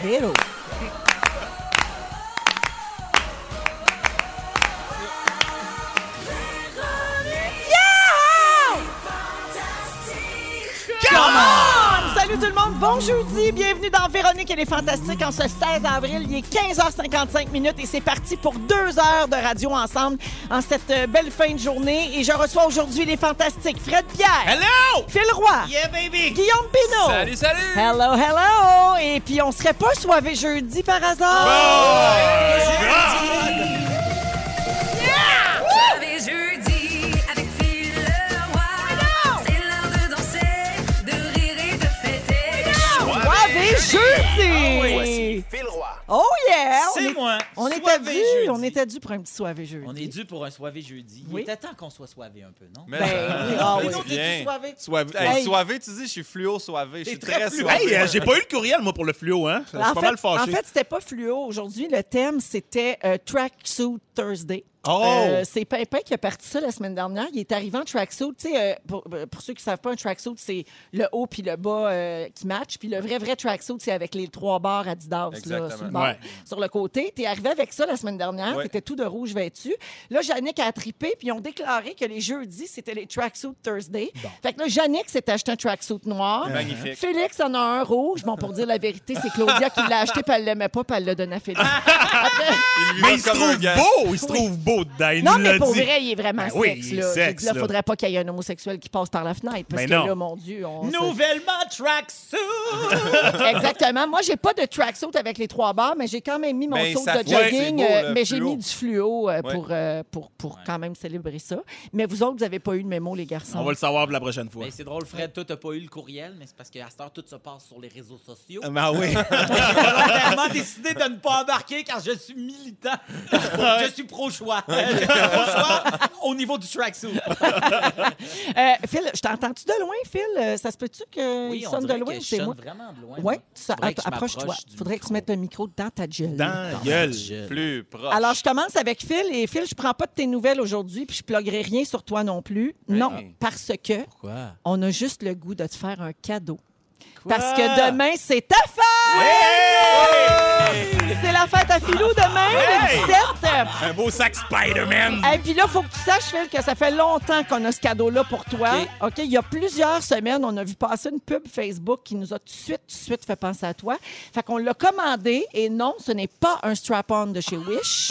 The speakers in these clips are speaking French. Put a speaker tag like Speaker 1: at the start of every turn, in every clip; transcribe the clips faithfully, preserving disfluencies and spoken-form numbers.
Speaker 1: Véro. Come on! Salut tout le monde, bon jeudi, bienvenue dans Véronique et les Fantastiques en ce seize avril, il est quinze heures cinquante-cinq minutes et c'est parti pour deux heures de radio ensemble en cette belle fin de journée et je reçois aujourd'hui les Fantastiques Fred Pierre.
Speaker 2: Hello!
Speaker 1: Phil Roy.
Speaker 2: Yeah, baby!
Speaker 1: Guillaume Pinault.
Speaker 2: Salut, salut!
Speaker 1: Hello, hello! Et puis on serait pas soivé jeudi par hasard?
Speaker 2: Oh!
Speaker 3: Soirée jeudi avec Phil Roy. C'est l'heure de danser, de rire et de fêter.
Speaker 1: Soivé jeudi!
Speaker 2: Voici Phil Roy.
Speaker 1: Oh yeah! On
Speaker 4: C'est
Speaker 1: est-
Speaker 4: moi.
Speaker 1: On était
Speaker 4: Soivé
Speaker 1: dû,
Speaker 4: jeudi.
Speaker 1: on était dû pour un petit soivé jeudi.
Speaker 4: On est dû pour un soivé jeudi.
Speaker 1: Oui.
Speaker 4: Il était temps qu'on soit soivé un peu, non?
Speaker 5: Mais
Speaker 1: Ben oui, ah oui.
Speaker 5: c'est bien.
Speaker 1: Soivé?
Speaker 5: Soivé.
Speaker 1: Hey.
Speaker 5: Hey, soivé, tu dis, je suis fluo soivé. Je
Speaker 4: T'es
Speaker 5: suis
Speaker 4: très
Speaker 5: très,
Speaker 4: fluo.
Speaker 5: soivé.
Speaker 2: Hey, euh, j'ai pas eu le courriel, moi, pour le fluo, hein? Je suis
Speaker 1: En
Speaker 2: pas
Speaker 1: fait,
Speaker 2: mal fâché.
Speaker 1: en fait, c'était pas fluo. Aujourd'hui, le thème, c'était euh, Tracksuit Thursday.
Speaker 2: Oh!
Speaker 1: Euh, c'est Pimpin qui a parti ça la semaine dernière. Il est arrivé en tracksuit. Tu sais, euh, pour, pour ceux qui ne savent pas, un tracksuit, c'est le haut puis le bas euh, qui matchent. Puis le vrai, vrai tracksuit, c'est avec les trois barres Adidas là,
Speaker 5: Exactement.
Speaker 1: sur le bord.
Speaker 2: Ouais.
Speaker 1: Sur le côté. Tu es arrivé avec ça la semaine dernière.
Speaker 5: Ouais.
Speaker 1: Tu étais tout de rouge vêtu. Là, Yannick a trippé puis ils ont déclaré que les jeudis, c'était les tracksuit Thursday. Fait que là, Yannick s'est acheté un tracksuit noir.
Speaker 5: Magnifique.
Speaker 1: Félix en a un rouge. Bon, pour dire la vérité, c'est Claudia qui l'a acheté puis elle l'aimait pas puis elle l'a donné à Félix. Après-
Speaker 5: Il lui
Speaker 2: Mais
Speaker 5: va
Speaker 2: il se
Speaker 5: comme un
Speaker 2: trouve
Speaker 5: gars.
Speaker 2: beau! Il se trouve beau dedans. Il
Speaker 1: Non,
Speaker 2: nous
Speaker 1: mais
Speaker 2: l'a
Speaker 1: pour
Speaker 2: dit.
Speaker 1: vrai, il est vraiment
Speaker 2: Ben oui,
Speaker 1: sexe.
Speaker 2: il est
Speaker 1: Là.
Speaker 2: sexe,
Speaker 1: Là,
Speaker 2: là.
Speaker 1: faudrait pas qu'il y ait un homosexuel qui passe par la fenêtre. Parce
Speaker 2: Ben
Speaker 1: que
Speaker 2: non.
Speaker 1: là, mon Dieu, on se-
Speaker 4: Nouvellement tracksuit!
Speaker 1: Exactement. Moi, j'ai pas de tracksuit avec les trois barres, mais j'ai quand même mis mon
Speaker 5: Ben,
Speaker 1: saut
Speaker 5: ça
Speaker 1: de
Speaker 5: fait-
Speaker 1: jogging,
Speaker 5: c'est beau,
Speaker 1: euh,
Speaker 5: le
Speaker 1: mais j'ai
Speaker 5: fluo.
Speaker 1: mis du fluo euh,
Speaker 5: Ouais.
Speaker 1: pour, euh, pour, pour quand même célébrer ça. Mais vous autres, vous avez pas eu le mémo, les garçons.
Speaker 2: On va le savoir pour la prochaine fois.
Speaker 4: Mais c'est drôle, Fred, toi, t'as pas eu le courriel, mais c'est parce qu'à cette heure, tout se passe sur les réseaux sociaux.
Speaker 2: Ben oui.
Speaker 4: J'ai volontairement décidé de ne pas embarquer car je suis militant. Je suis pro-choix. Je suis pro-choix au niveau du tracksuit.
Speaker 1: Euh, Phil, je t'entends-tu de loin, Phil? Euh, Ça se peut-tu qu'il
Speaker 4: Oui, on
Speaker 1: sonne de
Speaker 4: dirait
Speaker 1: loin?
Speaker 4: que je
Speaker 1: C'est
Speaker 4: sonne
Speaker 1: moi.
Speaker 4: vraiment de loin.
Speaker 1: Oui,
Speaker 4: moi. Faudrait que je
Speaker 1: approche-toi.
Speaker 4: m'approche
Speaker 1: Il
Speaker 4: du
Speaker 1: faudrait que tu
Speaker 4: micro.
Speaker 1: mettes le micro dans ta gueule.
Speaker 2: Dans
Speaker 4: Dans
Speaker 2: gueule.
Speaker 4: ma gueule.
Speaker 5: Plus proche.
Speaker 1: Alors, je commence avec Phil. Et Phil, je prends pas de tes nouvelles aujourd'hui, puis je pluguerai rien sur toi non plus. Non, parce que
Speaker 4: Pourquoi?
Speaker 1: on a juste le goût de te faire un cadeau. Parce que demain, c'est ta fête! C'est la fête à Philou demain, le dix-sept.
Speaker 2: Un beau sac Spider-Man.
Speaker 1: Et puis là, il faut que tu saches, Phil, que ça fait longtemps qu'on a ce cadeau-là pour toi.
Speaker 4: OK.
Speaker 1: OK? Il y a plusieurs semaines, on a vu passer une pub Facebook qui nous a tout de suite, tout de suite fait penser à toi. Fait qu'on l'a commandé et non, ce n'est pas un strap-on de chez Wish.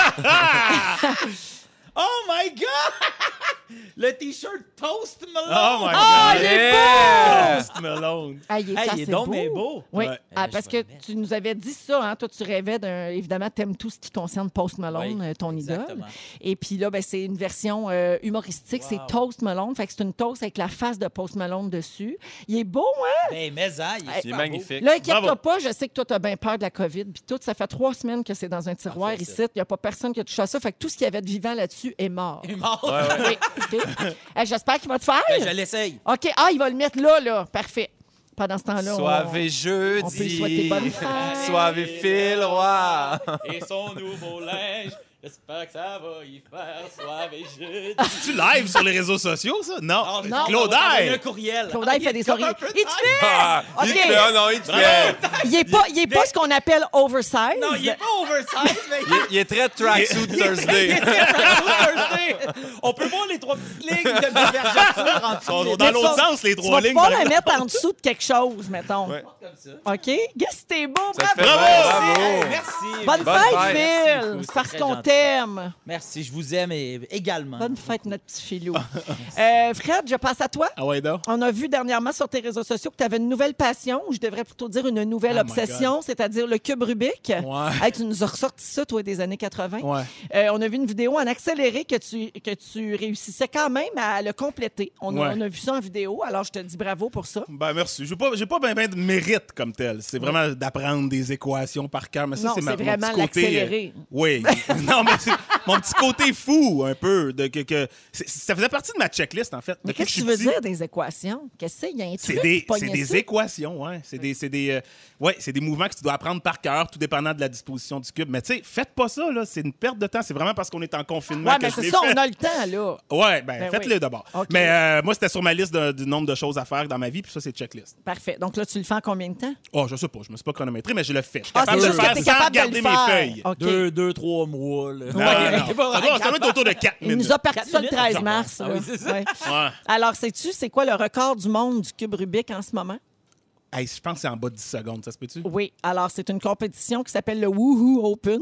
Speaker 4: Oh my God! Le T-shirt Post Malone!
Speaker 2: Oh my God.
Speaker 1: Ah, il est beau!
Speaker 2: Post Malone.
Speaker 1: Ah, il est,
Speaker 4: Hey,
Speaker 1: ça,
Speaker 4: il est
Speaker 1: c'est
Speaker 4: donc
Speaker 1: beau.
Speaker 4: bien beau.
Speaker 1: Oui,
Speaker 2: Ouais.
Speaker 1: ah,
Speaker 4: Eh,
Speaker 1: parce
Speaker 4: je
Speaker 1: que
Speaker 4: vais le mettre.
Speaker 1: tu nous avais dit ça, hein? Toi, tu rêvais d'un... Évidemment, t'aimes tout ce qui concerne Post Malone,
Speaker 4: Oui,
Speaker 1: euh, ton idole.
Speaker 4: exactement.
Speaker 1: Et puis là, ben, c'est une version euh, humoristique,
Speaker 4: Wow.
Speaker 1: c'est Toast Malone. Fait que c'est une toast avec la face de Post Malone dessus. Il est beau, hein?
Speaker 4: Ben, mais ça, il est
Speaker 1: Hey,
Speaker 5: Il est
Speaker 4: super
Speaker 5: magnifique.
Speaker 1: Là, inquiète-toi
Speaker 2: Bravo.
Speaker 1: pas, je sais que toi, t'as bien peur de la COVID. Puis tout, ça fait trois semaines que c'est dans un tiroir
Speaker 4: Parfait,
Speaker 1: ici.
Speaker 4: ça.
Speaker 1: Il n'y a pas personne qui a touché à ça. Fait que tout ce qu'il y avait de vivant là-dessus est mort.
Speaker 4: beau. Il est mort.
Speaker 1: Oui, OK. Hey, j'espère qu'il va te faire.
Speaker 4: Ben, je l'essaye.
Speaker 1: OK. Ah, il va le mettre là, là. Parfait. Pendant ce temps-là, on-
Speaker 5: Soivé jeudi.
Speaker 1: on peut lui souhaiter bonne fête.
Speaker 5: Soivé Phil Roy.
Speaker 4: Et son nouveau linge, j'espère que ça va y faire soirée jeudi.
Speaker 2: Tu live sur les réseaux sociaux, ça? Non.
Speaker 4: Oh,
Speaker 1: Non.
Speaker 2: Claudaille.
Speaker 4: un courriel.
Speaker 1: Claude, il fait des
Speaker 4: Comme
Speaker 1: sourires.
Speaker 4: un peu de
Speaker 1: Il te
Speaker 4: taille.
Speaker 1: fait!
Speaker 5: Ah, il
Speaker 1: OK.
Speaker 5: te fait, oh non, il te fait.
Speaker 1: Il n'est pas, il est pas ce qu'on appelle oversize.
Speaker 4: Non, il est pas oversize, mais
Speaker 5: Il, est- il est très tracksuit Thursday.
Speaker 4: il est Thursday. On peut voir les trois petites lignes de divergence en dessous.
Speaker 2: Sont
Speaker 4: des
Speaker 2: dans
Speaker 4: deux.
Speaker 2: l'autre sens, les
Speaker 1: Tu
Speaker 2: trois
Speaker 1: vas
Speaker 2: lignes.
Speaker 1: pouvoir
Speaker 2: par
Speaker 1: la
Speaker 2: exemple.
Speaker 1: mettre en dessous de quelque chose, mettons.
Speaker 5: Ouais.
Speaker 4: Comme ça.
Speaker 1: OK? Guess, t'es beau.
Speaker 5: Ça te
Speaker 1: Bravo!
Speaker 5: fait
Speaker 4: Bravo.
Speaker 5: bien, bravo.
Speaker 4: Merci.
Speaker 1: Bonne,
Speaker 5: Bonne
Speaker 1: fête,
Speaker 5: fête.
Speaker 4: Merci
Speaker 1: Phil!
Speaker 4: beaucoup, c'est
Speaker 1: Parce
Speaker 4: très
Speaker 1: qu'on
Speaker 4: gentil.
Speaker 1: t'aime.
Speaker 4: Merci, je vous aime et également.
Speaker 1: Bonne fête, notre petit filou. euh, Fred, je passe à toi.
Speaker 2: Ah ouais, donc.
Speaker 1: On a vu dernièrement sur tes réseaux sociaux que tu avais une nouvelle passion, ou je devrais plutôt dire une nouvelle
Speaker 2: Oh my
Speaker 1: obsession, c'est-à-dire le cube Rubik.
Speaker 2: Ouais.
Speaker 1: Hey, tu nous as ressorti ça, toi, des années quatre-vingt.
Speaker 2: Ouais.
Speaker 1: Euh, on a vu une vidéo en accéléré que tu, que tu réussissais quand même à le compléter. On a,
Speaker 2: Ouais.
Speaker 1: on a vu ça en vidéo, alors je te dis bravo pour ça.
Speaker 2: Ben merci. J'ai pas, j'ai pas bien ben de mérite comme tel. C'est vraiment d'apprendre des équations par cœur. Mais ça,
Speaker 1: Non,
Speaker 2: c'est ma,
Speaker 1: c'est
Speaker 2: mon
Speaker 1: vraiment
Speaker 2: petit côté,
Speaker 1: l'accéléré.
Speaker 2: euh, oui. Non, mais c'est, mon petit côté fou, un peu. De, que, que, c'est- ça faisait partie de ma checklist, en fait.
Speaker 1: Mais
Speaker 2: Depuis
Speaker 1: qu'est-ce que
Speaker 2: je
Speaker 1: tu
Speaker 2: suis
Speaker 1: veux
Speaker 2: petit.
Speaker 1: dire des équations? Qu'est-ce que c'est? Il y a un truc
Speaker 2: C'est des,
Speaker 1: pour
Speaker 2: c'est
Speaker 1: pogner
Speaker 2: des
Speaker 1: ça?
Speaker 2: équations, ouais. C'est des, c'est des, euh, ouais, c'est des mouvements que tu dois apprendre par cœur, tout dépendant de la disposition du cube. Mais tu sais, faites pas ça, là. C'est une perte de temps. C'est vraiment parce qu'on est en confinement
Speaker 1: Ouais,
Speaker 2: que
Speaker 1: mais
Speaker 2: je
Speaker 1: c'est
Speaker 2: l'ai
Speaker 1: ça,
Speaker 2: fait.
Speaker 1: on a le temps, là.
Speaker 2: Ouais, ben,
Speaker 1: Ben
Speaker 2: faites-le
Speaker 1: oui.
Speaker 2: d'abord.
Speaker 1: OK.
Speaker 2: Mais euh, moi, c'était sur ma liste de- du nombre de choses à faire dans ma vie, puis ça, c'est checklist.
Speaker 1: Parfait. Donc là, tu le fais en combien de temps?
Speaker 2: Oh, je sais pas, je me suis pas chronométré, mais je le fais. Je suis
Speaker 1: Ah,
Speaker 2: capable
Speaker 1: c'est
Speaker 2: de
Speaker 1: juste
Speaker 2: le
Speaker 1: que
Speaker 2: faire
Speaker 1: t'es
Speaker 2: sans
Speaker 1: capable de
Speaker 2: regarder
Speaker 1: le faire.
Speaker 2: mes feuilles.
Speaker 1: OK.
Speaker 4: Deux, deux, trois mois, là.
Speaker 2: Non, non, non.
Speaker 4: T'es pas
Speaker 2: Ça doit, ça doit être autour de quatre
Speaker 1: Il
Speaker 2: minutes.
Speaker 1: nous a parti
Speaker 4: Quatre
Speaker 1: ça le
Speaker 4: minutes?
Speaker 1: treize mars.
Speaker 4: Ah
Speaker 1: là.
Speaker 4: oui, c'est ça.
Speaker 1: Ouais.
Speaker 2: Ouais.
Speaker 1: Alors, sais-tu, c'est quoi le record du monde du cube Rubik en ce moment?
Speaker 2: Hey, je pense que c'est en bas de dix secondes, ça se peut-tu?
Speaker 1: Oui. Alors, c'est une compétition qui s'appelle le Woohoo Open.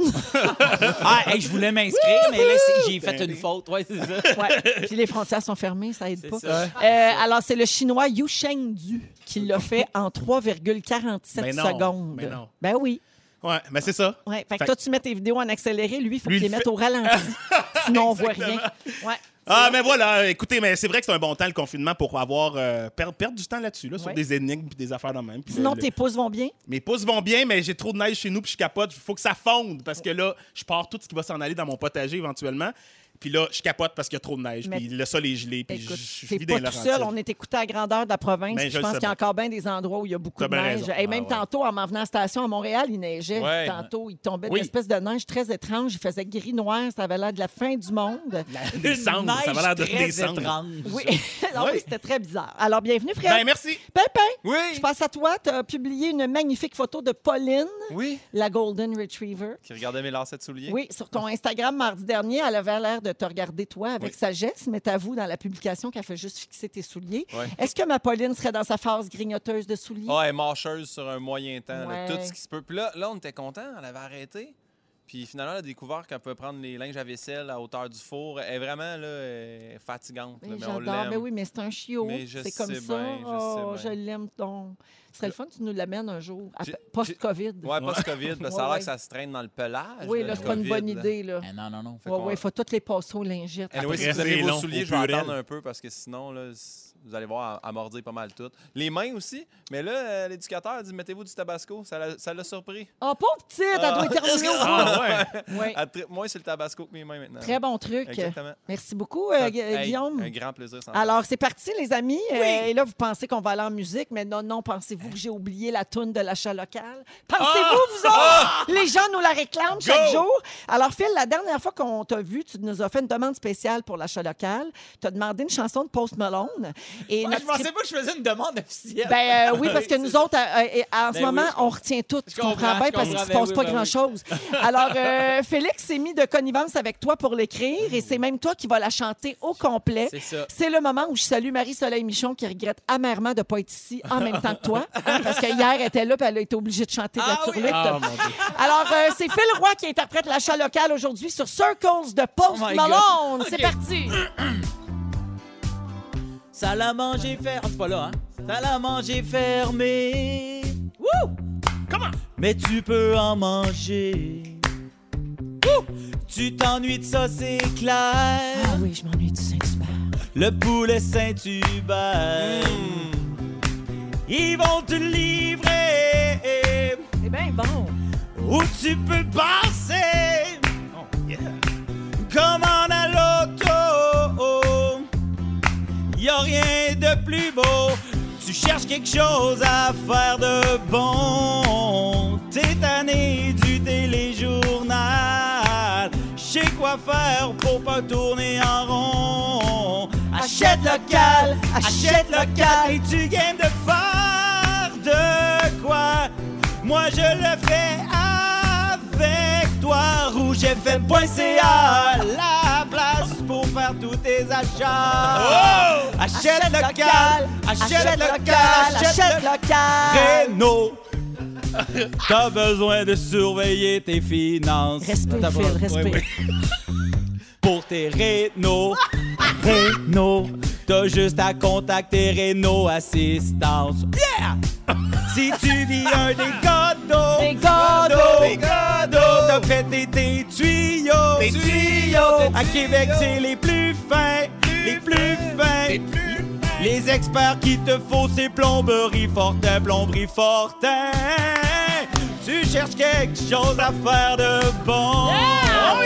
Speaker 4: Ah, hey, je voulais m'inscrire, mais là, c'est- j'ai fait une faute. Ouais, c'est ça.
Speaker 1: Ouais. Puis les frontières sont fermées, ça aide
Speaker 4: C'est
Speaker 1: pas.
Speaker 4: ça.
Speaker 1: Euh, alors, c'est le Chinois Yu Shengdu qui l'a fait en trois virgule quarante-sept
Speaker 2: Ben non,
Speaker 1: secondes.
Speaker 2: ben non.
Speaker 1: Ben oui.
Speaker 2: Ouais, mais c'est ça.
Speaker 1: Ouais. Fait que
Speaker 2: Fait-
Speaker 1: toi, tu mets tes vidéos en accéléré. Lui, il faut
Speaker 2: Lui,
Speaker 1: qu'il les
Speaker 2: il
Speaker 1: mette
Speaker 2: fait-
Speaker 1: au ralenti. Sinon, on voit rien. Ouais.
Speaker 2: Ah, mais voilà, écoutez, mais c'est vrai que c'est un bon temps, le confinement, pour avoir euh, per- perdre du temps là-dessus, là, sur
Speaker 1: Ouais.
Speaker 2: des énigmes et des affaires de même. Puis
Speaker 1: Sinon,
Speaker 2: le-
Speaker 1: tes pouces vont bien?
Speaker 2: Mes pouces vont bien, mais j'ai trop de neige chez nous, puis je capote. Il faut que ça fonde, parce que là, je pars tout ce qui va s'en aller dans mon potager éventuellement. Puis là, je capote parce qu'il y a trop de neige.
Speaker 1: Mais-
Speaker 2: Puis le sol est gelé, puis
Speaker 1: Écoute,
Speaker 2: je
Speaker 1: t'es
Speaker 2: vis
Speaker 1: pas
Speaker 2: dans
Speaker 1: tout
Speaker 2: les
Speaker 1: seul.
Speaker 2: Laurentides.
Speaker 1: On est écouté à grandeur de la province.
Speaker 2: Ben,
Speaker 1: puis
Speaker 2: je
Speaker 1: je
Speaker 2: le
Speaker 1: pense
Speaker 2: sais
Speaker 1: qu'il y a
Speaker 2: bien.
Speaker 1: encore bien des endroits où il y a beaucoup
Speaker 2: T'as
Speaker 1: de
Speaker 2: bien
Speaker 1: neige.
Speaker 2: raison.
Speaker 1: Et même
Speaker 2: Ah ouais.
Speaker 1: tantôt, en m'en venant à la station à Montréal, il neigeait.
Speaker 5: Ouais.
Speaker 1: Tantôt, il tombait
Speaker 2: Oui.
Speaker 1: une espèce de neige très étrange. Il faisait gris-noir. Ça avait l'air de la fin du monde.
Speaker 2: La- des cendres,
Speaker 4: Une
Speaker 2: ça va l'air de
Speaker 4: neige
Speaker 2: des
Speaker 4: très
Speaker 2: cendres.
Speaker 4: étrange.
Speaker 1: Oui, Alors, oui,
Speaker 2: Oui.
Speaker 1: c'était très bizarre. Alors, bienvenue, Fred.
Speaker 2: Ben, merci.
Speaker 1: Pépin,
Speaker 5: Oui.
Speaker 1: je passe à toi. Tu as publié une magnifique photo de Pauline,
Speaker 5: Oui.
Speaker 1: la Golden Retriever.
Speaker 5: Qui regardait mes lacets de souliers.
Speaker 1: Oui, sur ton Instagram mardi dernier, elle avait l'air de te regarder toi avec
Speaker 5: Oui.
Speaker 1: sagesse, mais t'avoues dans la publication qu'elle fait juste fixer tes souliers.
Speaker 5: Ouais.
Speaker 1: Est-ce que ma Pauline serait dans sa phase grignoteuse de souliers?
Speaker 5: Ah, elle est marcheuse sur un moyen temps. là,
Speaker 1: Ouais.
Speaker 5: tout ce qui se peut. Puis là, là, on était contents. Elle avait arrêté. Puis finalement, elle a découvert qu'elle pouvait prendre les linges à vaisselle à hauteur du four. Elle est vraiment là, elle est fatigante. là,
Speaker 1: Oui,
Speaker 5: mais on
Speaker 1: j'adore.
Speaker 5: l'aime.
Speaker 1: Mais oui, mais c'est un chiot.
Speaker 5: Mais je
Speaker 1: C'est comme
Speaker 5: sais
Speaker 1: ça.
Speaker 5: bien, je
Speaker 1: Oh,
Speaker 5: sais
Speaker 1: je
Speaker 5: bien.
Speaker 1: l'aime donc. Ce serait le fun que tu nous l'amènes un jour, à-
Speaker 5: J'ai-
Speaker 1: post-COVID.
Speaker 5: Ouais, post-COVID. parce que ça a
Speaker 1: Ouais,
Speaker 5: l'air
Speaker 1: ouais.
Speaker 5: que ça se traîne dans le pelage.
Speaker 1: Oui,
Speaker 5: là,
Speaker 1: là,
Speaker 5: le
Speaker 1: c'est pas une
Speaker 5: COVID,
Speaker 1: bonne
Speaker 5: là.
Speaker 1: idée, là.
Speaker 4: Eh, non, non, non.
Speaker 5: Fait
Speaker 1: Ouais,
Speaker 5: qu'on-
Speaker 1: ouais, il faut toutes les passer aux lingettes.
Speaker 5: Anyway, si
Speaker 2: Après,
Speaker 5: vous avez
Speaker 2: c'est
Speaker 5: vos
Speaker 2: long,
Speaker 5: souliers,
Speaker 2: au
Speaker 5: je vais
Speaker 2: purel.
Speaker 5: attendre un peu parce que sinon, là, c- vous allez voir, elle, elle mordit pas mal tout. Les mains aussi. Mais là, euh, l'éducateur a dit mettez-vous du tabasco. Ça l'a, ça l'a surpris.
Speaker 1: Oh, pauvre petite, elle doit terminer au bout.
Speaker 2: Ah, ouais.
Speaker 1: Oui.
Speaker 5: Elle tripe moins sur le tabasco que mes mains maintenant.
Speaker 1: Très bon truc.
Speaker 5: Exactement.
Speaker 1: Merci beaucoup, euh, Gu-
Speaker 5: Hey,
Speaker 1: Guillaume.
Speaker 5: Un grand plaisir. sans
Speaker 1: Alors, c'est parti, les amis. Euh, et là, vous pensez qu'on va aller en musique, mais non, non, pensez-vous que j'ai oublié la toune de l'achat local? Pensez-vous, vous autres? Les gens nous la réclament chaque
Speaker 2: Go!
Speaker 1: jour. Alors, Phil, la dernière fois qu'on t'a vu, tu nous as fait une demande spéciale pour l'achat local. Tu as demandé une chanson de Post Malone. Et
Speaker 4: Ouais,
Speaker 1: notre
Speaker 4: je pensais
Speaker 1: script-
Speaker 4: pas que je faisais une demande officielle.
Speaker 1: Ben euh, oui, parce que
Speaker 4: Oui,
Speaker 1: nous
Speaker 4: c'est
Speaker 1: autres, euh, euh, en ce
Speaker 4: Ben
Speaker 1: moment,
Speaker 4: oui, je
Speaker 1: on retient tout.
Speaker 4: Je
Speaker 1: Tu comprends
Speaker 4: comprends,
Speaker 1: bien
Speaker 4: je
Speaker 1: parce qu'il ne se
Speaker 4: comprends,
Speaker 1: passe
Speaker 4: ben
Speaker 1: pas
Speaker 4: oui, ben
Speaker 1: grand-chose. Alors, euh, Félix s'est mis de connivence avec toi pour l'écrire et c'est même toi qui vas la chanter au complet.
Speaker 4: C'est ça.
Speaker 1: C'est le moment où je salue Marie-Soleil Michon qui regrette amèrement de ne pas être ici en même temps que toi. Parce que hier, elle était là et elle a été obligée de chanter de la
Speaker 4: Ah oui?
Speaker 1: turlute.
Speaker 2: Ah, mon Dieu.
Speaker 1: Alors, euh, c'est Phil Roy qui interprète l'achat local aujourd'hui sur Circles de Post
Speaker 4: Oh my
Speaker 1: Malone.
Speaker 4: God.
Speaker 1: C'est
Speaker 4: OK.
Speaker 1: parti.
Speaker 4: Ça l'a mangé fermé. Ah, c'est pas là, hein? Ça l'a mangé fermé. Wouh!
Speaker 2: Comment?
Speaker 4: Mais tu peux en manger. Wouh! Tu t'ennuies de ça, c'est clair.
Speaker 1: Ah oui, je m'ennuie du Saint-Hubert.
Speaker 4: Le poulet Saint-Hubert. Ils vont te livrer.
Speaker 1: C'est bien bon.
Speaker 4: Où tu peux passer. Commande à l'auto. Y a rien de plus beau. Tu cherches quelque chose à faire de bon. T'es tanné du téléjournal. Je sais quoi faire pour pas tourner en rond. Achète local, achète local. Et tu gagnes de faire de quoi? Moi je le fais avec toi. rouge f m point c a, la place pour faire tous tes achats.
Speaker 2: Oh!
Speaker 4: Achète local, achète local, achète
Speaker 1: local.
Speaker 4: Renault. T'as besoin de surveiller tes finances.
Speaker 1: Respire,
Speaker 4: T'as
Speaker 1: Phil,
Speaker 4: pas-
Speaker 1: respire.
Speaker 4: Ouais, ouais. Pour tes Renault, Renault, t'as juste à contacter Renault Assistance. Yeah! Si tu dis un des gâteaux,
Speaker 1: Des gâteaux.
Speaker 4: des gâteaux, t'as pété tes tuyaux,
Speaker 2: Tes
Speaker 4: tuyaux. À Québec, c'est les plus fins, les plus fins. Les experts qu'il te faut, c'est Plomberie Fortin, Plomberie Fortin. Tu cherches quelque chose à faire de bon.
Speaker 2: Oh yeah!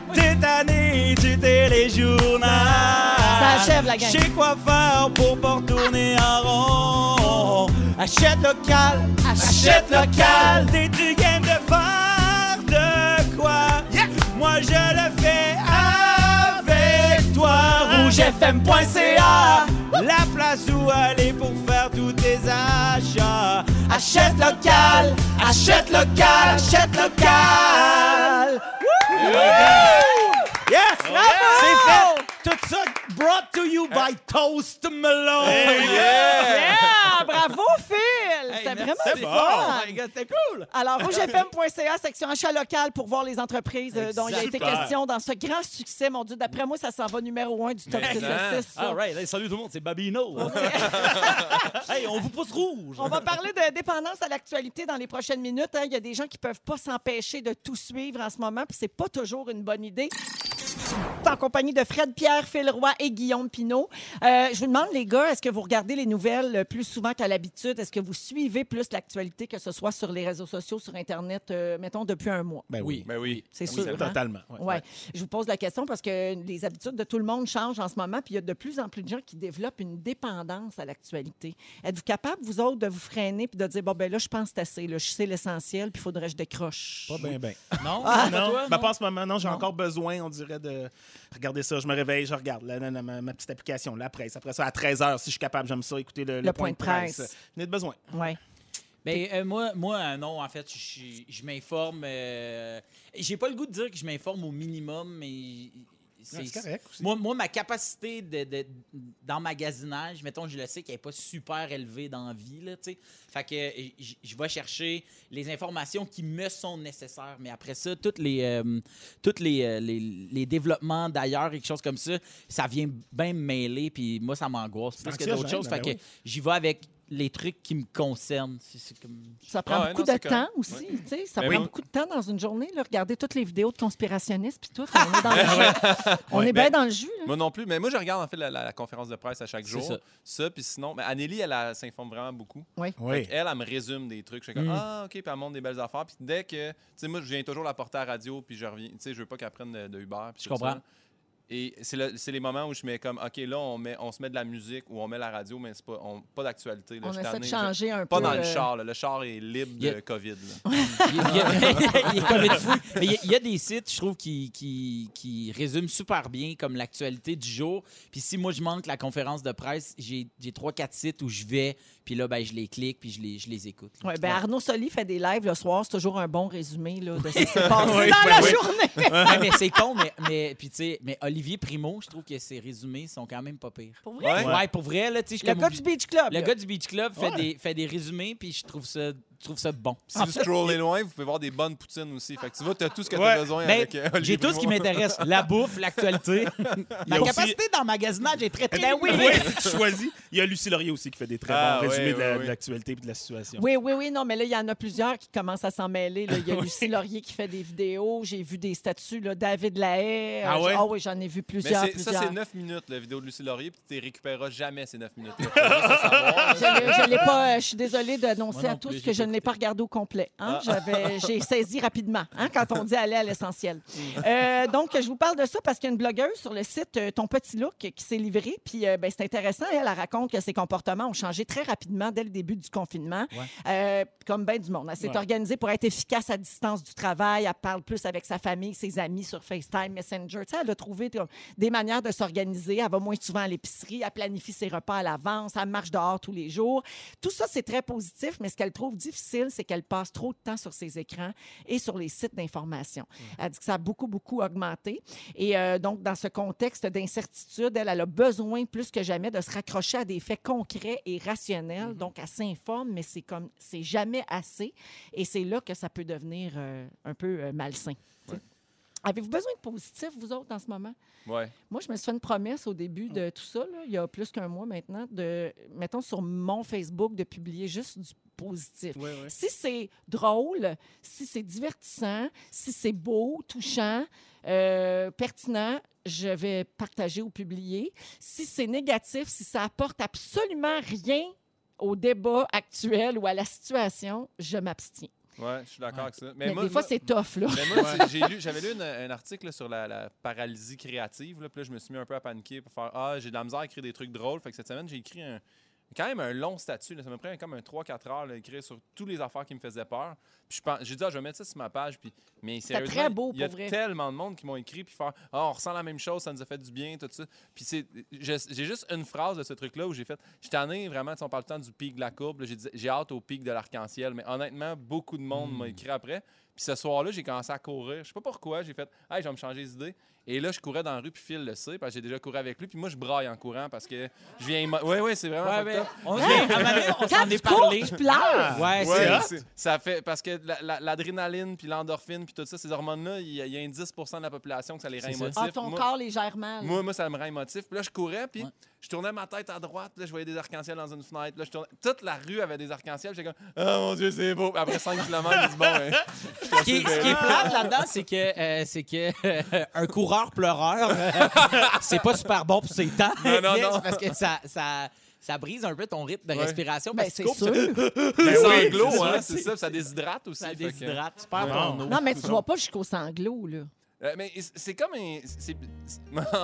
Speaker 4: T'es tanné du téléjournal.
Speaker 1: Ça achève, la gang.
Speaker 4: Je sais quoi faire pour pas retourner en rond. Achète local, achète local. T'es-tu game de faire de quoi? Moi, je le fais avec toi. rouge f m point c a, la place où aller pour faire tous tes achats. Achète local, achète local, achète local. Yes! C'est fait! Tout ça brought to you by Toast Malone!
Speaker 1: Yeah! Bravo, Phil! C'était vraiment
Speaker 4: C'était
Speaker 1: le
Speaker 4: bon!
Speaker 1: fun.
Speaker 4: My God, c'était cool!
Speaker 1: Alors, rouge f m point c a, section achat local pour voir les entreprises euh, dont il a été
Speaker 2: Super.
Speaker 1: question dans ce grand succès. Mon Dieu, d'après moi, ça s'en va numéro un du top six à six. ça.
Speaker 4: All right, hey, salut tout le monde, c'est Babino! Hey, on vous pousse rouge!
Speaker 1: On va parler de dépendance à l'actualité dans les prochaines minutes. hein. Il y a des gens qui peuvent pas s'empêcher de tout suivre en ce moment, puis c'est pas toujours une bonne idée. En compagnie de Fred Pierre, Phil Roy et Guillaume Pinault. Euh, je vous demande, les gars, est-ce que vous regardez les nouvelles plus souvent qu'à l'habitude? Est-ce que vous suivez plus l'actualité, que ce soit sur les réseaux sociaux, sur Internet, euh, mettons, depuis un mois?
Speaker 2: Ben oui.
Speaker 5: Ben oui.
Speaker 1: C'est
Speaker 2: Oui,
Speaker 1: sûr.
Speaker 2: c'est
Speaker 1: hein?
Speaker 2: totalement. ouais.
Speaker 1: Ouais. Je vous pose la question parce que les habitudes de tout le monde changent en ce moment, puis il y a de plus en plus de gens qui développent une dépendance à l'actualité. Êtes-vous capable, vous autres, de vous freiner puis de dire, bon, ben là, je pense que c'est assez, là, je sais l'essentiel, puis il faudrait que je décroche?
Speaker 2: Pas bien, bien.
Speaker 4: Non?
Speaker 1: Ah,
Speaker 2: Non,
Speaker 4: toi,
Speaker 2: ben,
Speaker 4: non?
Speaker 2: pas en ce moment. Non, j'ai
Speaker 1: Non.
Speaker 2: encore besoin, on dirait, de regarder ça. Je me réveille, je regarde la- la- la- ma, ma petite application, la presse. Après ça, à treize heures, si je suis capable, j'aime ça, écouter le,
Speaker 1: Le point de presse.
Speaker 2: J'en ai de besoin.
Speaker 1: Ouais.
Speaker 6: Ben, euh, moi, moi euh, non, en fait, je, je m'informe. euh, J'ai pas le goût de dire que je m'informe au minimum, mais.
Speaker 2: Ouais, C'est correct aussi.
Speaker 6: Moi, moi, ma capacité de, de- d'emmagasinage, mettons, je le sais qu'elle n'est pas super élevée dans la vie, là, tu sais. Fait que euh, j- je vais chercher les informations qui me sont nécessaires. Mais après ça, toutes les, euh, toutes les, euh, les, les développements d'ailleurs et quelque chose comme ça, ça vient bien me mêler, puis moi, ça m'angoisse plus que
Speaker 2: anxiogène,
Speaker 6: d'autres choses.
Speaker 2: ben
Speaker 6: Fait que
Speaker 2: oui.
Speaker 6: j'y vais avec les trucs qui me concernent. C'est, c'est comme...
Speaker 1: Ça prend
Speaker 5: Ah ouais,
Speaker 1: beaucoup
Speaker 5: non,
Speaker 1: de
Speaker 5: c'est
Speaker 1: temps
Speaker 5: correct.
Speaker 1: aussi. tu sais, Ça
Speaker 5: Ben
Speaker 1: prend
Speaker 5: oui.
Speaker 1: beaucoup de temps dans une journée. Là, regarder toutes les vidéos de conspirationnistes puis tout. On est dans le jus. On est bien
Speaker 5: ben,
Speaker 1: dans le jus. là.
Speaker 5: Moi non plus, mais moi je regarde en fait la, la- la conférence de presse à chaque
Speaker 6: C'est
Speaker 5: jour.
Speaker 6: ça.
Speaker 5: Ça, puis sinon, mais Anneli, elle, elle s'informe vraiment beaucoup.
Speaker 2: Oui.
Speaker 5: Elle, elle me résume des trucs. Je suis comme,
Speaker 6: Mm.
Speaker 5: ah, OK, puis elle montre des belles affaires. Puis dès que, tu sais, moi, je viens toujours la porter à la radio, puis je reviens. Tu sais, je veux pas qu'elle prenne de, de Uber. puis
Speaker 6: Je
Speaker 5: tout
Speaker 6: comprends.
Speaker 5: ça. Et c'est, le- c'est les moments où je mets comme, OK, là, on, met, on se met de la musique ou on met la radio, mais c'est pas, on- pas d'actualité. là.
Speaker 1: On
Speaker 5: Je suis
Speaker 1: essaie de
Speaker 5: tanné, je-
Speaker 1: changer un
Speaker 5: Pas
Speaker 1: peu.
Speaker 5: dans le
Speaker 1: euh,
Speaker 5: char. là. Le char est libre
Speaker 6: Il y a-
Speaker 5: de COVID. là.
Speaker 6: Il y a, il y a- il y a COVID fou. Mais il y a- il y a des sites, je trouve, qui, qui, qui résument super bien comme l'actualité du jour. Puis si moi, je manque la conférence de presse, j'ai, j'ai trois, quatre sites où je vais, puis là, ben, je les clique, puis je les, je les écoute.
Speaker 1: Ouais, ben Arnaud Soli fait des lives le soir. C'est toujours un bon résumé là, de ce qui s'est passé
Speaker 2: Oui,
Speaker 1: dans
Speaker 2: oui,
Speaker 1: la
Speaker 2: oui.
Speaker 1: journée.
Speaker 6: Ouais, mais c'est con, mais, mais, puis, tu sais, mais Olivier Primo, je trouve que ses résumés sont quand même pas pires.
Speaker 1: Pour vrai?
Speaker 5: Ouais.
Speaker 6: Ouais, pour vrai, là, tu sais, je suis
Speaker 1: Le
Speaker 6: comme
Speaker 1: gars
Speaker 6: obli-
Speaker 1: du Beach Club.
Speaker 6: Le
Speaker 1: là.
Speaker 6: gars du Beach Club fait,
Speaker 2: Ouais.
Speaker 6: des, fait des résumés, puis je trouve ça, je trouve ça bon.
Speaker 5: Si vous scrollez loin, vous pouvez voir des bonnes poutines aussi. Fait que tu vois, tu as tout ce que tu
Speaker 2: Ouais.
Speaker 5: as besoin
Speaker 6: Ben,
Speaker 5: avec euh, Olivier
Speaker 6: j'ai tout ce qui
Speaker 5: Primo.
Speaker 6: m'intéresse. La bouffe, l'actualité. Ma
Speaker 2: aussi-
Speaker 6: capacité d'emmagasinage est très, très...
Speaker 1: Ben oui.
Speaker 2: Oui, tu choisis. Il y a Lucie Laurier aussi qui fait des très
Speaker 5: Ah,
Speaker 2: bons
Speaker 5: ouais,
Speaker 2: résumés de, la-
Speaker 5: ouais, ouais.
Speaker 2: de l'actualité et de la situation.
Speaker 1: Oui, oui, oui, non, mais là, il y en a plusieurs qui commencent à s'en mêler. là. Il y a Lucie Laurier qui fait des vidéos. J'ai vu des statuts, là, David Lahaye.
Speaker 2: Ah
Speaker 1: Euh,
Speaker 2: ouais?
Speaker 1: Ah oui, j'en ai vu
Speaker 5: Mais
Speaker 1: plusieurs,
Speaker 5: c'est- ça,
Speaker 1: plusieurs.
Speaker 5: c'est neuf minutes, la vidéo de Lucie Laurier, puis tu ne récupéreras jamais ces neuf minutes. là.
Speaker 1: Je l'ai- je l'ai pas. euh, Je suis désolée d'annoncer
Speaker 6: Moi non
Speaker 1: à tous
Speaker 6: plus,
Speaker 1: que
Speaker 6: j'ai
Speaker 1: je
Speaker 6: pas
Speaker 1: ne l'ai pas regardé au complet. hein.
Speaker 5: Ah.
Speaker 1: J'avais- J'ai saisi rapidement hein, quand on dit aller à l'essentiel. Euh, donc, je vous parle de ça parce qu'il y a une blogueuse sur le site euh, Ton Petit Look qui s'est livrée. Puis, euh, ben, c'est intéressant. Elle, elle raconte que ses comportements ont changé très rapidement dès le début du confinement, Euh, comme bien du monde. Elle s'est
Speaker 2: Ouais.
Speaker 1: organisée pour être efficace à distance du travail. Elle parle plus avec sa famille, ses amis sur FaceTime, Messenger. Tu sais, elle a trouvé comme, des manières de s'organiser. Elle va moins souvent à l'épicerie. Elle planifie ses repas à l'avance. Elle marche dehors tous les jours. Tout ça, c'est très positif, mais ce qu'elle trouve difficile, c'est qu'elle passe trop de temps sur ses écrans et sur les sites d'information. Elle dit que ça a beaucoup, beaucoup augmenté. Et euh, donc, dans ce contexte d'incertitude, elle, elle a besoin plus que jamais de se raccrocher à des faits concrets et rationnels. Donc, elle s'informe, mais c'est comme c'est jamais assez. Et c'est là que ça peut devenir euh, un peu euh, malsain. tu sais. Avez-vous besoin de positif, vous autres, en ce moment?
Speaker 5: Ouais.
Speaker 1: Moi, je me suis fait une promesse au début de tout ça, là, il y a plus qu'un mois maintenant, de, mettons, sur mon Facebook, de publier juste du positif.
Speaker 2: Ouais, ouais.
Speaker 1: Si c'est drôle, si c'est divertissant, si c'est beau, touchant, euh, pertinent, je vais partager ou publier. Si c'est négatif, si ça apporte absolument rien au débat actuel ou à la situation, je m'abstiens.
Speaker 5: Ouais, je suis d'accord avec ça. Mais,
Speaker 1: Mais
Speaker 5: moi,
Speaker 1: des fois,
Speaker 5: moi-
Speaker 1: c'est tough, là.
Speaker 5: mais moi, c'est- j'ai lu, j'avais lu une- un article là, sur la, la paralysie créative. Là, puis là, je me suis mis un peu à paniquer pour faire Ah, j'ai de la misère à écrire des trucs drôles. Fait que cette semaine, j'ai écrit un, quand même un long statut. Là. Ça m'a pris comme un trois quatre heures à écrire sur toutes les affaires qui me faisaient peur. Puis je pense- j'ai dit, ah, je vais mettre ça sur ma page. Puis, mais
Speaker 1: C'était
Speaker 5: sérieusement,
Speaker 1: très beau,
Speaker 5: il y a
Speaker 1: pour vrai.
Speaker 5: tellement de monde qui m'ont écrit. Puis faire Ah, on ressent la même chose, ça nous a fait du bien, tout ça. Puis c'est, je- j'ai juste une phrase de ce truc-là où j'ai fait J'étais tanné vraiment, tu sais, on parle tout le temps du pic de la courbe. Là, j'ai, dit, j'ai hâte au pic de l'arc-en-ciel. Mais honnêtement, beaucoup de monde m'a écrit après. Puis ce soir-là, j'ai commencé à courir. Je sais pas pourquoi. J'ai fait Hey, je vais me changer les idées. Et là, je courais dans la rue, puis Phil le sait, parce que j'ai déjà couru avec lui. Puis moi, je braille en courant parce que je viens. Oui, oui, c'est vraiment.
Speaker 6: Ouais,
Speaker 5: fucked
Speaker 6: mais
Speaker 5: up.
Speaker 6: on, à un moment donné, on
Speaker 1: Quand
Speaker 6: s'en
Speaker 1: tu
Speaker 6: est
Speaker 1: cours,
Speaker 6: parlé.
Speaker 1: tu pleures.
Speaker 6: Ouais,
Speaker 5: Ouais,
Speaker 6: c'est
Speaker 5: c'est- ça fait parce que la- la- l'adrénaline puis l'endorphine puis tout ça, ces hormones-là, il y, a- il y a un dix pour cent de la population que ça les rend
Speaker 6: C'est ça.
Speaker 5: émotifs.
Speaker 1: Ah, ton
Speaker 5: moi,
Speaker 1: corps les gère mal.
Speaker 5: moi, moi, ça me rend émotif. Puis là, je courais, puis
Speaker 6: Ouais.
Speaker 5: je tournais ma tête à droite. Là, je voyais des arcs-en-ciel dans une fenêtre. Là, je tournais... Toute la rue avait des arcs-en-ciel. J'étais comme, oh mon Dieu, c'est beau. Puis après cinq kilomètres, je dis, bon, ben, je suis
Speaker 6: Ce qui, est,
Speaker 5: assez
Speaker 6: ce qui est
Speaker 5: heureux.
Speaker 6: plate là-dedans, c'est que, euh, c'est que euh, un coureur pleureur, euh, c'est pas super bon pour ses temps.
Speaker 5: Non, non, non.
Speaker 6: C'est parce que ça, ça, ça brise un peu ton rythme de
Speaker 5: Ouais.
Speaker 6: respiration.
Speaker 1: Ben,
Speaker 6: parce que
Speaker 1: c'est
Speaker 6: tu cours,
Speaker 1: sûr.
Speaker 5: Les
Speaker 2: oui,
Speaker 5: sanglots,
Speaker 6: c'est
Speaker 5: hein,
Speaker 6: ça,
Speaker 5: c'est ça. Puis ça déshydrate aussi.
Speaker 6: ça
Speaker 5: fait que-
Speaker 6: déshydrate. Tu perds
Speaker 2: Non.
Speaker 6: ton eau.
Speaker 1: Non, mais tu vas pas jusqu'au sanglot, là.
Speaker 5: Euh, mais c'est comme un. c'est- c'est-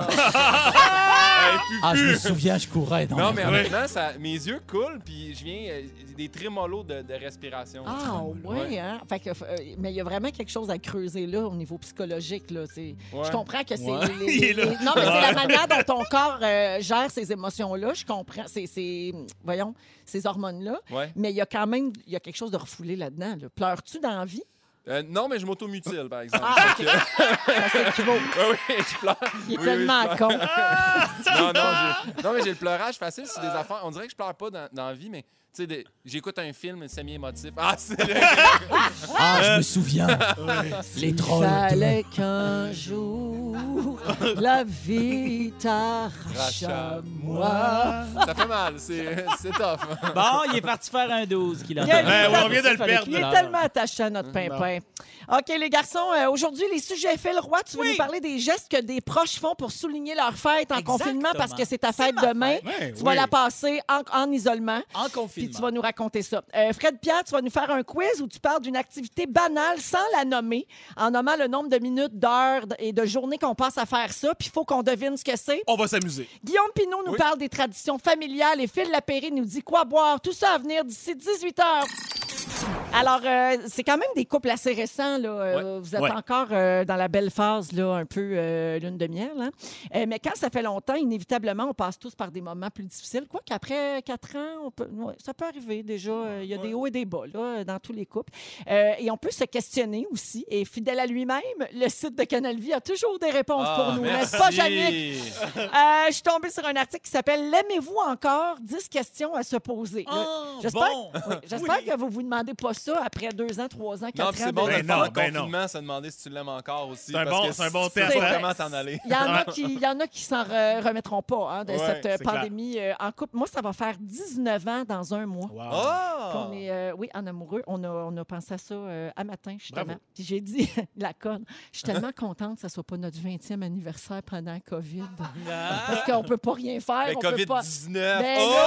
Speaker 6: Ah, je me souviens, je courais. Dans
Speaker 5: Non,
Speaker 6: la
Speaker 5: mais
Speaker 6: rue.
Speaker 5: honnêtement, ça, mes yeux coulent, puis je viens. euh, des trémolos de, de respiration.
Speaker 1: Ah, oui,
Speaker 5: Ouais.
Speaker 1: hein? Fait que, euh, mais il y a vraiment quelque chose à creuser là, au niveau psychologique. Là. C'est-
Speaker 5: Ouais.
Speaker 1: Je comprends que c'est.
Speaker 6: Ouais.
Speaker 1: les- les-
Speaker 2: Il est là.
Speaker 1: les- Non, mais c'est la manière dont ton corps euh, gère ces émotions-là. Je comprends. C'est, c'est- voyons, ces hormones-là.
Speaker 5: Ouais.
Speaker 1: Mais il y a quand même il y a quelque chose de refoulé là-dedans. Là. Pleures-tu dans la vie?
Speaker 5: Euh, non, mais je m'automutile, par exemple.
Speaker 1: Ah,
Speaker 5: Fait que-
Speaker 1: Ça s'équivaut.
Speaker 5: oui, oui, je pleure.
Speaker 1: Il est
Speaker 5: Oui, oui,
Speaker 1: tellement
Speaker 5: je pleure.
Speaker 1: con.
Speaker 5: Non, non, j'ai... non, mais j'ai le pleurage facile sur des affaires. On dirait que je pleure pas dans, dans la vie, mais tu sais, des- j'écoute un film semi-émotif. Ah, c'est
Speaker 6: Ah, je me souviens. Les
Speaker 1: Il
Speaker 6: trolls.
Speaker 1: fallait qu'un jour la vie t'arrache à moi.
Speaker 5: Ça fait mal, c'est, c'est tough.
Speaker 6: Bon, il est parti faire un douze kilomètres.
Speaker 1: Il y a-
Speaker 2: Ouais, ouais, on vient de le perdre.
Speaker 1: Il est tellement attaché à notre pimpin. OK, les garçons, euh, aujourd'hui, les sujets Phil Roy, tu veux
Speaker 6: Oui.
Speaker 1: nous parler des gestes que des proches font pour souligner leur fête en
Speaker 6: Exactement.
Speaker 1: confinement parce que c'est ta
Speaker 6: C'est
Speaker 1: fête
Speaker 6: ma
Speaker 1: demain.
Speaker 6: fête.
Speaker 2: Ouais,
Speaker 1: Tu
Speaker 2: oui.
Speaker 1: vas la passer en, en isolement.
Speaker 6: En
Speaker 1: Puis
Speaker 6: confinement.
Speaker 1: tu vas nous raconter ça. Euh, Fred Pierre, tu vas nous faire un quiz où tu parles d'une activité banale sans la nommer, en nommant le nombre de minutes, d'heures et de journées qu'on passe à faire ça. Puis il faut qu'on devine ce que c'est.
Speaker 2: On va s'amuser.
Speaker 1: Guillaume Pinot nous
Speaker 5: Oui.
Speaker 1: parle des traditions familiales et Phil Lapéry nous dit quoi boire. Tout ça à venir d'ici dix-huit heures. Alors, euh, c'est quand même des couples assez récents. Là. Euh, Vous êtes
Speaker 2: Ouais.
Speaker 1: encore euh, dans la belle phase, là, un peu euh, lune de miel. Hein? Euh, mais quand ça fait longtemps, inévitablement, on passe tous par des moments plus difficiles. Quoi qu'après quatre ans, on peut, ouais, ça peut arriver déjà. Euh, Il y a des hauts et des bas là, dans tous les couples. Euh, et on peut se questionner aussi. Et fidèle à lui-même, le site de Canal Vie a toujours des réponses
Speaker 5: Ah,
Speaker 1: pour nous.
Speaker 5: merci.
Speaker 1: N'est-ce pas, Jannick? Euh, je suis tombée sur un article qui s'appelle « L'aimez-vous encore? dix questions à se poser ».
Speaker 6: Oh,
Speaker 1: J'espère
Speaker 6: bon.
Speaker 1: oui, j'espère que vous vous demandez pas ça après deux ans, trois ans,
Speaker 5: Non,
Speaker 1: quatre
Speaker 5: puis
Speaker 1: ans.
Speaker 5: c'est bon
Speaker 1: de-
Speaker 5: de
Speaker 2: Ben
Speaker 5: le faire
Speaker 2: non,
Speaker 5: en
Speaker 2: ben non.
Speaker 5: confinement, se demander si tu l'aimes encore aussi.
Speaker 2: C'est un
Speaker 5: parce
Speaker 2: bon-
Speaker 5: que
Speaker 2: c'est un bon
Speaker 5: tu
Speaker 2: test,
Speaker 5: sais
Speaker 1: hein.
Speaker 5: comment t'en aller.
Speaker 1: Il y en a qui, il y en a qui s'en re- remettront pas hein, de
Speaker 5: Ouais,
Speaker 1: cette euh,
Speaker 2: c'est clair.
Speaker 1: pandémie euh, en couple. Moi, ça va faire dix-neuf ans dans un mois.
Speaker 2: Wow.
Speaker 5: Oh!
Speaker 1: Qu'on est, euh, oui, en amoureux. On a, on a pensé à ça euh, à matin, justement.
Speaker 2: Bravo.
Speaker 1: Puis j'ai dit, la conne, je suis tellement contente que ça soit pas notre vingtième anniversaire pendant la COVID.
Speaker 6: Ah.
Speaker 1: Parce qu'on peut pas rien faire.
Speaker 5: Ben,
Speaker 1: on peut pas...
Speaker 5: covid dix-neuf.
Speaker 1: Ben
Speaker 5: oh!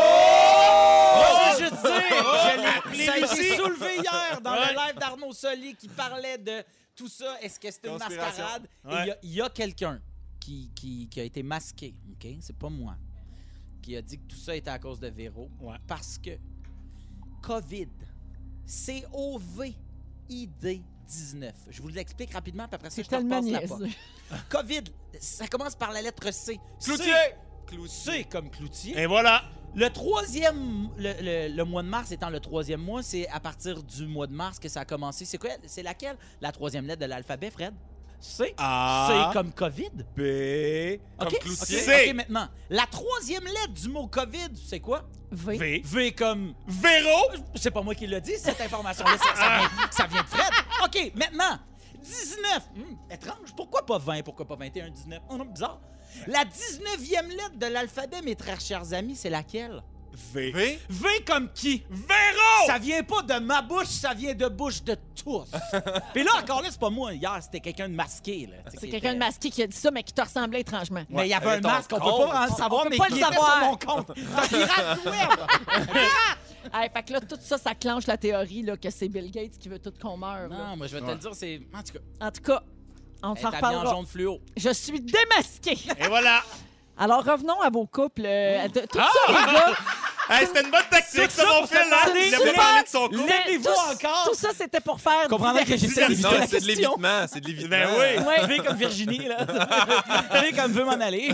Speaker 6: Oh, je veux juste dire, je l'ai- ça a été soulevé hier dans
Speaker 2: Ouais.
Speaker 6: le live d'Arnaud Soli qui parlait de tout ça. Est-ce que c'était une
Speaker 5: Conspiration.
Speaker 6: mascarade? Et
Speaker 2: Ouais.
Speaker 6: il y a- il y a, quelqu'un qui, qui, qui a été masqué, OK? C'est pas moi, qui a dit que tout ça était à cause de Véro.
Speaker 2: Ouais.
Speaker 6: Parce que COVID, C O V I D dix-neuf. Je vous l'explique rapidement, puis après ça,
Speaker 1: C'est
Speaker 6: je te
Speaker 1: tellement
Speaker 6: repasse la
Speaker 1: niaiseux.
Speaker 6: porte. COVID, ça commence par la lettre C.
Speaker 5: Cloutier!
Speaker 6: C, C comme cloutier.
Speaker 2: Et voilà.
Speaker 6: Le troisième, le, le- le mois de mars étant le troisième mois, c'est à partir du mois de mars que ça a commencé. C'est quoi? C'est laquelle? La troisième lettre de l'alphabet, Fred? C.
Speaker 2: A.
Speaker 6: C comme COVID.
Speaker 2: B.
Speaker 5: Comme
Speaker 6: OK?
Speaker 5: cloutier.
Speaker 6: OK,
Speaker 2: C.
Speaker 6: OK, maintenant. La troisième lettre du mot COVID, c'est quoi?
Speaker 1: V.
Speaker 2: V.
Speaker 6: V comme...
Speaker 2: Véro.
Speaker 6: C'est pas moi qui l'a dit, cette information-là. Ça, ça vient, ça vient de Fred. OK, maintenant. dix-neuf. Hum, étrange. Pourquoi pas vingt? Pourquoi pas vingt et un, dix-neuf? Oh non, bizarre. La dix-neuvième lettre de l'alphabet, mes très chers amis, c'est laquelle?
Speaker 2: V.
Speaker 5: V?
Speaker 6: V comme qui?
Speaker 2: Véro.
Speaker 6: Ça vient pas de ma bouche, ça vient de bouche de tous. Puis là, encore là, c'est pas moi. Hier, c'était quelqu'un de masqué. Là. Tu sais,
Speaker 1: C'est
Speaker 6: qui
Speaker 1: quelqu'un de
Speaker 6: était-
Speaker 1: masqué qui a dit ça, mais qui te ressemblait étrangement.
Speaker 6: Mais il y avait
Speaker 5: Avec
Speaker 6: un
Speaker 5: ton
Speaker 6: masque, on peut
Speaker 5: compte.
Speaker 6: pas en savoir,
Speaker 1: peut
Speaker 6: mais
Speaker 1: pas
Speaker 6: qui
Speaker 1: le
Speaker 6: était
Speaker 1: savoir.
Speaker 6: sur mon compte. C'est un pirate du web. Un pirate.
Speaker 1: Hey, fait que là, tout ça, ça clenche la théorie là, que c'est Bill Gates qui veut tout qu'on meure. là.
Speaker 6: Non, moi, je vais te
Speaker 2: Ouais.
Speaker 6: le dire, c'est... En tout cas,
Speaker 1: En tout cas, on
Speaker 6: elle
Speaker 1: s'en
Speaker 6: est habillée en
Speaker 1: reparlera.
Speaker 6: jaune fluo.
Speaker 1: Je suis démasquée.
Speaker 2: Et voilà!
Speaker 1: Alors, revenons à vos couples. Euh, de- tout ça, les gars,
Speaker 2: Hey, c'était une bonne tactique, ça, mon fil, là!
Speaker 1: c'est
Speaker 2: Il avait
Speaker 1: super.
Speaker 2: parlé de son couple.
Speaker 6: Lèvez-vous
Speaker 1: tout,
Speaker 6: encore!
Speaker 1: tout ça, c'était pour faire
Speaker 6: Vous comprendrez que j'essaie
Speaker 1: divertir.
Speaker 6: d'éviter
Speaker 5: Non,
Speaker 6: la
Speaker 5: c'est de
Speaker 6: question.
Speaker 5: l'évitement, c'est de l'évitement.
Speaker 2: Ben oui!
Speaker 1: Ouais.
Speaker 6: Je vais comme Virginie, là. Je vais comme veut m'en aller.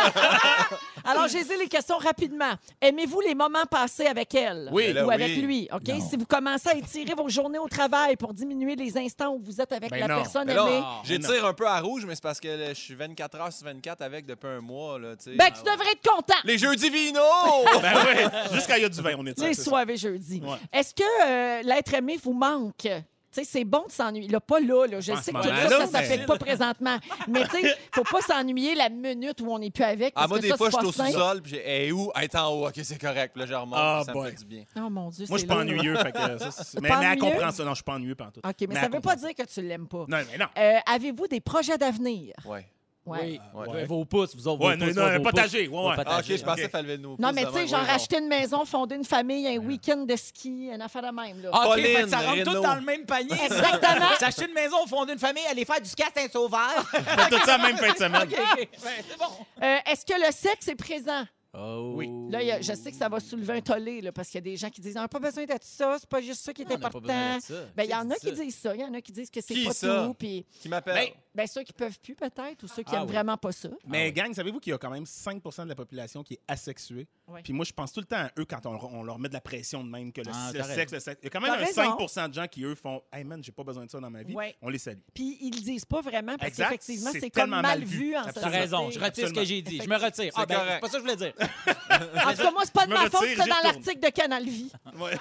Speaker 1: Alors, j'ai dit les questions rapidement. Aimez-vous les moments passés avec elle?
Speaker 5: Oui.
Speaker 1: Ou
Speaker 5: Là,
Speaker 1: avec
Speaker 5: oui.
Speaker 1: lui? OK?
Speaker 6: Non.
Speaker 1: Si vous commencez à étirer vos journées au travail pour diminuer les instants où vous êtes avec
Speaker 2: Ben
Speaker 1: la
Speaker 2: non.
Speaker 1: personne
Speaker 5: Mais
Speaker 1: aimée,
Speaker 5: là, j'étire un peu à rouge, mais c'est parce que là, je suis vingt-quatre heures sur vingt-quatre avec depuis un mois. Là, tu sais.
Speaker 1: ben, tu devrais être content.
Speaker 5: Les jeudis vino!
Speaker 2: Ben oui! Juste quand il y a du vin, on est
Speaker 1: Les
Speaker 2: ça.
Speaker 1: soirées jeudi.
Speaker 2: Ouais.
Speaker 1: Est-ce que euh, l'être aimé vous manque? Tu sais, c'est bon de s'ennuyer. Là, pas là, là. Je
Speaker 2: En
Speaker 1: sais
Speaker 2: ce
Speaker 1: que tout
Speaker 2: moment,
Speaker 1: ça,
Speaker 2: là,
Speaker 1: ça s'applique
Speaker 2: mais-
Speaker 1: pas présentement. Mais tu sais, faut pas s'ennuyer la minute où on n'est plus avec.
Speaker 5: Ah,
Speaker 1: Parce
Speaker 5: moi,
Speaker 1: que
Speaker 5: des
Speaker 1: ça,
Speaker 5: fois, je
Speaker 1: c'est
Speaker 5: suis au
Speaker 1: pas sain.
Speaker 5: sous-sol, puis j'ai, hey, où? Elle est en haut, ok, c'est correct. Puis là, je remonte,
Speaker 2: Ah,
Speaker 5: puis ça
Speaker 2: boy.
Speaker 5: me fait du bien.
Speaker 1: Oh mon Dieu,
Speaker 2: Moi, je
Speaker 1: c'est
Speaker 2: suis pas
Speaker 1: lourd.
Speaker 2: ennuyeux. Fait que ça, c'est- mais,
Speaker 1: Pas
Speaker 2: mais elle
Speaker 1: ennuyeux?
Speaker 2: comprend ça. Non, je suis pas ennuyeux pantoute.
Speaker 1: OK, mais,
Speaker 2: Mais
Speaker 1: ça
Speaker 2: elle
Speaker 1: veut pas
Speaker 2: comprend
Speaker 1: dire que tu l'aimes pas.
Speaker 2: Non, mais non.
Speaker 1: Euh, Avez-vous des projets d'avenir?
Speaker 5: Ouais.
Speaker 6: Oui.
Speaker 5: Ouais.
Speaker 6: Ouais, Vos pouces, vous autres,
Speaker 2: Ouais,
Speaker 6: vos
Speaker 2: non,
Speaker 6: pouces,
Speaker 2: non,
Speaker 6: vos
Speaker 2: partagé.
Speaker 6: pouces.
Speaker 2: Ouais, ouais.
Speaker 6: Vos
Speaker 5: Ah, ok,
Speaker 6: partagés.
Speaker 5: je pensais
Speaker 2: Ok.
Speaker 5: qu'il lever nos
Speaker 1: Non,
Speaker 5: pouces
Speaker 1: mais tu
Speaker 5: demain,
Speaker 1: sais, genre
Speaker 5: ouais, non.
Speaker 1: racheter une maison, fonder une famille, un week-end de ski, une affaire de même. Là.
Speaker 6: Ah, OK,
Speaker 5: Pauline,
Speaker 6: fait que ça rentre tout
Speaker 5: Renaud.
Speaker 6: dans le même panier.
Speaker 1: Exactement.
Speaker 6: S'acheter une maison, fonder une famille, aller faire du ski à Saint-Sauveur.
Speaker 2: Fait tout ça la même fin de semaine.
Speaker 6: OK, OK. Ouais, c'est bon.
Speaker 1: Euh, Est-ce que le sexe est présent?
Speaker 6: Oh.
Speaker 2: Oui.
Speaker 1: Là, il y a- je sais que ça va soulever un tollé, là, parce qu'il y a des gens qui disent on n'a pas besoin d'être ça, c'est pas juste ça qui est
Speaker 6: On n'a pas
Speaker 1: important.
Speaker 6: besoin de ça.
Speaker 1: Ben, il y
Speaker 6: Qui
Speaker 1: en a
Speaker 6: dit
Speaker 1: qui
Speaker 6: ça?
Speaker 1: disent ça, il y en a qui disent que c'est
Speaker 5: Qui,
Speaker 1: pas
Speaker 5: ça?
Speaker 1: tout. Puis,
Speaker 5: Qui m'appelle?
Speaker 2: Ben,
Speaker 1: ben, ceux qui peuvent plus, peut-être, ou ceux qui
Speaker 6: Ah
Speaker 1: aiment
Speaker 6: oui.
Speaker 1: vraiment pas ça.
Speaker 2: Mais gang, savez-vous qu'il y a quand même cinq pour cent de la population qui est asexuée?
Speaker 1: Ouais.
Speaker 2: Puis moi, je pense tout le temps à eux quand on, on leur met de la pression de même, que le,
Speaker 6: Ah,
Speaker 2: le
Speaker 6: t'as
Speaker 2: sexe, le sexe. Il y a quand même
Speaker 1: T'as
Speaker 2: un
Speaker 1: raison.
Speaker 2: cinq pour cent de gens qui, eux, font « Hey man, j'ai pas besoin de ça dans ma vie.
Speaker 1: Ouais.
Speaker 2: On les salue.
Speaker 1: Puis ils le disent pas vraiment, parce
Speaker 2: Exact.
Speaker 1: qu'effectivement,
Speaker 2: C'est
Speaker 1: c'est comme
Speaker 2: tellement
Speaker 1: mal
Speaker 2: mal
Speaker 1: vu
Speaker 2: vu.
Speaker 1: en
Speaker 6: T'as
Speaker 1: société.
Speaker 6: raison, je retire ce que
Speaker 2: Absolument.
Speaker 6: j'ai dit. Je me retire. Ah,
Speaker 5: C'est
Speaker 6: ben,
Speaker 5: correct.
Speaker 6: c'est pas ça que je voulais dire.
Speaker 1: En tout cas, moi, c'est pas de
Speaker 2: Je me
Speaker 1: ma faute,
Speaker 2: retire,
Speaker 1: c'était
Speaker 2: j'y
Speaker 1: dans
Speaker 2: retourne.
Speaker 1: l'article de Canal Vie.
Speaker 2: Ouais.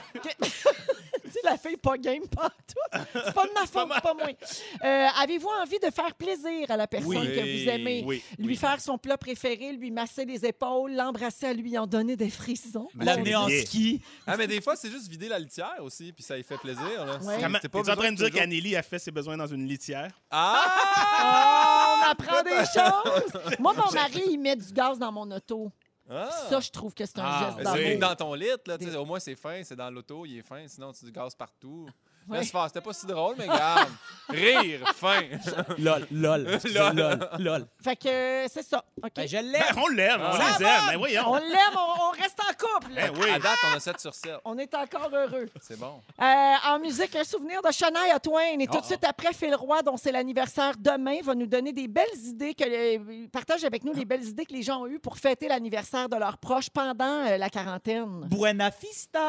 Speaker 1: Tu sais, la fille pas game, pas tout. C'est pas de ma faute, c'est pas moi. Euh, Avez-vous envie de faire plaisir à la personne
Speaker 2: Oui.
Speaker 1: que vous aimez?
Speaker 2: Oui.
Speaker 1: Lui
Speaker 2: Oui.
Speaker 1: faire son plat préféré, lui masser les épaules, l'embrasser à lui en donner des frissons?
Speaker 2: Mais
Speaker 6: L'amener en
Speaker 2: Yeah.
Speaker 6: ski.
Speaker 5: Ah, mais des fois, c'est juste vider la litière aussi, puis ça lui fait plaisir. Là.
Speaker 1: Ouais.
Speaker 5: C'est-
Speaker 2: Comment-
Speaker 5: t'es pas
Speaker 2: T'es en train de dire
Speaker 5: besoin
Speaker 2: qu'Anneli a fait ses besoins dans une litière?
Speaker 5: Ah!
Speaker 1: Oh, on apprend des choses! Moi, mon mari, il met du gaz dans mon auto.
Speaker 5: Ah!
Speaker 1: Ça, je trouve que c'est un
Speaker 2: Ah,
Speaker 1: geste
Speaker 5: Mais
Speaker 2: ben
Speaker 5: c'est
Speaker 1: d'amour.
Speaker 5: rien que dans ton lit, là, tu sais, au moins c'est fin, c'est dans l'auto, il est fin, sinon tu gazes partout.
Speaker 1: Ouais.
Speaker 5: Laisse faire, c'était pas si drôle, mais regarde. Rire, fin.
Speaker 6: Lol, lol.
Speaker 5: Lol.
Speaker 6: lol, lol.
Speaker 1: Fait que euh, c'est ça. OK.
Speaker 6: Ben, je
Speaker 2: Ben,
Speaker 6: l'aime.
Speaker 2: on l'aime, on
Speaker 5: Ah.
Speaker 2: les
Speaker 1: Ça
Speaker 2: aime.
Speaker 1: va!
Speaker 2: Ben voyons.
Speaker 1: On l'aime, on, on reste en couple.
Speaker 2: Ben oui.
Speaker 5: À date, on a sept sur sept.
Speaker 1: On est encore heureux.
Speaker 5: C'est bon.
Speaker 1: Euh, en musique, un souvenir de Shania Twain. Et tout
Speaker 5: Ah,
Speaker 1: de suite après, Phil Roy, dont c'est l'anniversaire demain, va nous donner des belles idées, que les- partage avec nous les belles idées que les gens ont eues pour fêter l'anniversaire de leurs proches pendant euh, la quarantaine.
Speaker 6: Buena Fista.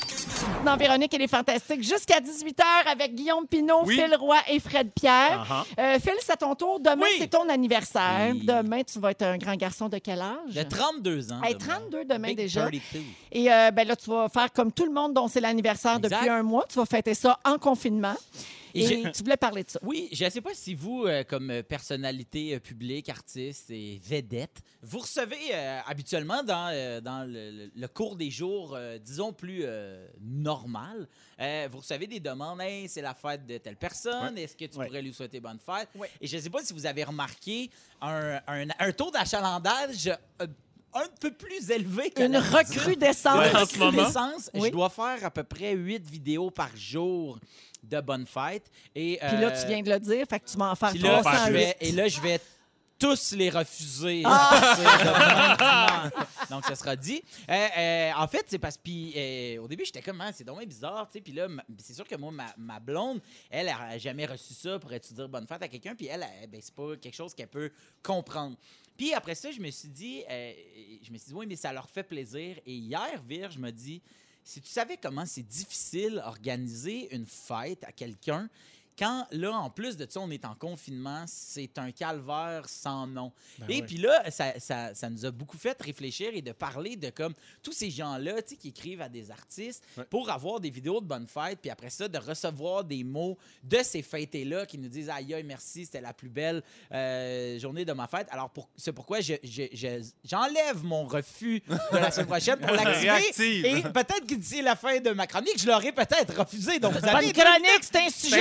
Speaker 1: Dans Véronique, elle est fantastique. Jusqu'à dix-huit heures avec Guillaume Pinot,
Speaker 5: Oui.
Speaker 1: Phil Roy et Fred Pierre.
Speaker 2: Uh-huh.
Speaker 1: Euh, Phil, c'est à ton tour. Demain,
Speaker 6: Oui.
Speaker 1: c'est ton anniversaire.
Speaker 6: Oui.
Speaker 1: Demain, tu vas être un grand garçon de quel âge?
Speaker 6: J'ai trente-deux ans.
Speaker 1: Hey,
Speaker 6: demain.
Speaker 1: trente-deux demain
Speaker 6: Big
Speaker 1: déjà.
Speaker 6: thirty-two.
Speaker 1: Et euh, ben là, tu vas faire comme tout le monde dont c'est l'anniversaire
Speaker 6: Exact.
Speaker 1: depuis un mois. Tu vas fêter ça en confinement.
Speaker 6: Et
Speaker 1: Et,
Speaker 6: j'ai-
Speaker 1: tu voulais parler de ça.
Speaker 6: Oui, je ne sais pas si vous, euh, comme euh, personnalité euh, publique, artiste et vedette, vous recevez euh, habituellement dans, euh, dans le, le- le cours des jours, euh, disons, plus euh, normal, euh, vous recevez des demandes. Hey, c'est la fête de telle personne. Est-ce que tu
Speaker 2: Ouais.
Speaker 6: pourrais lui souhaiter bonne fête?
Speaker 1: Ouais.
Speaker 6: Et je ne sais pas si vous avez remarqué un, un- un taux d'achalandage euh, un peu plus élevé que
Speaker 1: Une
Speaker 6: d'habitude.
Speaker 1: recrudescence.
Speaker 2: Ouais,
Speaker 6: En
Speaker 2: en ce moment.
Speaker 6: recrudescence,
Speaker 1: Oui.
Speaker 6: je dois faire à peu près huit vidéos par jour de bonne fête. Et,
Speaker 1: Puis là,
Speaker 6: euh,
Speaker 1: tu viens de le dire, fait que tu vas en faire
Speaker 6: puis là,
Speaker 2: trois cent
Speaker 6: je
Speaker 1: trois cent huit.
Speaker 6: vais- et là, je vais tous les refuser.
Speaker 1: Ah!
Speaker 6: à partir de maintenant. Donc, ça sera dit. Euh, euh, en fait, c'est parce que au début, j'étais comme, ah, c'est dommage bizarre. tu sais. Puis là, ma- c'est sûr que moi, ma, ma blonde, elle n'a jamais reçu ça. Pourrais-tu dire bonne fête à quelqu'un? Puis elle, elle, ben, c'est pas quelque chose qu'elle peut comprendre. Puis après ça, je me suis dit, euh, je me suis dit, oui, mais ça leur fait plaisir. Et hier, Virge me dit, si tu savais comment c'est difficile organiser une fête à quelqu'un, quand là, en plus de ça, on est en confinement, c'est un calvaire sans nom.
Speaker 2: Ben
Speaker 6: et
Speaker 2: ouais.
Speaker 6: puis là, ça, ça- ça nous a beaucoup fait réfléchir et de parler de comme tous ces gens-là, tu sais, qui écrivent à des artistes
Speaker 5: Ouais.
Speaker 6: pour avoir des vidéos de bonne fête, puis après ça, de recevoir des mots de ces fêtés-là qui nous disent aïe, aïe, merci, c'était la plus belle euh, journée de ma fête. Alors, pour, c'est pourquoi je, je- je- j'enlève mon refus de la semaine prochaine pour l'activer.
Speaker 5: Réactive.
Speaker 6: Et peut-être que d'ici la fin de ma chronique, je l'aurais peut-être refusé. Donc, vous
Speaker 1: Bonne
Speaker 6: avez
Speaker 1: chronique, c'est un sujet.
Speaker 2: un sujet.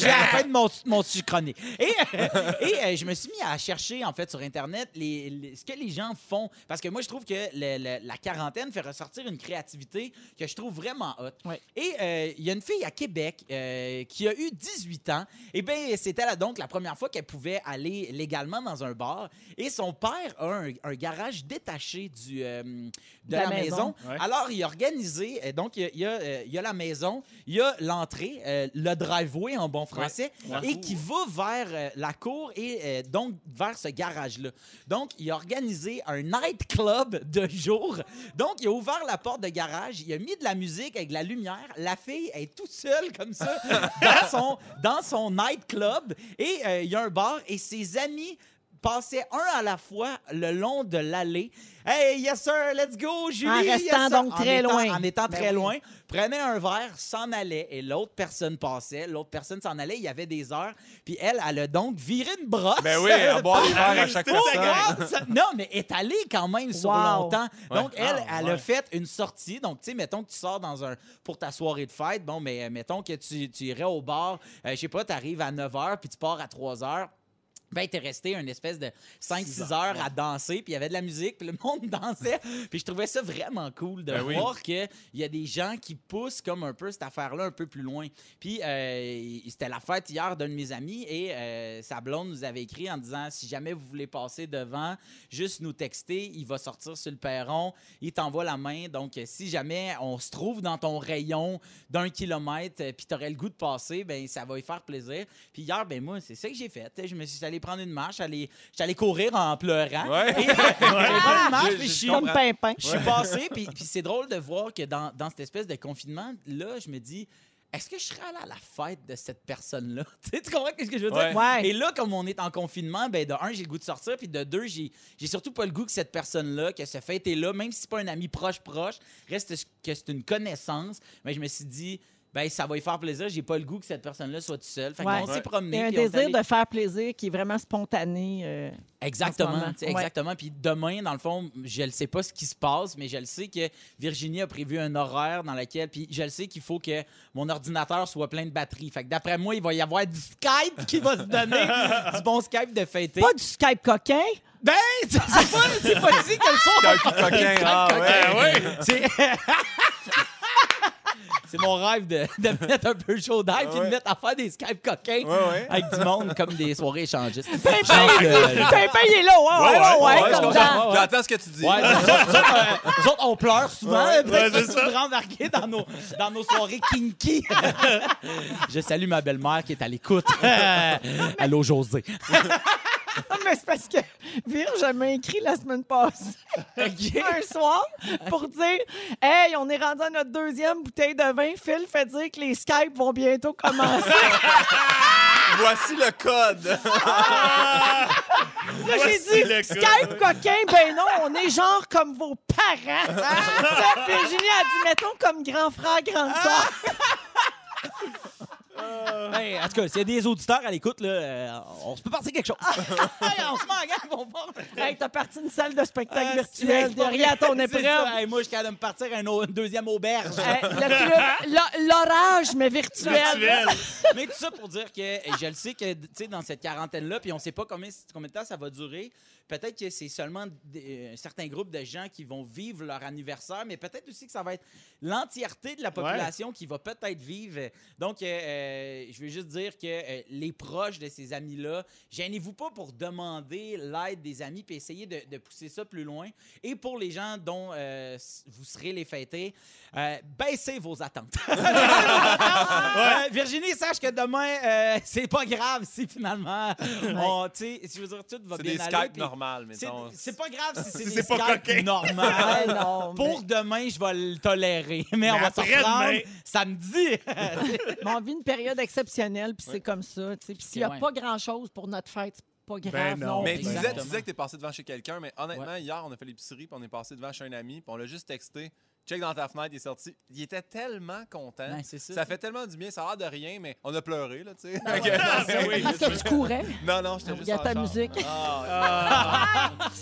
Speaker 6: j'ai à la fin de mon, mon chronique. Et, et euh, je me suis mis à chercher, en fait, sur Internet, les, les- ce que les gens font. Parce que moi, je trouve que le- le- la quarantaine fait ressortir une créativité que je trouve vraiment hot.
Speaker 1: Ouais.
Speaker 6: Et euh, il y a une fille à Québec euh, qui a eu dix-huit ans. Et bien, c'était là, donc la première fois qu'elle pouvait aller légalement dans un bar. Et son père a un, un garage détaché du, euh, de,
Speaker 1: De la
Speaker 6: la, maison.
Speaker 1: maison.
Speaker 2: Ouais.
Speaker 6: Alors, il a organisé, euh, donc il y a, il y a, euh, il y a la maison, il y a l'entrée, euh, le driveway en bon français,
Speaker 2: Ouais.
Speaker 6: et qui va vers euh, la cour et euh, donc vers ce garage-là. Donc, il a organisé un nightclub de jour. Donc, il a ouvert la porte de garage, il a mis de la musique avec de la lumière. La fille est toute seule comme ça dans son, dans son nightclub et euh, il y a un bar et ses amis passaient un à la fois le long de l'allée. Hey, yes sir, let's go, Julie!
Speaker 1: En
Speaker 6: yes,
Speaker 1: restant
Speaker 6: sir.
Speaker 1: donc
Speaker 6: En
Speaker 1: très
Speaker 6: étant-
Speaker 1: loin.
Speaker 6: En étant
Speaker 1: Ben
Speaker 6: très
Speaker 1: oui.
Speaker 6: loin, prenait un verre, s'en allait et l'autre personne passait. L'autre personne s'en allait, il y avait des heures. Puis elle, elle a donc viré une brosse.
Speaker 5: Ben oui, à boire des verres à chaque
Speaker 6: Pour
Speaker 5: personne.
Speaker 6: voir ça. Non, mais est allée quand même sur
Speaker 1: Wow.
Speaker 6: longtemps. Donc,
Speaker 5: Ouais.
Speaker 6: elle,
Speaker 5: Ah,
Speaker 6: elle a
Speaker 5: ouais.
Speaker 6: fait une sortie. Donc, tu sais, mettons que tu sors dans un pour ta soirée de fête. Bon, mais euh, mettons que tu, tu irais au bar. euh, je sais pas, tu arrives à neuf heures puis tu pars à trois heures. Ben, t'es resté une espèce de cinq six heures à danser, puis il y avait de la musique, puis le monde dansait. Puis je trouvais ça vraiment cool de
Speaker 5: Ben oui.
Speaker 6: voir qu'il y a des gens qui poussent comme un peu cette affaire-là un peu plus loin. Puis euh, c'était la fête hier d'un de mes amis et euh, sa blonde nous avait écrit en disant si jamais vous voulez passer devant, juste nous texter, il va sortir sur le perron, il t'envoie la main. Donc, si jamais on se trouve dans ton rayon d'un kilomètre, euh, puis t'aurais le goût de passer, ben ça va lui faire plaisir. Puis hier, ben moi, c'est ça que j'ai fait. Je me suis allé prendre une marche, allé, j'étais allé courir en pleurant.
Speaker 5: Ouais.
Speaker 6: Et, euh, j'ai pris une marche,
Speaker 5: Je-
Speaker 6: puis
Speaker 5: je
Speaker 6: je suis
Speaker 1: Comme Pimpin.
Speaker 6: je suis passé, puis, puis c'est drôle de voir que dans, dans cette espèce de confinement-là, je me dis, est-ce que je serais allé à la fête de cette personne-là? Tu sais, tu comprends ce que je veux dire?
Speaker 5: Ouais.
Speaker 1: Ouais.
Speaker 6: Et là, comme on est en confinement, ben de un, j'ai le goût de sortir, puis de deux, j'ai, j'ai surtout pas le goût que cette personne-là, que ce fête-là, même si c'est pas un ami proche-proche, reste que c'est une connaissance. Mais je me suis dit, ben ça va lui faire plaisir, j'ai pas le goût que cette personne-là soit toute seule. Fait
Speaker 1: Ouais.
Speaker 6: qu'on s'est
Speaker 1: Il
Speaker 6: promené.
Speaker 1: y a un
Speaker 6: puis on est
Speaker 1: désir
Speaker 6: allé-
Speaker 1: de faire plaisir qui est vraiment spontané. euh, En ce
Speaker 6: Exactement,
Speaker 1: moment.
Speaker 6: tu sais,
Speaker 1: Ouais.
Speaker 6: exactement. Puis demain, dans le fond, je ne sais pas ce qui se passe, mais je le sais que Virginie a prévu un horaire dans lequel, puis je le sais qu'il faut que mon ordinateur soit plein de batterie. Fait que d'après moi, il va y avoir du Skype qui va se donner, du bon Skype de fêter.
Speaker 1: Pas du Skype coquin.
Speaker 6: Ben, c'est pas, c'est pas dit que le son.
Speaker 5: Skype coquin, ah ouais, ouais.
Speaker 6: C'est... C'est mon rêve de, de me mettre un peu chaud d'ail puis de me mettre à faire des Skype coquins
Speaker 5: Ouais, ouais.
Speaker 6: avec du monde comme des soirées échangistes.
Speaker 1: Pimpin,
Speaker 6: Donc, euh,
Speaker 1: Pimpin, il est là. Ouais, ouais, ouais. ouais,
Speaker 5: Ouais, je
Speaker 1: comme
Speaker 5: comprends.
Speaker 1: dans-
Speaker 5: J'entends ce que tu dis.
Speaker 6: Ouais, nous autres, nous autres, euh, nous autres, on pleure souvent.
Speaker 2: Ouais,
Speaker 6: Peut-être
Speaker 2: ouais,
Speaker 6: que
Speaker 2: c'est
Speaker 6: tu voudrais embarquer dans nos, dans nos soirées kinky. Je salue ma belle-mère qui est à l'écoute. Allô, José.
Speaker 1: Non, mais c'est parce que Virge m'a écrit la semaine passée, un soir, pour dire Hey, on est rendu à notre deuxième bouteille de vin. Phil fait dire que les Skype vont bientôt commencer.
Speaker 5: Voici le code.
Speaker 1: Là, j'ai
Speaker 2: Voici
Speaker 1: dit
Speaker 2: le
Speaker 1: Skype coquin, ben non, on est genre comme vos parents. Là, Virginie a dit mettons comme grand frère, grande soeur.
Speaker 6: Hey, en tout cas, s'il y a des auditeurs à l'écoute, là, euh, on se peut partir quelque chose. Hey, on se met en gang, on part.
Speaker 1: Hey, t'as parti une salle de spectacle
Speaker 6: Ah,
Speaker 1: virtuelle
Speaker 6: c'est pas
Speaker 1: derrière
Speaker 6: vrai.
Speaker 1: ton
Speaker 6: C'est
Speaker 1: épreuve.
Speaker 6: ça. Hey, moi, je suis capable de me partir à une, au- une deuxième auberge.
Speaker 1: Hey, le club, l'o- l'orage, mais virtuel.
Speaker 2: Virtuel.
Speaker 6: Mais tout ça pour dire que et je le sais que tu sais dans cette quarantaine-là, puis on sait pas combien, combien de temps ça va durer. Peut-être que c'est seulement des- un certain groupe de gens qui vont vivre leur anniversaire, mais peut-être aussi que ça va être l'entièreté de la population qui va peut-être vivre. Donc, euh, euh, je veux juste dire que euh, les proches de ces amis-là, gênez-vous pas pour demander l'aide des amis puis essayer de, de pousser ça plus loin. Et pour les gens dont euh, vous serez les fêtés, euh, baissez vos attentes. Ouais, Virginie, sache que demain, euh, c'est pas grave si finalement, on, tu sais, je veux dire, tout va
Speaker 5: C'est
Speaker 6: bien
Speaker 5: des
Speaker 6: aller.
Speaker 5: Skype
Speaker 6: puis
Speaker 5: normales,
Speaker 6: c'est-
Speaker 5: mettons.
Speaker 6: C'est pas grave si c'est
Speaker 2: Si
Speaker 6: des
Speaker 2: c'est pas
Speaker 6: Skype
Speaker 2: coquin.
Speaker 6: normales.
Speaker 1: Ouais, non,
Speaker 6: Pour demain, je vais le tolérer. Mais, on va se
Speaker 2: après-demain-
Speaker 6: reprendre samedi.
Speaker 1: Mais on vit une période exceptionnelle, puis c'est comme ça. tu sais. Puis s'il n'y a
Speaker 6: Ouais.
Speaker 1: pas grand-chose pour notre fête, c'est pas grave.
Speaker 2: Ben non.
Speaker 5: Mais tu disais,
Speaker 6: exactement.
Speaker 5: tu disais que t'es passé devant chez quelqu'un, mais honnêtement, hier, on a fait l'épicerie, puis on est passé devant chez un ami, puis on l'a juste texté. Check dans ta fenêtre, il est sorti. Il était tellement content.
Speaker 6: Ben, c'est ça.
Speaker 5: Ça fait tellement du bien, ça a l'air de rien, mais on a pleuré, là, tu sais.
Speaker 2: Ah,
Speaker 5: Ok, non, c'est- oui.
Speaker 1: Parce que tu courais.
Speaker 5: Non, non, j'étais juste
Speaker 1: Il y a
Speaker 5: en
Speaker 1: ta
Speaker 5: char.
Speaker 1: musique.
Speaker 5: Ah,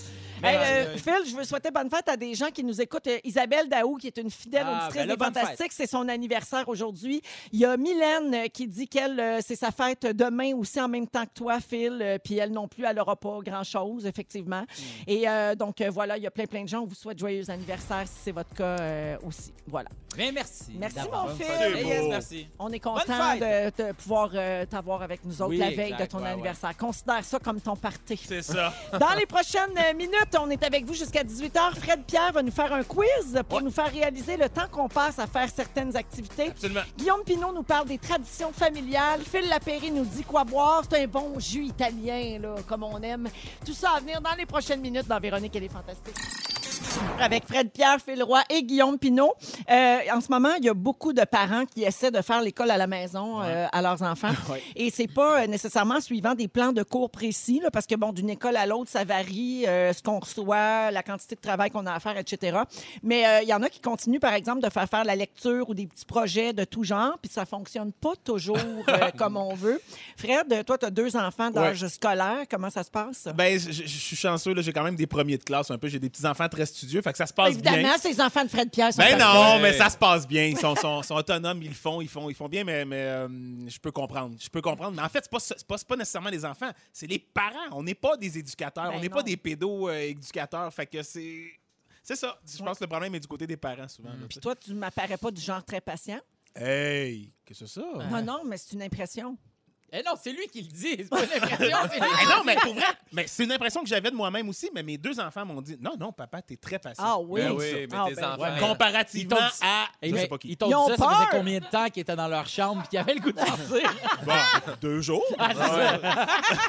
Speaker 1: Hey, euh, Phil, je veux souhaiter bonne fête à des gens qui nous écoutent. Euh, Isabelle Daou, qui est une fidèle
Speaker 6: Ah,
Speaker 1: auditrice
Speaker 6: ben là,
Speaker 1: des
Speaker 6: bonne
Speaker 1: Fantastiques, c'est son anniversaire aujourd'hui. Il y a Mylène euh, qui dit qu'elle, euh, c'est sa fête demain aussi en même temps que toi, Phil. Euh, Puis elle non plus, elle n'aura pas grand-chose, effectivement.
Speaker 6: Mm.
Speaker 1: Et euh, donc, euh, voilà, il y a plein, plein de gens. On vous souhaite joyeux anniversaire si c'est votre cas euh, aussi. Voilà.
Speaker 6: Bien, merci.
Speaker 1: Merci,
Speaker 6: d'avoir-
Speaker 1: mon Phil.
Speaker 2: C'est
Speaker 6: Eh
Speaker 2: beau.
Speaker 6: yes, merci.
Speaker 1: On est
Speaker 6: Bonne
Speaker 1: content
Speaker 6: fête.
Speaker 1: de, de pouvoir euh, t'avoir avec nous autres
Speaker 6: Oui,
Speaker 1: la veille
Speaker 6: exact,
Speaker 1: de ton
Speaker 6: ouais,
Speaker 1: anniversaire. Considère ça comme ton party.
Speaker 2: C'est ça.
Speaker 1: Dans les prochaines euh, minutes, on est avec vous jusqu'à dix-huit heures. Fred Pierre va nous faire un quiz pour nous faire réaliser le temps qu'on passe à faire certaines activités.
Speaker 2: Absolument.
Speaker 1: Guillaume Pinot nous parle des traditions familiales. Phil Lapéry nous dit quoi boire. C'est un bon jus italien, là, comme on aime. Tout ça à venir dans les prochaines minutes dans Véronique et les Fantastiques. Avec Fred Pierre, Phil Roy et Guillaume Pinot. Euh, en ce moment, il y a beaucoup de parents qui essaient de faire l'école à la maison euh, à leurs enfants.
Speaker 6: Ouais.
Speaker 1: Et c'est pas euh, nécessairement suivant des plans de cours précis, là, parce que, bon, d'une école à l'autre, ça varie, euh, ce qu'on reçoit, la quantité de travail qu'on a à faire, et cetera. Mais euh, il y en a qui continuent, par exemple, de faire faire la lecture ou des petits projets de tout genre, puis ça fonctionne pas toujours euh, comme on veut. Fred, toi, tu as deux enfants d'âge scolaire. Comment ça se passe?
Speaker 2: Ben, je je- je suis chanceux, là, j'ai quand même des premiers de classe un peu. J'ai des petits-enfants très studieux, fait que ça se passe
Speaker 1: Évidemment,
Speaker 2: bien.
Speaker 1: ces enfants de Fred Pierre sont
Speaker 2: Ben
Speaker 1: parfaits.
Speaker 2: non,
Speaker 5: Ouais.
Speaker 2: mais ça se passe bien. Ils sont, sont, sont autonomes, ils le font, ils font, ils font bien, mais, mais euh, je peux comprendre. Je peux comprendre. Mais en fait, c'est pas, c'est pas, c'est pas nécessairement les enfants, c'est les parents. On n'est pas des éducateurs,
Speaker 1: Ben
Speaker 2: on n'est
Speaker 1: non.
Speaker 2: pas des pédo-éducateurs. Fait que c'est. C'est ça. Je pense que le problème est du côté des parents, souvent. là, tu
Speaker 1: Puis
Speaker 2: sais.
Speaker 1: toi, tu m'apparais pas du genre très patient.
Speaker 2: Hey, qu'est-ce que c'est ça?
Speaker 1: Non, non, mais c'est une impression.
Speaker 6: Eh non, c'est lui qui le dit. C'est pas une impression, c'est lui.
Speaker 2: Eh non, mais pour vrai, mais c'est une impression que j'avais de moi-même aussi, mais mes deux enfants m'ont dit non, non, papa, t'es très patient.
Speaker 1: Ah oui?
Speaker 5: Ben
Speaker 2: J'aime
Speaker 5: oui,
Speaker 2: ça.
Speaker 5: mais
Speaker 1: Ah,
Speaker 5: tes
Speaker 1: ben
Speaker 5: enfants.
Speaker 6: ouais,
Speaker 5: euh,
Speaker 2: Comparativement
Speaker 6: Ils t'ont dit-
Speaker 2: à.
Speaker 6: Eh
Speaker 2: Je
Speaker 6: ben,
Speaker 2: sais pas qui.
Speaker 6: Ils t'ont
Speaker 1: Ils ont
Speaker 6: dit ça, ça faisait
Speaker 1: peur.
Speaker 6: combien de temps qu'ils étaient dans leur chambre et qu'ils avaient le goût de sortir?
Speaker 2: Bon, deux jours.
Speaker 6: Ah, c'est ça.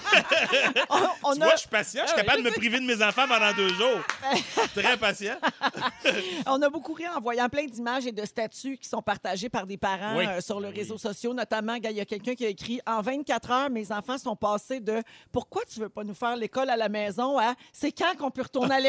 Speaker 1: On, on
Speaker 2: Tu
Speaker 1: a,
Speaker 2: vois, je suis patient. Je suis capable de me priver de mes enfants pendant deux jours. Très patient.
Speaker 1: on a beaucoup ri en voyant plein d'images et de statuts qui sont partagés par des parents
Speaker 2: Oui.
Speaker 1: euh, sur les réseaux sociaux. Notamment, il y a quelqu'un qui a écrit « En vingt-quatre heures, mes enfants sont passés de « Pourquoi tu veux pas nous faire l'école à la maison? » à « C'est quand qu'on peut retourner à l'école? »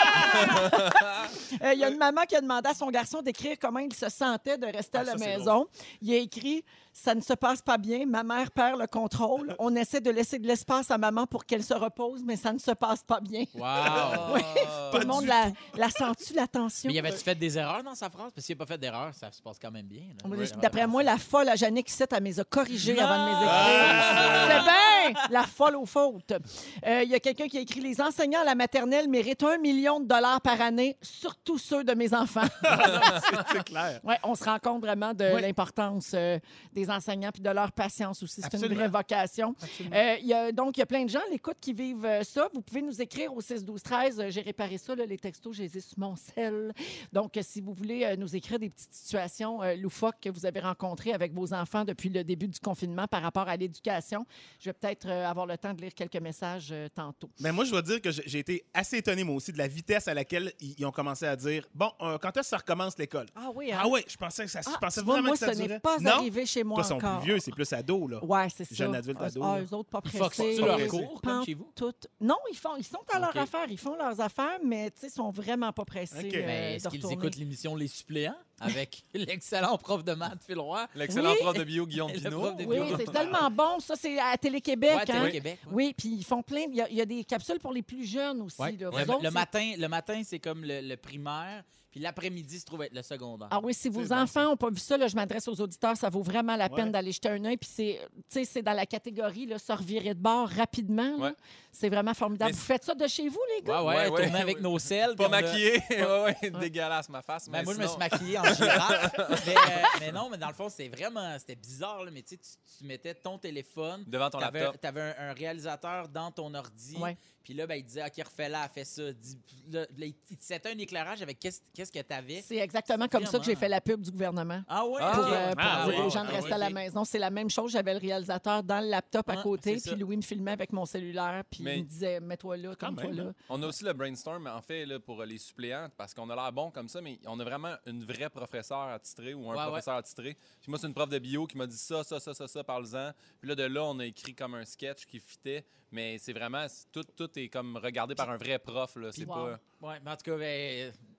Speaker 1: Euh, Il y a une maman qui a demandé à son garçon d'écrire comment il se sentait de rester
Speaker 2: Ah,
Speaker 1: à la
Speaker 2: ça, c'est
Speaker 1: maison. Il a écrit « Ça ne se passe pas bien. Ma mère perd le contrôle. On essaie de laisser de l'espace à maman pour qu'elle se repose, mais ça ne se passe pas bien. »
Speaker 6: Wow!
Speaker 1: Tout le monde la, la sent-tu, la tension?
Speaker 6: Mais y avait-tu fait des erreurs dans sa phrase? Parce qu'il n'a pas fait d'erreurs, ça se passe quand même bien. là.
Speaker 1: Moi,
Speaker 6: Ouais.
Speaker 1: D'après moi, la folle à Jannick Sett, elle me les a corrigées avant de me les
Speaker 6: Ah!
Speaker 1: écrire. C'est bien! La folle aux fautes. Euh, Il y a quelqu'un qui a écrit « Les enseignants à la maternelle méritent un million de dollars par année, surtout ceux de mes enfants. »
Speaker 2: C'est- C'est clair.
Speaker 1: Ouais, on se rend compte vraiment de
Speaker 2: Ouais.
Speaker 1: l'importance euh, des enseignants puis de leur patience aussi. C'est une
Speaker 2: Absolument.
Speaker 1: vraie vocation. Euh, il y a, donc, il y a plein de gens à l'écoute qui vivent euh, ça. Vous pouvez nous écrire au six douze treize. Euh, J'ai réparé ça, là, les textos, j'ai les ai sur mon sel. Donc, euh, si vous voulez euh, nous écrire des petites situations euh, loufoques que vous avez rencontrées avec vos enfants depuis le début du confinement par rapport à l'éducation, je vais peut-être euh, avoir le temps de lire quelques messages euh, tantôt.
Speaker 2: Mais moi, je dois dire que j'ai j'ai été assez étonné, moi aussi, de la vitesse à laquelle ils ils ont commencé à dire bon, euh, quand est-ce que ça recommence l'école?
Speaker 1: Ah oui, hein?
Speaker 2: Ah ouais, je pensais que ça, je
Speaker 1: Ah,
Speaker 2: pensais
Speaker 1: tu vois,
Speaker 2: vraiment
Speaker 1: moi,
Speaker 2: que ça
Speaker 1: ce n'est
Speaker 2: durait.
Speaker 1: pas
Speaker 2: non?
Speaker 1: arrivé chez moi
Speaker 2: Toi, ils sont
Speaker 1: encore.
Speaker 2: plus vieux, c'est plus ado, là.
Speaker 1: Ouais, c'est ça.
Speaker 2: Jeune adulte,
Speaker 1: Ah,
Speaker 2: ado,
Speaker 1: Ah,
Speaker 2: là.
Speaker 1: eux autres, pas
Speaker 6: Ils
Speaker 1: pressés.
Speaker 6: font leur
Speaker 1: Pas
Speaker 6: cours, comme chez vous?
Speaker 1: toutes. Non, ils, font, ils sont à leur
Speaker 6: OK.
Speaker 1: affaire. Ils font leurs affaires, mais ils sont vraiment pas pressés
Speaker 2: OK.
Speaker 1: euh,
Speaker 6: Mais
Speaker 1: de
Speaker 6: est-ce qu'ils
Speaker 1: retourner.
Speaker 6: écoutent l'émission Les Suppléants avec l'excellent prof de maths, Phil Roy?
Speaker 5: L'excellent
Speaker 1: Oui.
Speaker 5: prof de bio, Guillaume
Speaker 6: Le
Speaker 5: Pinot.
Speaker 6: prof de
Speaker 1: Oui,
Speaker 6: bio.
Speaker 1: c'est tellement bon. Ça, c'est à Télé-Québec.
Speaker 6: Ouais,
Speaker 1: hein?
Speaker 6: Télé-Québec. ouais.
Speaker 1: Oui, puis ils font plein. Il y, a, il y a des capsules pour les plus jeunes aussi.
Speaker 6: Ouais.
Speaker 1: là. Vous
Speaker 6: Le,
Speaker 1: autres,
Speaker 6: le
Speaker 1: c'est-
Speaker 6: matin, le matin, c'est comme le, le primaire, puis l'après-midi se trouve être le secondaire.
Speaker 1: Ah oui, si vos
Speaker 2: bon,
Speaker 1: enfants n'ont pas vu ça, là, je m'adresse aux auditeurs, ça vaut vraiment la peine
Speaker 2: Ouais.
Speaker 1: d'aller jeter un œil. Puis c'est, tu sais, c'est dans la catégorie là, se revirer de bord rapidement. là.
Speaker 5: Ouais.
Speaker 1: C'est vraiment formidable.
Speaker 5: Mais
Speaker 1: Vous faites ça de chez vous, les gars?
Speaker 6: Ouais, ouais,
Speaker 5: Ouais, ouais.
Speaker 6: tourner avec nos selles.
Speaker 5: Pas
Speaker 6: puis on a-
Speaker 5: maquillé. ouais, ouais, dégueulasse ma face.
Speaker 6: Ben,
Speaker 5: mais
Speaker 6: moi, je me suis
Speaker 5: sinon-
Speaker 6: maquillé en girafe. mais, euh, mais non, mais dans le fond, c'est vraiment... C'était bizarre, là, mais tu sais, tu- tu mettais ton téléphone...
Speaker 5: Devant ton
Speaker 6: T'avais,
Speaker 5: laptop.
Speaker 6: t'avais un, un réalisateur dans ton ordi.
Speaker 1: Ouais.
Speaker 6: Puis là, ben, il disait, OK, refais-la, fais ça. Dis- là, là, il il te settait un éclairage avec qu'est-ce, qu'est-ce que t'avais.
Speaker 1: C'est exactement comme ça que j'ai fait la pub du gouvernement.
Speaker 6: Ah ouais?
Speaker 5: Ah,
Speaker 1: Pour,
Speaker 6: OK.
Speaker 1: euh, pour
Speaker 2: Ah,
Speaker 1: dire
Speaker 2: oui.
Speaker 1: aux gens de
Speaker 6: Ah,
Speaker 1: rester
Speaker 6: oui,
Speaker 1: à la
Speaker 6: ok.
Speaker 1: maison. C'est la même chose. J'avais le réalisateur dans le laptop à
Speaker 6: Ouais,
Speaker 1: côté,
Speaker 6: c'est
Speaker 1: puis
Speaker 6: ça.
Speaker 1: Louis me filmait avec mon cellulaire, puis
Speaker 5: Mais-
Speaker 1: il me disait mets-toi là, comme toi
Speaker 2: même,
Speaker 1: là.
Speaker 2: hein.
Speaker 5: On a aussi le brainstorm, en fait, là, pour les suppléants, parce qu'on a l'air bon comme ça, mais on a vraiment une vraie professeure attitrée ou un
Speaker 6: Ouais,
Speaker 5: professeur attitré. Puis moi, c'est une prof de bio qui m'a dit ça, ça, ça, ça, ça, parle-en. Puis là, de là, on a écrit comme un sketch qui fitait, mais c'est vraiment, c'est- tout, tout est comme regardé par un vrai prof, là. C'est
Speaker 1: Wow.
Speaker 5: pas...
Speaker 6: Ouais, mais en tout cas, ben,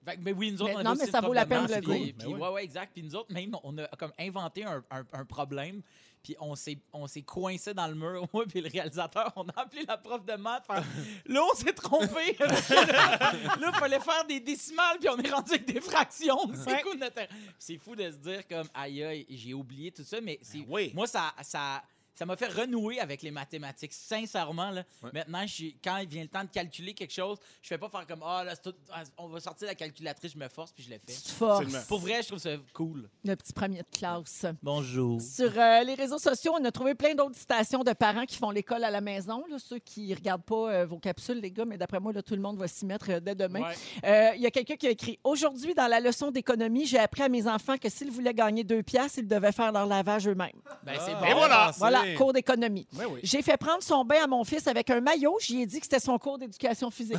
Speaker 6: Fait que, mais oui, nous autres,
Speaker 1: Mais
Speaker 6: on a
Speaker 1: non,
Speaker 6: aussi
Speaker 1: mais
Speaker 6: une
Speaker 1: ça vaut
Speaker 6: prof
Speaker 1: la
Speaker 6: de
Speaker 1: peine
Speaker 6: maths,
Speaker 1: de le
Speaker 6: puis-
Speaker 1: dire.
Speaker 6: Puis,
Speaker 2: Ben oui.
Speaker 6: ouais, ouais, exact. Puis nous autres, même, on a comme inventé un, un, un problème. Puis on s'est, on s'est coincé dans le mur, moi puis le réalisateur. On a appelé la prof de maths. Faire, là, on s'est trompé. là, il fallait faire des décimales, puis on est rendu avec des fractions. C'est
Speaker 1: Ouais.
Speaker 6: cool. Notre... C'est fou de se dire comme, aïe, aïe, j'ai oublié tout ça. Mais c'est,
Speaker 2: oui.
Speaker 6: moi, ça... ça Ça m'a fait renouer avec les mathématiques. Sincèrement, là,
Speaker 5: Ouais.
Speaker 6: maintenant, je, quand il vient le temps de calculer quelque chose, je fais pas faire comme ah, là, c'est tout- ah, on va sortir la calculatrice, je me force puis je le fais.
Speaker 1: Force.
Speaker 2: Absolument.
Speaker 6: Pour vrai, je trouve ça cool.
Speaker 1: Le petit premier de classe.
Speaker 6: Bonjour.
Speaker 1: Sur euh, les réseaux sociaux, on a trouvé plein d'autres citations de parents qui font l'école à la maison. Là, ceux qui ne regardent pas euh, vos capsules, les gars, mais d'après moi, là, tout le monde va s'y mettre euh, dès demain.
Speaker 6: Ouais.
Speaker 1: Euh, Il y a quelqu'un qui a écrit « Aujourd'hui, dans la leçon d'économie, j'ai appris à mes enfants que s'ils voulaient gagner deux piastres, ils devaient faire leur lavage eux-mêmes.
Speaker 6: Ben, c'est
Speaker 5: Ah,
Speaker 6: bon.
Speaker 2: Et voilà.
Speaker 1: Voilà, cours d'économie.
Speaker 2: Ben oui.
Speaker 1: J'ai fait prendre son bain à mon fils avec un maillot. J'y ai dit que c'était son cours d'éducation physique.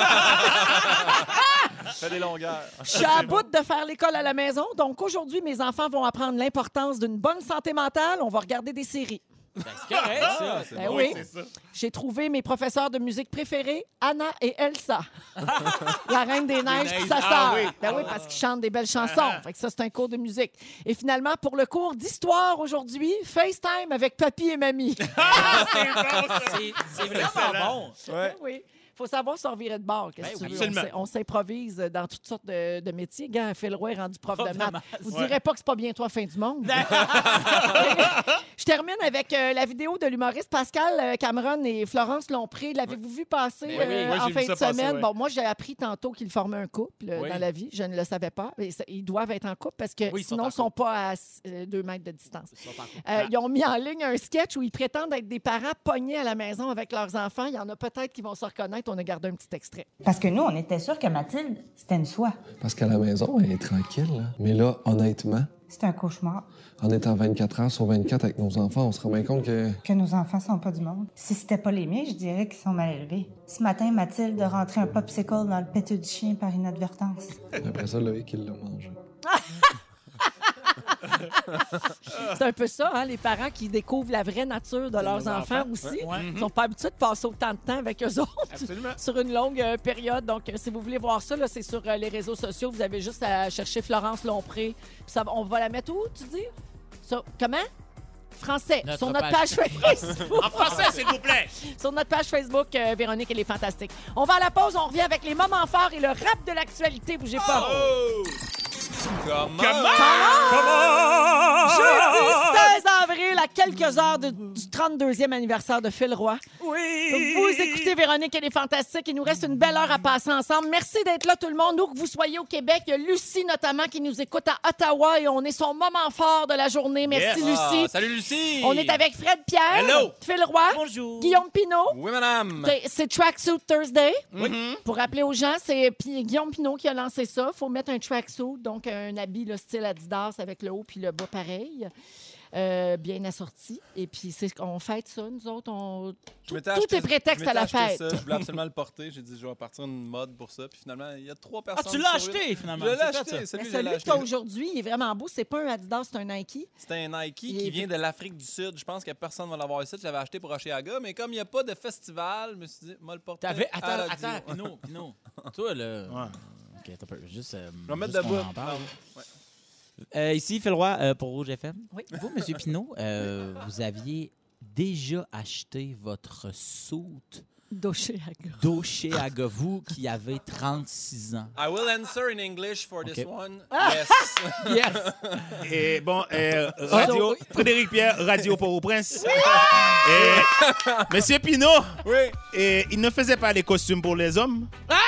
Speaker 5: Fais des longueurs.
Speaker 1: Je suis à bout de faire l'école à la maison. Donc aujourd'hui, mes enfants vont apprendre l'importance d'une bonne santé mentale. On va regarder des séries.
Speaker 6: Ben, c'est correct, ça.
Speaker 5: c'est
Speaker 1: Ben
Speaker 5: bon.
Speaker 1: oui.
Speaker 2: c'est ça.
Speaker 1: J'ai trouvé mes professeurs de musique préférés, Anna et Elsa. La Reine des Neiges puis sa
Speaker 2: Ah
Speaker 1: sœur.
Speaker 2: oui.
Speaker 1: Ben oui, parce qu'ils chantent des belles chansons.
Speaker 2: Ah.
Speaker 1: Fait que ça, c'est un cours de musique. Et finalement, pour le cours d'histoire aujourd'hui, FaceTime avec papy et mamie.
Speaker 2: Ah, c'est bon, ça.
Speaker 6: C'est, c'est vraiment
Speaker 2: excellent.
Speaker 6: bon.
Speaker 5: Ouais.
Speaker 1: Oui. Il faut savoir se revirer de bord. Qu'est-ce
Speaker 6: Ben
Speaker 1: que tu
Speaker 6: oui.
Speaker 1: veux?
Speaker 2: Absolument.
Speaker 1: On s'im- On s'improvise dans toutes sortes de, de métiers. Gars, Phil Roy est rendu prof,
Speaker 6: Prof
Speaker 1: de
Speaker 6: de
Speaker 1: maths.
Speaker 6: maths.
Speaker 1: Vous
Speaker 2: Ouais.
Speaker 1: direz pas que c'est pas bientôt la fin du monde. Je termine avec euh, la vidéo de l'humoriste Pascal euh, Cameron et Florence Lompré. L'avez-vous vu passer
Speaker 6: Ben
Speaker 1: euh,
Speaker 2: oui, moi,
Speaker 1: en
Speaker 2: j'ai
Speaker 1: fin
Speaker 2: vu
Speaker 1: de
Speaker 2: ça passer,
Speaker 1: semaine?
Speaker 2: ouais.
Speaker 1: Bon, moi, j'ai appris tantôt qu'ils formaient un couple euh,
Speaker 6: Oui.
Speaker 1: dans la vie. Je ne le savais pas. Et ça- ils doivent être en couple parce que
Speaker 6: Oui, ils sont
Speaker 1: sinon,
Speaker 6: en
Speaker 1: ils ne sont pas à euh, deux mètres de distance.
Speaker 6: Ils sont en couple.
Speaker 1: Euh, ils ont mis en ligne un sketch où ils prétendent être des parents pognés à la maison avec leurs enfants. Il y en a peut-être qui vont se reconnaître. On a gardé un petit extrait.
Speaker 7: Parce que nous, on était sûrs que Mathilde, c'était une soie.
Speaker 8: Parce qu'à la maison, elle est tranquille. là. Mais là, honnêtement,
Speaker 7: C'est un cauchemar.
Speaker 8: en étant vingt-quatre heures sur vingt-quatre avec nos enfants, on se rend bien compte que...
Speaker 7: Que nos enfants sont pas du monde. Si c'était pas les miens, je dirais qu'ils sont mal élevés. Ce matin, Mathilde a rentré un popsicle dans le péteux du chien par inadvertance.
Speaker 8: Après ça, Loïc, il l'a mangé.
Speaker 1: C'est un peu ça, hein, les parents qui découvrent la vraie nature de leurs enfants, aussi. Ils sont pas habitués de passer autant de temps avec eux autres
Speaker 2: Absolument.
Speaker 1: sur une longue euh, période. Donc, euh, si vous voulez voir ça, là, c'est sur euh, les réseaux sociaux. Vous avez juste à chercher Florence Lompré. Puis ça, va- on va la mettre où, tu dis? Sur- comment? Français.
Speaker 6: Notre
Speaker 1: sur notre
Speaker 6: page.
Speaker 1: page Facebook.
Speaker 2: En français, s'il vous plaît.
Speaker 1: Sur notre page Facebook, euh, Véronique, elle est fantastique. On va à la pause, on revient avec les moments forts et le rap de l'actualité. Bougez pas.
Speaker 2: Oh!
Speaker 5: Comment?
Speaker 1: Jeudi seize avril, à quelques heures de- du trente-deuxième anniversaire de Phil Roy.
Speaker 2: Oui!
Speaker 1: Vous écoutez Véronique, elle est fantastique. Il nous reste une belle heure à passer ensemble. Merci d'être là, tout le monde. Où que vous soyez au Québec, il y a Lucie notamment qui nous écoute à Ottawa et on est son moment fort de la journée. Merci,
Speaker 2: Yes.
Speaker 5: Ah,
Speaker 1: Lucie.
Speaker 5: salut, Lucie!
Speaker 1: On est avec Fred Pierre,
Speaker 2: Hello.
Speaker 1: Phil Roy,
Speaker 6: Bonjour.
Speaker 1: Guillaume Pinault.
Speaker 5: Oui, madame!
Speaker 1: C'est- C'est Tracksuit Thursday.
Speaker 2: Mhm.
Speaker 1: Pour rappeler aux gens, c'est Pi- Guillaume Pinault qui a lancé ça. Il faut mettre un tracksuit, donc un habit là, style Adidas avec le haut puis le bas pareil. Euh, bien assorti. Et puis, c'est on fête ça, nous autres. On...
Speaker 5: Je
Speaker 1: Tout,
Speaker 5: m'étais
Speaker 1: tout
Speaker 5: acheté-
Speaker 1: est prétexte
Speaker 5: je
Speaker 1: à la
Speaker 5: m'étais acheté
Speaker 1: fête.
Speaker 5: ça. Je voulais absolument le porter. J'ai dit, je vais partir une mode pour ça. Puis finalement, il y a trois
Speaker 6: Ah,
Speaker 5: personnes.
Speaker 6: tu l'as
Speaker 5: sur huit.
Speaker 6: acheté, finalement.
Speaker 5: Je l'ai
Speaker 6: C'est fait,
Speaker 5: acheté.
Speaker 6: ça.
Speaker 5: Celui,
Speaker 1: Mais
Speaker 5: je l'ai
Speaker 1: celui que
Speaker 5: acheté.
Speaker 1: tu as aujourd'hui, il est vraiment beau. C'est pas un Adidas, c'est un Nike.
Speaker 5: C'était un Nike
Speaker 1: Il
Speaker 5: qui
Speaker 1: est-
Speaker 5: vient de l'Afrique du Sud. Je pense que personne ne va l'avoir ici. Je l'avais acheté pour Oshéaga. Mais comme il n'y a pas de festival, je me suis dit, moi le porter.
Speaker 6: T'avais...
Speaker 5: à
Speaker 6: Attends,
Speaker 5: la radio.
Speaker 6: attends, Pinot, Pinot. Toi, là...
Speaker 2: Ouais.
Speaker 6: OK, t'as peur. Juste... euh,
Speaker 5: Je vais me mettre
Speaker 6: juste qu'on
Speaker 5: debout.
Speaker 6: en parle.
Speaker 5: Ouais.
Speaker 6: Euh, ici, Phil Roy euh, pour Rouge F M.
Speaker 1: Oui.
Speaker 6: Vous, M. Pinault, euh, vous aviez déjà acheté votre soute
Speaker 1: Doché à gars.
Speaker 6: d'Oshéaga, vous qui avez trente-six ans.
Speaker 5: I will answer in English for this
Speaker 6: Ok.
Speaker 5: one.
Speaker 1: Ah!
Speaker 5: Yes.
Speaker 6: Yes!
Speaker 2: Et bon, euh, radio, Frédéric Pierre, Radio Port-au-Prince. Et Monsieur Pinault,
Speaker 5: Oui.
Speaker 2: et il ne faisait pas les costumes pour les hommes.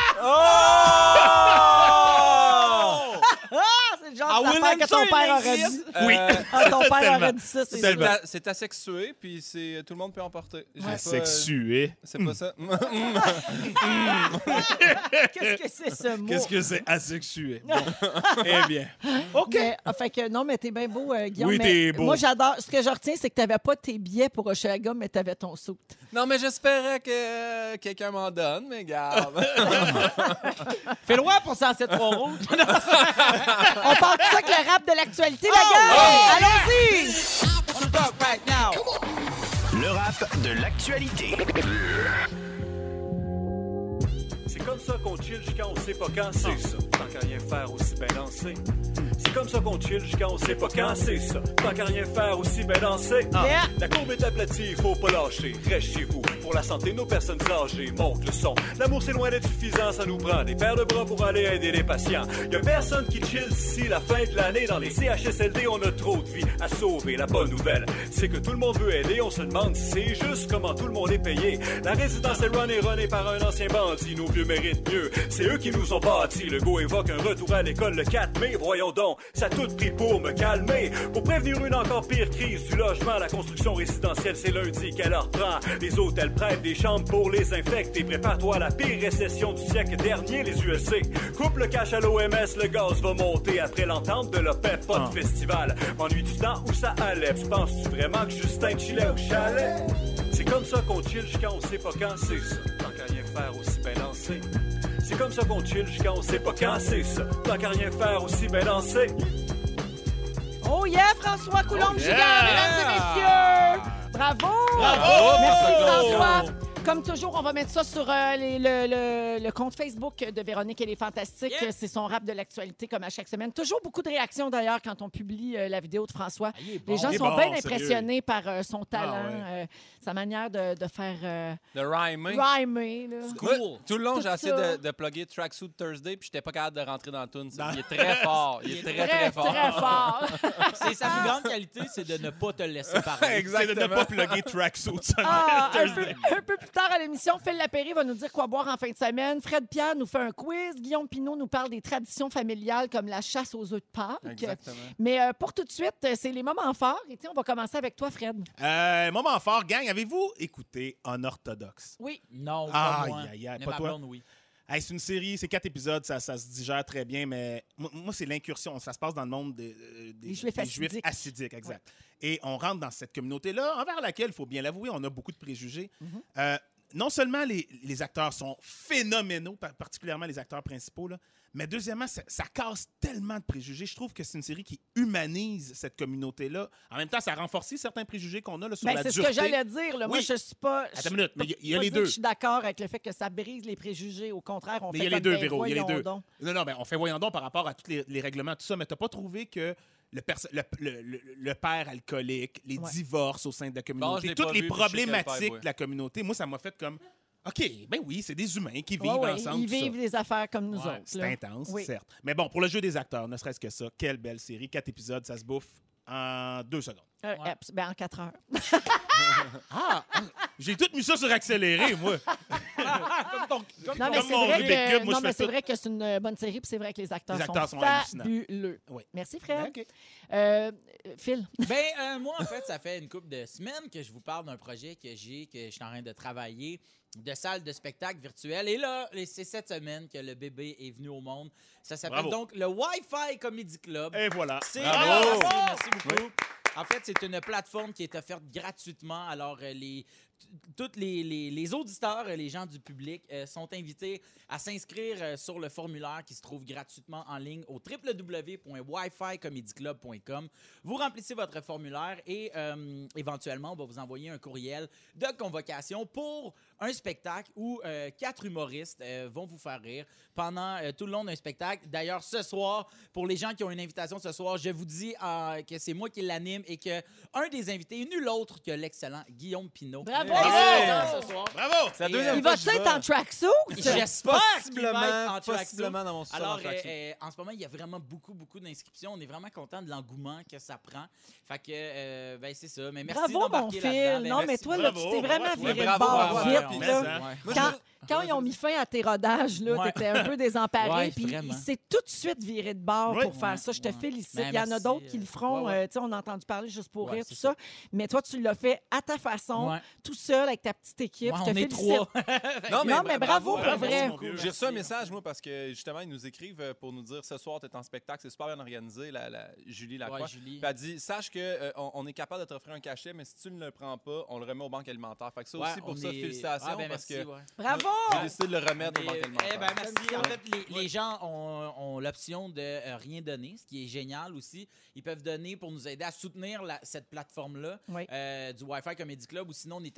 Speaker 5: Oh!
Speaker 1: Ah, c'est le genre
Speaker 6: I will
Speaker 1: d'affaire que ton
Speaker 6: answer in
Speaker 1: père aurait
Speaker 6: English.
Speaker 1: dit.
Speaker 2: Oui.
Speaker 1: Ah, ton père
Speaker 2: Tellement.
Speaker 1: aurait dit ça, c'est
Speaker 2: Tellement.
Speaker 1: sûr.
Speaker 5: C'est a- C'est asexué, puis c'est tout le monde peut en porter. J'ai pas-
Speaker 2: Sexué.
Speaker 5: C'est pas ça.
Speaker 1: Qu'est-ce que c'est ce mot?
Speaker 2: Qu'est-ce que c'est asexué? Bon. Eh bien. OK.
Speaker 1: Mais, ah, fait que, non, mais t'es bien beau, euh, Guillaume.
Speaker 2: Oui,
Speaker 1: mais
Speaker 2: t'es beau.
Speaker 1: Moi, j'adore. Ce que je retiens, c'est que t'avais pas tes billets pour Oshéaga, mais t'avais ton soute.
Speaker 5: Non, mais j'espérais que quelqu'un m'en donne, mais garde.
Speaker 6: Phil Roy pour cent sept trois rouges.
Speaker 1: On part tout ça avec le rap de l'actualité, la gang! Allons-y!
Speaker 6: On talk right now.
Speaker 9: Le rap de l'actualité.
Speaker 10: C'est comme
Speaker 9: comme ça qu'on chill jusqu'à on sait pas quand c'est ça. Tant qu'à rien faire aussi bien danser. C'est comme ça qu'on chill jusqu'à on sait pas quand c'est ça. Tant qu'à rien faire aussi bien danser. Ah.
Speaker 1: Yeah.
Speaker 9: La courbe est aplatie, faut pas lâcher. Reste chez vous. Pour la santé de nos personnes âgées, monte le son. L'amour c'est loin d'être suffisant, ça nous prend des paires de bras pour aller aider les patients. Y'a personne qui chill d'ici la fin de l'année. Dans les C H S L D, on a trop de vie à sauver. La bonne nouvelle, c'est que tout le monde veut aider. On se demande si c'est juste comment tout le monde est payé. La résidence est run et runnée par un ancien bandit. Nos vieux méritent mieux, c'est eux qui nous ont bâtis. Le go évoque un retour à l'école le quatre mai. Voyons donc, ça a tout pris pour me calmer. Pour prévenir une encore pire crise du logement, la construction résidentielle, c'est lundi qu'elle reprend. Les hôtels prêtent des chambres pour les infecter. Prépare-toi à la pire récession du siècle dernier, les U S C. Coupe le cash à l'O M S, le gaz va monter. Après l'entente de l'OPEP, pas de festival. M'ennuie du temps où ça allait. Tu penses-tu vraiment que Justin chillait au chalet? C'est comme ça qu'on chill jusqu'à on sait pas quand c'est ça. Tant qu'à rien faire aussi bien danser. C'est comme ça qu'on chill jusqu'à on sait pas quand c'est ça. Tant qu'à rien faire aussi bien danser.
Speaker 1: Oh yeah, François Coulombe-Gigard,
Speaker 2: yeah!
Speaker 1: mesdames et messieurs! Bravo!
Speaker 2: Bravo!
Speaker 1: Merci,
Speaker 2: Bravo!
Speaker 1: François. Comme toujours, on va mettre ça sur euh, les- le, le- le compte Facebook de Véronique et les Fantastiques.
Speaker 6: Yeah.
Speaker 1: C'est son rap de l'actualité, comme à chaque semaine. Toujours beaucoup de réactions, d'ailleurs, quand on publie euh, la vidéo de François.
Speaker 6: Ah, il est bon.
Speaker 1: Les gens
Speaker 2: Il est
Speaker 1: sont
Speaker 2: bon,
Speaker 1: bien
Speaker 2: sérieux.
Speaker 1: impressionnés par euh, son talent,
Speaker 2: Ah
Speaker 1: euh, sa manière de, de faire euh,
Speaker 5: Le rhymer.
Speaker 1: rhymer. Là.
Speaker 6: Cool.
Speaker 5: Moi, tout le long,
Speaker 1: Tout
Speaker 5: j'ai essayé
Speaker 1: ça.
Speaker 5: de, de plugger Tracksuit Thursday, puis j'étais pas capable de rentrer dans le tune.
Speaker 2: Dans-
Speaker 5: Il est très fort. Il est très, très,
Speaker 1: Très,
Speaker 5: fort.
Speaker 1: très fort.
Speaker 6: C'est sa plus grande qualité, c'est de ne pas te laisser parler.
Speaker 2: C'est de ne pas plugger tracksuit
Speaker 1: Ah, un, peu,
Speaker 2: Thursday.
Speaker 1: un peu plus tard à l'émission, Phil Lapéry va nous dire quoi boire en fin de semaine. Fred Pierre nous fait un quiz. Guillaume Pinot nous parle des traditions familiales comme la chasse aux œufs de Pâques.
Speaker 5: Exactement.
Speaker 1: Mais euh, pour tout de suite, euh, c'est les moments forts. Et tiens, on va commencer avec toi, Fred.
Speaker 2: Euh, moment fort, gang, avez-vous écouté Unorthodoxe?
Speaker 1: Oui.
Speaker 6: Non, pas
Speaker 2: Aïe,
Speaker 6: moi.
Speaker 2: aïe, aïe,
Speaker 6: Mais
Speaker 2: pas
Speaker 6: ma
Speaker 2: toi?
Speaker 6: blonde, oui.
Speaker 2: Hey, c'est une série, c'est quatre épisodes, ça, ça se digère très bien, mais moi, moi, c'est l'incursion. Ça se passe dans le monde des, euh, des-
Speaker 1: Les Juifs
Speaker 2: des
Speaker 1: assidiques.
Speaker 2: assidiques, exact. Et on rentre dans cette communauté-là, envers laquelle, il faut bien l'avouer, on a beaucoup de préjugés.
Speaker 1: Mm-hmm.
Speaker 2: Euh, non seulement les, les acteurs sont phénoménaux, par- particulièrement les acteurs principaux, là, mais deuxièmement, ça, ça casse tellement de préjugés. Je trouve que c'est une série qui humanise cette communauté-là. En même temps, ça renforce certains préjugés qu'on a là, sur
Speaker 1: Ben,
Speaker 2: la
Speaker 1: c'est ce
Speaker 2: dureté.
Speaker 1: que j'allais dire. Là. Moi,
Speaker 2: Oui.
Speaker 1: je suis pas.
Speaker 2: Attends une minute, mais il y a- il y a
Speaker 1: pas
Speaker 2: les
Speaker 1: dire que
Speaker 2: deux.
Speaker 1: Je suis d'accord avec le fait que ça brise les préjugés. Au contraire, on
Speaker 2: Mais
Speaker 1: fait
Speaker 2: il y a les
Speaker 1: comme
Speaker 2: deux,
Speaker 1: ben,
Speaker 2: Véro, il y a les
Speaker 1: voyons
Speaker 2: deux.
Speaker 1: donc.
Speaker 2: Non, non, ben, on fait voyons donc par rapport à tous les, les règlements, tout ça, mais t'as pas trouvé que le, perso- le, le- le- le père alcoolique, les
Speaker 1: Ouais.
Speaker 2: divorces au sein de la
Speaker 5: Bon, je
Speaker 2: communauté,
Speaker 5: l'ai
Speaker 2: toutes
Speaker 5: pas
Speaker 2: les
Speaker 5: vu, puis je sais quel
Speaker 2: problématiques
Speaker 5: père, ouais.
Speaker 2: de la communauté, moi, ça m'a fait comme, OK, ben oui, c'est des humains qui vivent
Speaker 1: Ouais, ouais,
Speaker 2: ensemble.
Speaker 1: ils
Speaker 2: tout ça.
Speaker 1: vivent les affaires comme nous
Speaker 2: Ouais,
Speaker 1: autres.
Speaker 2: c'est
Speaker 1: là.
Speaker 2: intense,
Speaker 1: Oui.
Speaker 2: certes. Mais bon, pour le jeu des acteurs, ne serait-ce que ça, quelle belle série. Quatre épisodes, ça se bouffe en deux secondes.
Speaker 1: Euh,
Speaker 6: Ouais.
Speaker 1: abs- ben, en quatre heures.
Speaker 2: Ah! ah, j'ai tout mis ça sur accéléré, moi.
Speaker 1: Non, mais
Speaker 2: Comme
Speaker 1: c'est
Speaker 2: mon
Speaker 1: vrai
Speaker 2: Rubik's
Speaker 1: que,
Speaker 2: Cube, moi,
Speaker 1: non,
Speaker 2: je
Speaker 1: mais
Speaker 2: fais
Speaker 1: c'est
Speaker 2: tout.
Speaker 1: vrai que c'est une euh, bonne série, puis c'est vrai que les acteurs,
Speaker 2: Les acteurs
Speaker 1: sont,
Speaker 2: sont hallucinants.
Speaker 1: fabuleux.
Speaker 2: Oui.
Speaker 1: Merci, Fred.
Speaker 2: OK.
Speaker 1: Euh, Phil.
Speaker 6: Ben, euh, moi, en fait, ça fait une couple de semaines que je vous parle d'un projet que j'ai, que je suis en train de travailler, de salle de spectacle virtuelle. Et là, c'est cette semaine que le bébé est venu au monde. Ça s'appelle
Speaker 2: Bravo.
Speaker 6: donc le Wi-Fi Comedy Club.
Speaker 2: Et voilà.
Speaker 6: C'est
Speaker 2: Bravo!
Speaker 6: merci, merci beaucoup. En fait, c'est une plateforme qui est offerte gratuitement. Alors, euh, les, tous les, les, les auditeurs, euh, les gens du public euh, sont invités à s'inscrire euh, sur le formulaire qui se trouve gratuitement en ligne au w w w point wi fi comedy club point com. Vous remplissez votre formulaire et euh, éventuellement, on va vous envoyer un courriel de convocation pour un spectacle où euh, quatre humoristes euh, vont vous faire rire pendant euh, tout le long d'un spectacle. D'ailleurs, ce soir, pour les gens qui ont une invitation ce soir, je vous dis euh, que c'est moi qui l'anime et que un des invités, nul autre que l'excellent Guillaume Pinot.
Speaker 1: Bravo!
Speaker 6: est présent ce soir.
Speaker 2: Bravo!
Speaker 5: C'est la
Speaker 6: Et,
Speaker 5: deuxième
Speaker 6: euh,
Speaker 1: Il
Speaker 5: fois
Speaker 1: va
Speaker 5: que je
Speaker 1: être
Speaker 5: vais.
Speaker 1: en tracksuit?
Speaker 6: J'espère qu'il va être en
Speaker 5: Possiblement,
Speaker 6: tracksuit.
Speaker 5: possiblement dans mon sous-sol
Speaker 6: Alors,
Speaker 5: en tracksuit.
Speaker 6: euh, euh, en ce moment, il y a vraiment beaucoup, beaucoup d'inscriptions. On est vraiment content de l'engouement que ça prend. Fait que, euh, ben, c'est ça. Mais merci
Speaker 1: Bravo, mon
Speaker 6: d'embarquer
Speaker 1: Phil.
Speaker 6: là-dedans. Ben,
Speaker 1: Non, mais
Speaker 6: merci.
Speaker 1: toi, là,
Speaker 2: Bravo,
Speaker 1: tu t'es vraiment
Speaker 2: bravo.
Speaker 1: viré
Speaker 5: Ouais,
Speaker 1: de
Speaker 5: bravo,
Speaker 1: bord
Speaker 5: bravo,
Speaker 1: vite.
Speaker 5: bravo.
Speaker 1: là.
Speaker 6: Ouais.
Speaker 5: Moi,
Speaker 1: Quand,
Speaker 5: je-
Speaker 1: quand ils ont mis fin à tes rodages, là,
Speaker 6: Ouais.
Speaker 1: t'étais un peu désemparé,
Speaker 6: Ouais,
Speaker 1: puis
Speaker 6: vraiment.
Speaker 1: il s'est tout de suite viré de bord
Speaker 2: Oui.
Speaker 1: pour faire
Speaker 6: Ouais,
Speaker 1: ça. Je te
Speaker 6: ouais.
Speaker 1: félicite.
Speaker 6: Ben,
Speaker 1: Il y en a
Speaker 6: merci,
Speaker 1: d'autres qui le
Speaker 6: euh,
Speaker 1: feront.
Speaker 6: ouais, ouais.
Speaker 1: euh, tu sais, on a entendu parler juste pour
Speaker 6: Ouais,
Speaker 1: rire,
Speaker 6: c'est
Speaker 1: tout ça.
Speaker 6: ça.
Speaker 1: Mais toi, tu l'as fait à ta façon,
Speaker 6: Ouais.
Speaker 1: tout seul, avec ta petite équipe.
Speaker 6: Ouais,
Speaker 1: Je te
Speaker 6: on est
Speaker 1: félicite.
Speaker 6: trois.
Speaker 1: Non, mais bravo, pour
Speaker 2: bravo,
Speaker 1: vrai.
Speaker 2: mon vieux.
Speaker 5: J'ai reçu un message, moi, parce que justement, ils nous écrivent euh, pour nous dire ce soir, tu es en spectacle, c'est super bien organisé, la, la- Julie Lacroix.
Speaker 6: Ouais, Julie.
Speaker 5: Puis elle dit sache qu'on euh, on- on est capable de t'offrir un cachet, mais si tu ne le prends pas, on le remet aux banques alimentaires. Fait que ça
Speaker 6: Ouais,
Speaker 5: aussi, pour
Speaker 6: on
Speaker 5: ça,
Speaker 6: est-
Speaker 5: félicitations,
Speaker 6: Ah, ben,
Speaker 5: parce
Speaker 6: merci,
Speaker 5: que
Speaker 6: ouais.
Speaker 1: Bravo!
Speaker 5: j'ai décidé de le remettre aux banques
Speaker 6: Et-
Speaker 5: alimentaires.
Speaker 6: eh ben, merci. En
Speaker 1: Ouais.
Speaker 6: fait, les, les gens ont, ont l'option de euh, rien donner, ce qui est génial aussi. Ils peuvent donner pour nous aider à soutenir la- cette plateforme-là
Speaker 1: Oui.
Speaker 6: euh, du Wi-Fi Comedy Club, ou sinon on est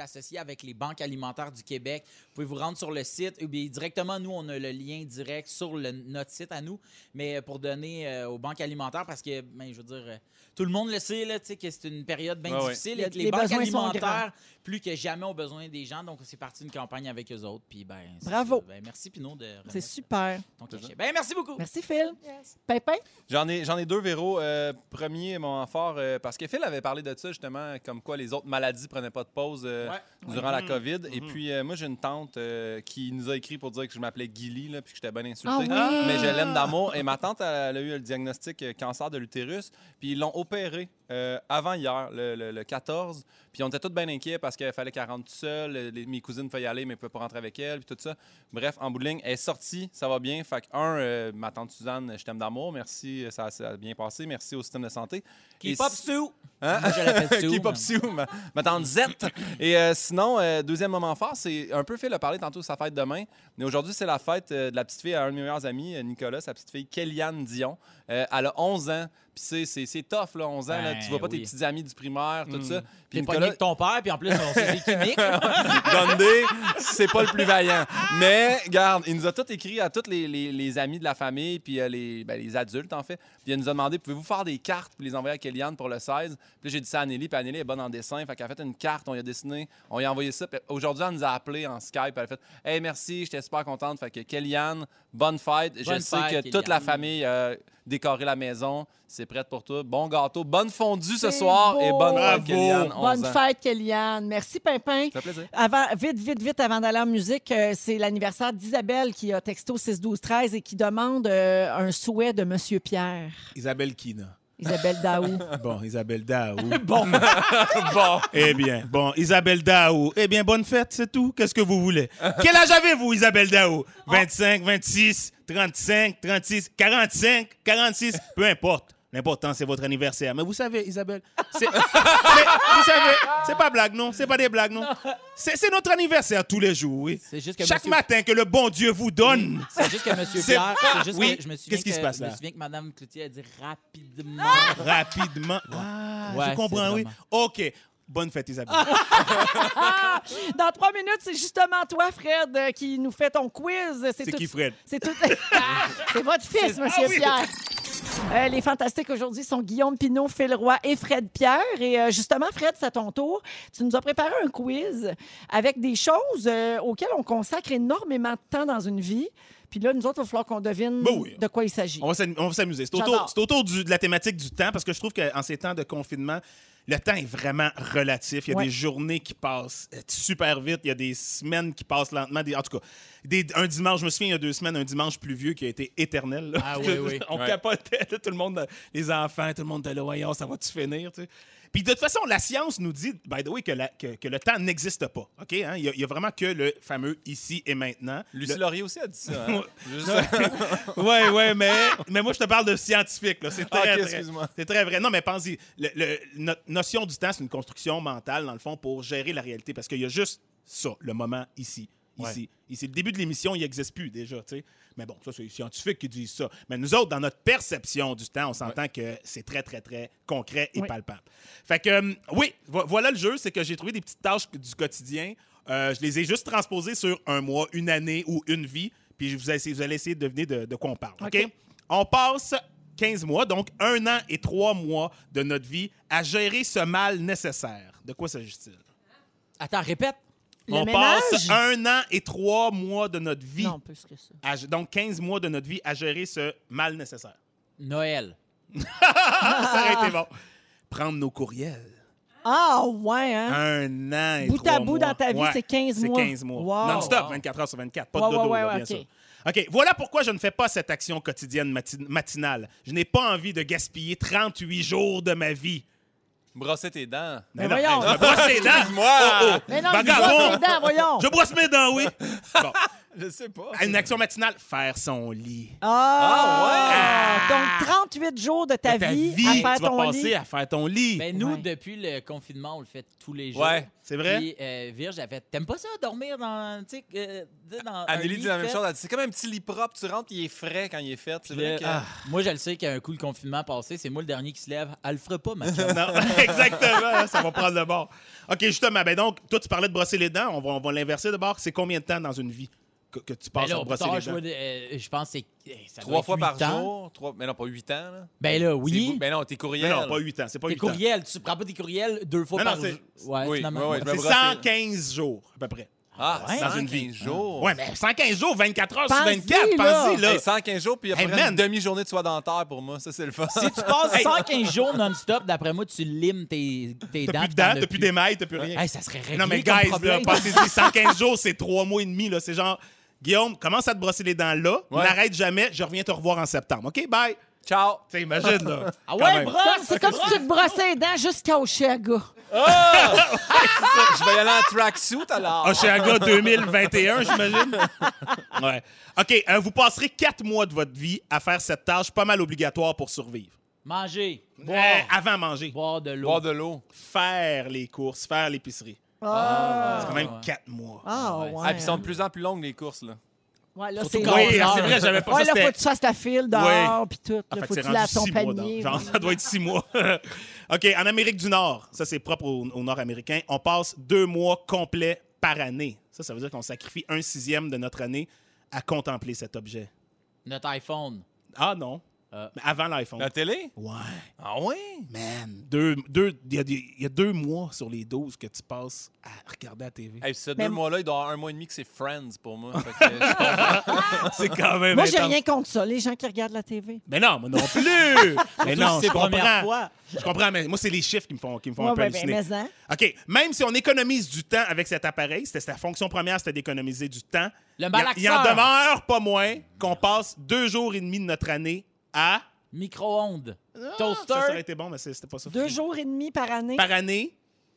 Speaker 6: associé avec les banques alimentaires du Québec. Vous pouvez vous rendre sur le site. Et bien, directement, nous, on a le lien direct sur le, notre site à nous, mais pour donner euh, aux banques alimentaires, parce que, ben, je veux dire, euh, tout le monde le sait, là, que c'est une période bien
Speaker 5: ouais,
Speaker 6: difficile.
Speaker 1: ouais.
Speaker 6: Et que les,
Speaker 1: Les
Speaker 6: banques
Speaker 1: besoins sont grands.
Speaker 6: alimentaires, plus que jamais, ont besoin des gens. Donc, c'est parti d'une campagne avec eux autres. Puis, ben, c'est
Speaker 1: Bravo.
Speaker 6: ça. Ben, merci, Pinot, de
Speaker 1: C'est
Speaker 6: remettre
Speaker 1: super.
Speaker 6: ton cachet. Ben, merci beaucoup.
Speaker 1: Merci, Phil. Pépin?
Speaker 5: J'en ai, j'en ai deux, Véro. Euh, premier, moment fort, euh, parce que Phil avait parlé de ça, justement, comme quoi les autres maladies ne prenaient pas de pause euh,
Speaker 6: Ouais.
Speaker 5: durant la
Speaker 2: Mhm.
Speaker 5: COVID. Et
Speaker 2: Mhm.
Speaker 5: puis, euh, moi, j'ai une tante euh, qui nous a écrit pour dire que je m'appelais Gilly, là, puis que j'étais bien insulté.
Speaker 1: Ah oui?
Speaker 5: Mais je l'aime d'amour. Et ma tante, elle, elle a eu le diagnostic euh, cancer de l'utérus. Puis, ils l'ont opéré euh, avant hier, le, le- le quatorze. Puis, on était tous bien inquiets parce qu'il fallait qu'elle rentre toute seule. Les- mes cousines pouvaient y aller, mais ne pouvaient pas rentrer avec elle, puis tout ça. Bref, en bout de ligne, elle est sortie, ça va bien. Fait que, un, euh, ma tante Suzanne, je t'aime d'amour. Merci, ça, ça a bien passé. Merci au système de santé.
Speaker 6: Keep
Speaker 5: Et
Speaker 6: up,
Speaker 5: si-
Speaker 6: Sue.
Speaker 5: Hein?
Speaker 6: Moi, je l'appelle Sue,
Speaker 5: Keep up
Speaker 6: mais-
Speaker 5: Sue, ma, ma tante Zette. Et euh, sinon, euh, deuxième moment fort, c'est un peu Phil a parlé tantôt de sa fête demain. Mais aujourd'hui, c'est la fête euh, de la petite fille à un de mes meilleurs amis, euh, Nicolas, sa petite fille Kellyanne Dion. Euh, elle a onze ans. Puis c'est, c'est, c'est tough, là, onze ans. Là.
Speaker 6: Ben
Speaker 5: Tu vois pas tes
Speaker 6: oui.
Speaker 5: petits amis du primaire, tout
Speaker 2: Mm.
Speaker 5: ça.
Speaker 6: T'es
Speaker 5: Puis
Speaker 6: pas né avec ton père, puis en plus, on sait des chimiques.
Speaker 5: Dundee, c'est pas le plus vaillant. Mais, regarde, il nous a tout écrit à tous les, les- les amis de la famille, puis euh, les, ben, les adultes, en fait. Puis il nous a demandé, pouvez-vous faire des cartes puis les envoyer à Kellyanne pour le seize? Puis là, j'ai dit ça à Anneli, puis Anneli est bonne en dessin. Fait qu'elle a fait une carte, on y a dessiné, on y a envoyé ça. Puis aujourd'hui, elle nous a appelé en Skype, elle a fait « Hey, merci, j'étais super contente. » Fait que Kellyanne, bonne fête. Je
Speaker 6: Bonne
Speaker 5: sais
Speaker 6: fête,
Speaker 5: que toute la
Speaker 6: Kellyanne.
Speaker 5: famille a décoré la maison. C'est prête pour tout. Bon gâteau, bonne fondue ce
Speaker 1: C'est
Speaker 5: soir
Speaker 1: beau.
Speaker 5: et bonne
Speaker 2: Bravo.
Speaker 5: fête, Kellyanne. onze
Speaker 1: Bonne
Speaker 5: ans.
Speaker 1: fête, Kellyanne. Merci, Pimpin.
Speaker 5: Ça fait plaisir.
Speaker 1: Avant, vite, vite, vite, avant d'aller en musique, euh, c'est l'anniversaire d'Isabelle qui a texto six douze treize et qui demande euh, un souhait de Monsieur Pierre.
Speaker 2: Isabelle Kina.
Speaker 1: Isabelle Daou.
Speaker 2: Bon, Isabelle Daou.
Speaker 1: Bon.
Speaker 5: Bon.
Speaker 2: Eh bien, bon, Isabelle Daou. Eh bien, bonne fête, c'est tout. Qu'est-ce que vous voulez? Quel âge avez-vous, Isabelle Daou? vingt-cinq, vingt-six, trente-cinq, trente-six, quarante-cinq, quarante-six, peu importe. L'important, c'est votre anniversaire. Mais vous savez, Isabelle, c'est... mais, vous savez, c'est pas blague, non? C'est pas des blagues, non? C'est, c'est notre anniversaire tous les jours, oui.
Speaker 6: C'est juste que
Speaker 2: Chaque
Speaker 6: monsieur-
Speaker 2: matin que le bon Dieu vous donne.
Speaker 6: C'est juste que Monsieur
Speaker 2: C'est-
Speaker 6: Pierre, c'est juste
Speaker 2: Oui.
Speaker 6: que je me souviens
Speaker 2: Qu'est-ce qui
Speaker 6: que,
Speaker 2: se passe,
Speaker 6: je
Speaker 2: là?
Speaker 6: me souviens que Mme Cloutier a dit rapidement.
Speaker 2: Rapidement. Ah,
Speaker 6: Ouais,
Speaker 2: je comprends,
Speaker 6: c'est
Speaker 2: oui.
Speaker 6: vraiment-
Speaker 2: OK. Bonne fête, Isabelle.
Speaker 1: Dans trois minutes, c'est justement toi, Fred, euh, qui nous fait ton quiz.
Speaker 2: C'est
Speaker 1: tout-
Speaker 2: qui, Fred?
Speaker 1: C'est tout. C'est votre fils, Monsieur
Speaker 2: Ah oui!
Speaker 1: Pierre. Euh, les fantastiques aujourd'hui sont Guillaume Pinault, Phil Roy et Fred Pierre. Et euh, justement, Fred, c'est à ton tour. Tu nous as préparé un quiz avec des choses euh, auxquelles on consacre énormément de temps dans une vie. Puis là, nous autres, il va falloir qu'on devine
Speaker 2: Ben oui.
Speaker 1: de quoi il s'agit.
Speaker 2: On va s'am- on va s'amuser. C'est autour,
Speaker 1: J'adore.
Speaker 2: c'est autour du- de la thématique du temps parce que je trouve qu'en ces temps de confinement, le temps est vraiment relatif. Il y a
Speaker 1: Ouais.
Speaker 2: des journées qui passent euh, super vite. Il y a des semaines qui passent lentement. Des, en tout cas, des- un dimanche, je me souviens il y a deux semaines, un dimanche pluvieux qui a été éternel. là.
Speaker 6: Ah oui, oui.
Speaker 2: On
Speaker 5: Ouais.
Speaker 2: capotait. là, tout le monde, les enfants, tout le monde était là, voyons, ça va-tu finir? Tu sais? Puis de toute façon, la science nous dit, by the way, que, la- que- que le temps n'existe pas. OK? Hein? Il y a- il y, a vraiment que le fameux ici et maintenant.
Speaker 5: Lucie
Speaker 2: Le-
Speaker 5: Laurier aussi a dit ça. Hein? Juste-
Speaker 2: Ouais, ouais, mais, mais moi, je te parle de scientifique. Là. C'est très,
Speaker 5: Ok,
Speaker 2: très-
Speaker 5: excuse-moi.
Speaker 2: c'est très vrai. Non, mais pense-y. Le, le- notre notion du temps, c'est une construction mentale, dans le fond, pour gérer la réalité. Parce qu'il y a juste ça, le moment ici. Ici. Ici. Le début de l'émission, il n'existe plus déjà. Tu sais. Mais bon, ça, c'est les scientifiques qui disent ça. Mais nous autres, dans notre perception du temps, on s'entend que c'est très, très, très concret et
Speaker 1: Oui.
Speaker 2: palpable. Fait que, euh, oui, vo- voilà le jeu. C'est que j'ai trouvé des petites tâches du quotidien. Euh, je les ai juste transposées sur un mois, une année ou une vie. Puis je vous, ai essayé- vous allez essayer de deviner de, de quoi on parle. OK?
Speaker 1: OK.
Speaker 2: On passe quinze mois, donc un an et trois mois de notre vie à gérer ce mal nécessaire. De quoi s'agit-il?
Speaker 6: Attends, répète.
Speaker 1: Le
Speaker 2: on
Speaker 1: ménage?
Speaker 2: passe un an et trois mois de notre vie,
Speaker 1: Non, plus que ça.
Speaker 2: à g- donc quinze mois de notre vie à gérer ce mal nécessaire.
Speaker 6: Noël.
Speaker 2: Ça aurait été bon. Prendre nos courriels.
Speaker 1: Ah, ouais, hein?
Speaker 2: Un an et
Speaker 1: Bout
Speaker 2: trois
Speaker 1: à bout
Speaker 2: mois.
Speaker 1: dans ta vie,
Speaker 2: Ouais,
Speaker 1: c'est quinze mois.
Speaker 2: C'est quinze mois.
Speaker 1: Wow.
Speaker 2: Non-stop,
Speaker 6: Wow.
Speaker 2: vingt-quatre heures sur vingt-quatre. Pas
Speaker 1: Ouais,
Speaker 2: de dodo,
Speaker 1: ouais,
Speaker 2: là,
Speaker 1: ouais,
Speaker 2: bien
Speaker 1: OK.
Speaker 2: sûr. OK, voilà pourquoi je ne fais pas cette action quotidienne mati- matinale. Je n'ai pas envie de gaspiller trente-huit jours de ma vie.
Speaker 5: Brosser tes dents.
Speaker 1: Mais
Speaker 2: non,
Speaker 1: voyons.
Speaker 2: hey, je me brosse les dents.
Speaker 5: Excuse-moi.
Speaker 2: Oh, oh.
Speaker 1: Mais non,
Speaker 2: Ben,
Speaker 1: il
Speaker 2: regarde,
Speaker 1: brosse
Speaker 2: bon,
Speaker 1: les dents, voyons.
Speaker 2: Je brosse mes dents, oui. Bon.
Speaker 5: Je sais pas.
Speaker 2: Une action matinale, faire son lit.
Speaker 1: Ah, ouais! Donc, trente-huit jours de ta,
Speaker 2: Ta
Speaker 1: vie,
Speaker 2: vie,
Speaker 1: à faire
Speaker 2: tu vas
Speaker 1: ton
Speaker 2: passer
Speaker 1: lit.
Speaker 2: à faire ton lit.
Speaker 6: Ben, nous,
Speaker 1: Ouais.
Speaker 6: depuis le confinement, on le fait tous les jours.
Speaker 5: Ouais.
Speaker 2: C'est vrai?
Speaker 6: Puis, euh, Virge, elle fait T'aimes pas ça, dormir dans. Tu sais, euh, dans un
Speaker 5: Anneli
Speaker 6: lit
Speaker 5: dit la même
Speaker 6: fait?
Speaker 5: chose. Elle dit, c'est comme un petit lit propre. Tu rentres, il est frais quand il est fait. C'est
Speaker 6: Puis
Speaker 5: vrai
Speaker 6: là,
Speaker 5: que...
Speaker 6: ah, moi, je le sais qu'il y a un coup le confinement passé. C'est moi le dernier qui se lève. Elle le fera pas, ma chum.
Speaker 2: Non, exactement, ça va prendre le bord. OK, justement, ben donc, toi, tu parlais de brosser les dents. On va, on va l'inverser de bord. C'est combien de temps dans une vie que, que tu passes
Speaker 6: Ben là,
Speaker 2: à
Speaker 6: au plus
Speaker 2: brosser
Speaker 6: tard,
Speaker 2: les
Speaker 6: je,
Speaker 2: dents?
Speaker 6: vois, euh, je pense que c'est. eh, ça doit
Speaker 5: Trois
Speaker 6: être
Speaker 5: fois par
Speaker 6: huit ans.
Speaker 5: jour. Trois... Mais non, pas huit ans. Là.
Speaker 6: Ben là,
Speaker 5: C'est
Speaker 6: oui.
Speaker 5: beau- Ben non, tes
Speaker 2: Mais
Speaker 5: courriels.
Speaker 2: non, pas huit ans. C'est pas
Speaker 6: Tes
Speaker 2: huit ans.
Speaker 6: courriels, tu prends pas tes courriels deux fois
Speaker 2: Non,
Speaker 6: par
Speaker 2: non, c'est-
Speaker 6: jour. Ouais,
Speaker 5: Oui,
Speaker 6: finalement.
Speaker 5: ouais, ouais, je me
Speaker 2: C'est
Speaker 5: brosse les-
Speaker 2: cent quinze jours, à peu près.
Speaker 5: Ah,
Speaker 6: Ouais.
Speaker 2: Dans
Speaker 5: cent
Speaker 2: une
Speaker 5: quinze
Speaker 2: vie.
Speaker 5: jours.
Speaker 2: Ouais, mais cent quinze jours, vingt-quatre heures sur
Speaker 1: Pense-y,
Speaker 2: vingt-quatre,
Speaker 1: là.
Speaker 2: pensez, là.
Speaker 5: Hey, cent quinze jours, puis après
Speaker 2: Hey, man.
Speaker 5: une demi-journée de soie dentaire pour moi. Ça, c'est le fun.
Speaker 6: Si tu passes cent quinze jours non-stop, d'après moi, tu limes tes, tes
Speaker 2: T'as
Speaker 6: dents.
Speaker 2: plus de
Speaker 6: puis t'en
Speaker 2: dents,
Speaker 6: as
Speaker 2: t'as plus d'émail, t'as plus rien.
Speaker 6: Hey, ça serait réglé
Speaker 2: Non, mais
Speaker 6: comme
Speaker 2: guys, là,
Speaker 6: problème.
Speaker 2: passez-y cent quinze jours, c'est trois mois et demi, là. C'est genre, Guillaume, commence à te brosser les dents là,
Speaker 5: Ouais.
Speaker 2: n'arrête jamais, je reviens te revoir en septembre. OK, bye.
Speaker 5: Ciao.
Speaker 2: Tu sais, imagine, là.
Speaker 6: Ah
Speaker 2: Quand
Speaker 6: ouais,
Speaker 2: même.
Speaker 6: brosse!
Speaker 1: C'est comme si tu te brossais les dents jusqu'à Oshiaga.
Speaker 5: Je vais y aller en tracksuit alors.
Speaker 2: Oshiaga deux mille vingt et un, j'imagine. Ouais. OK, euh, vous passerez quatre mois de votre vie à faire cette tâche pas mal obligatoire pour survivre.
Speaker 6: Manger, boire,
Speaker 2: Euh, avant manger.
Speaker 6: boire de l'eau.
Speaker 5: Boire de l'eau.
Speaker 2: Faire les courses, faire l'épicerie.
Speaker 1: Ah,
Speaker 2: C'est quand même
Speaker 6: ouais.
Speaker 2: quatre mois.
Speaker 1: ah
Speaker 6: Ouais.
Speaker 1: ouais.
Speaker 5: Ah, puis ils sont de plus en plus longues, les courses, là.
Speaker 1: Ouais, là,
Speaker 6: Surtout
Speaker 1: c'est
Speaker 6: quand
Speaker 1: long.
Speaker 6: on
Speaker 2: Oui,
Speaker 6: sort.
Speaker 2: c'est vrai, j'avais pas
Speaker 1: Ouais,
Speaker 2: ça.
Speaker 1: là, faut
Speaker 2: c'était-
Speaker 1: que tu fasses ta file dehors, puis tout.
Speaker 2: Ah,
Speaker 1: Là,
Speaker 2: fait
Speaker 1: faut
Speaker 2: que
Speaker 1: que
Speaker 2: c'est
Speaker 1: tu laves
Speaker 2: rendu
Speaker 1: ton
Speaker 2: six mois,
Speaker 1: panier.
Speaker 2: donc. Genre, ça doit être six mois. OK, en Amérique du Nord, ça, c'est propre aux, aux Nord-Américains, on passe deux mois complets par année. Ça, ça veut dire qu'on sacrifie un sixième de notre année à contempler cet objet.
Speaker 6: Notre iPhone.
Speaker 2: Ah non.
Speaker 6: Euh.
Speaker 2: Mais avant l'iPhone.
Speaker 5: La télé?
Speaker 2: Ouais.
Speaker 5: Ah oui?
Speaker 2: Man, deux, deux, il y, a des- il y a deux mois sur les douze que tu passes à regarder la T V.
Speaker 5: Hey, ce
Speaker 1: Mais-
Speaker 5: deux mois-là, il doit y avoir un mois et demi que c'est Friends pour moi. Fait que, euh, je comprends.
Speaker 2: C'est quand même
Speaker 1: Moi, j'ai
Speaker 2: intense.
Speaker 1: rien contre ça, les gens qui regardent la T V.
Speaker 2: Mais non, moi non plus. mais non,
Speaker 6: c'est
Speaker 2: je
Speaker 6: la première
Speaker 2: comprends.
Speaker 6: fois.
Speaker 2: Je comprends, mais moi, c'est les chiffres qui me font, qui me font
Speaker 1: Ouais,
Speaker 2: un peu
Speaker 1: ouais,
Speaker 2: halluciner.
Speaker 1: ben, mais hein.
Speaker 2: OK, même si on économise du temps avec cet appareil, c'était sa fonction première, c'était d'économiser du temps.
Speaker 6: Le
Speaker 2: il y a- Il y en
Speaker 6: malaxeur.
Speaker 2: demeure pas moins qu'on passe deux jours et demi de notre année à...
Speaker 6: Micro-ondes.
Speaker 2: Ah,
Speaker 6: Toaster.
Speaker 2: Ça, ça aurait été bon, mais c'est- c'était pas ça.
Speaker 1: Deux jours et demi par année.
Speaker 2: Par année,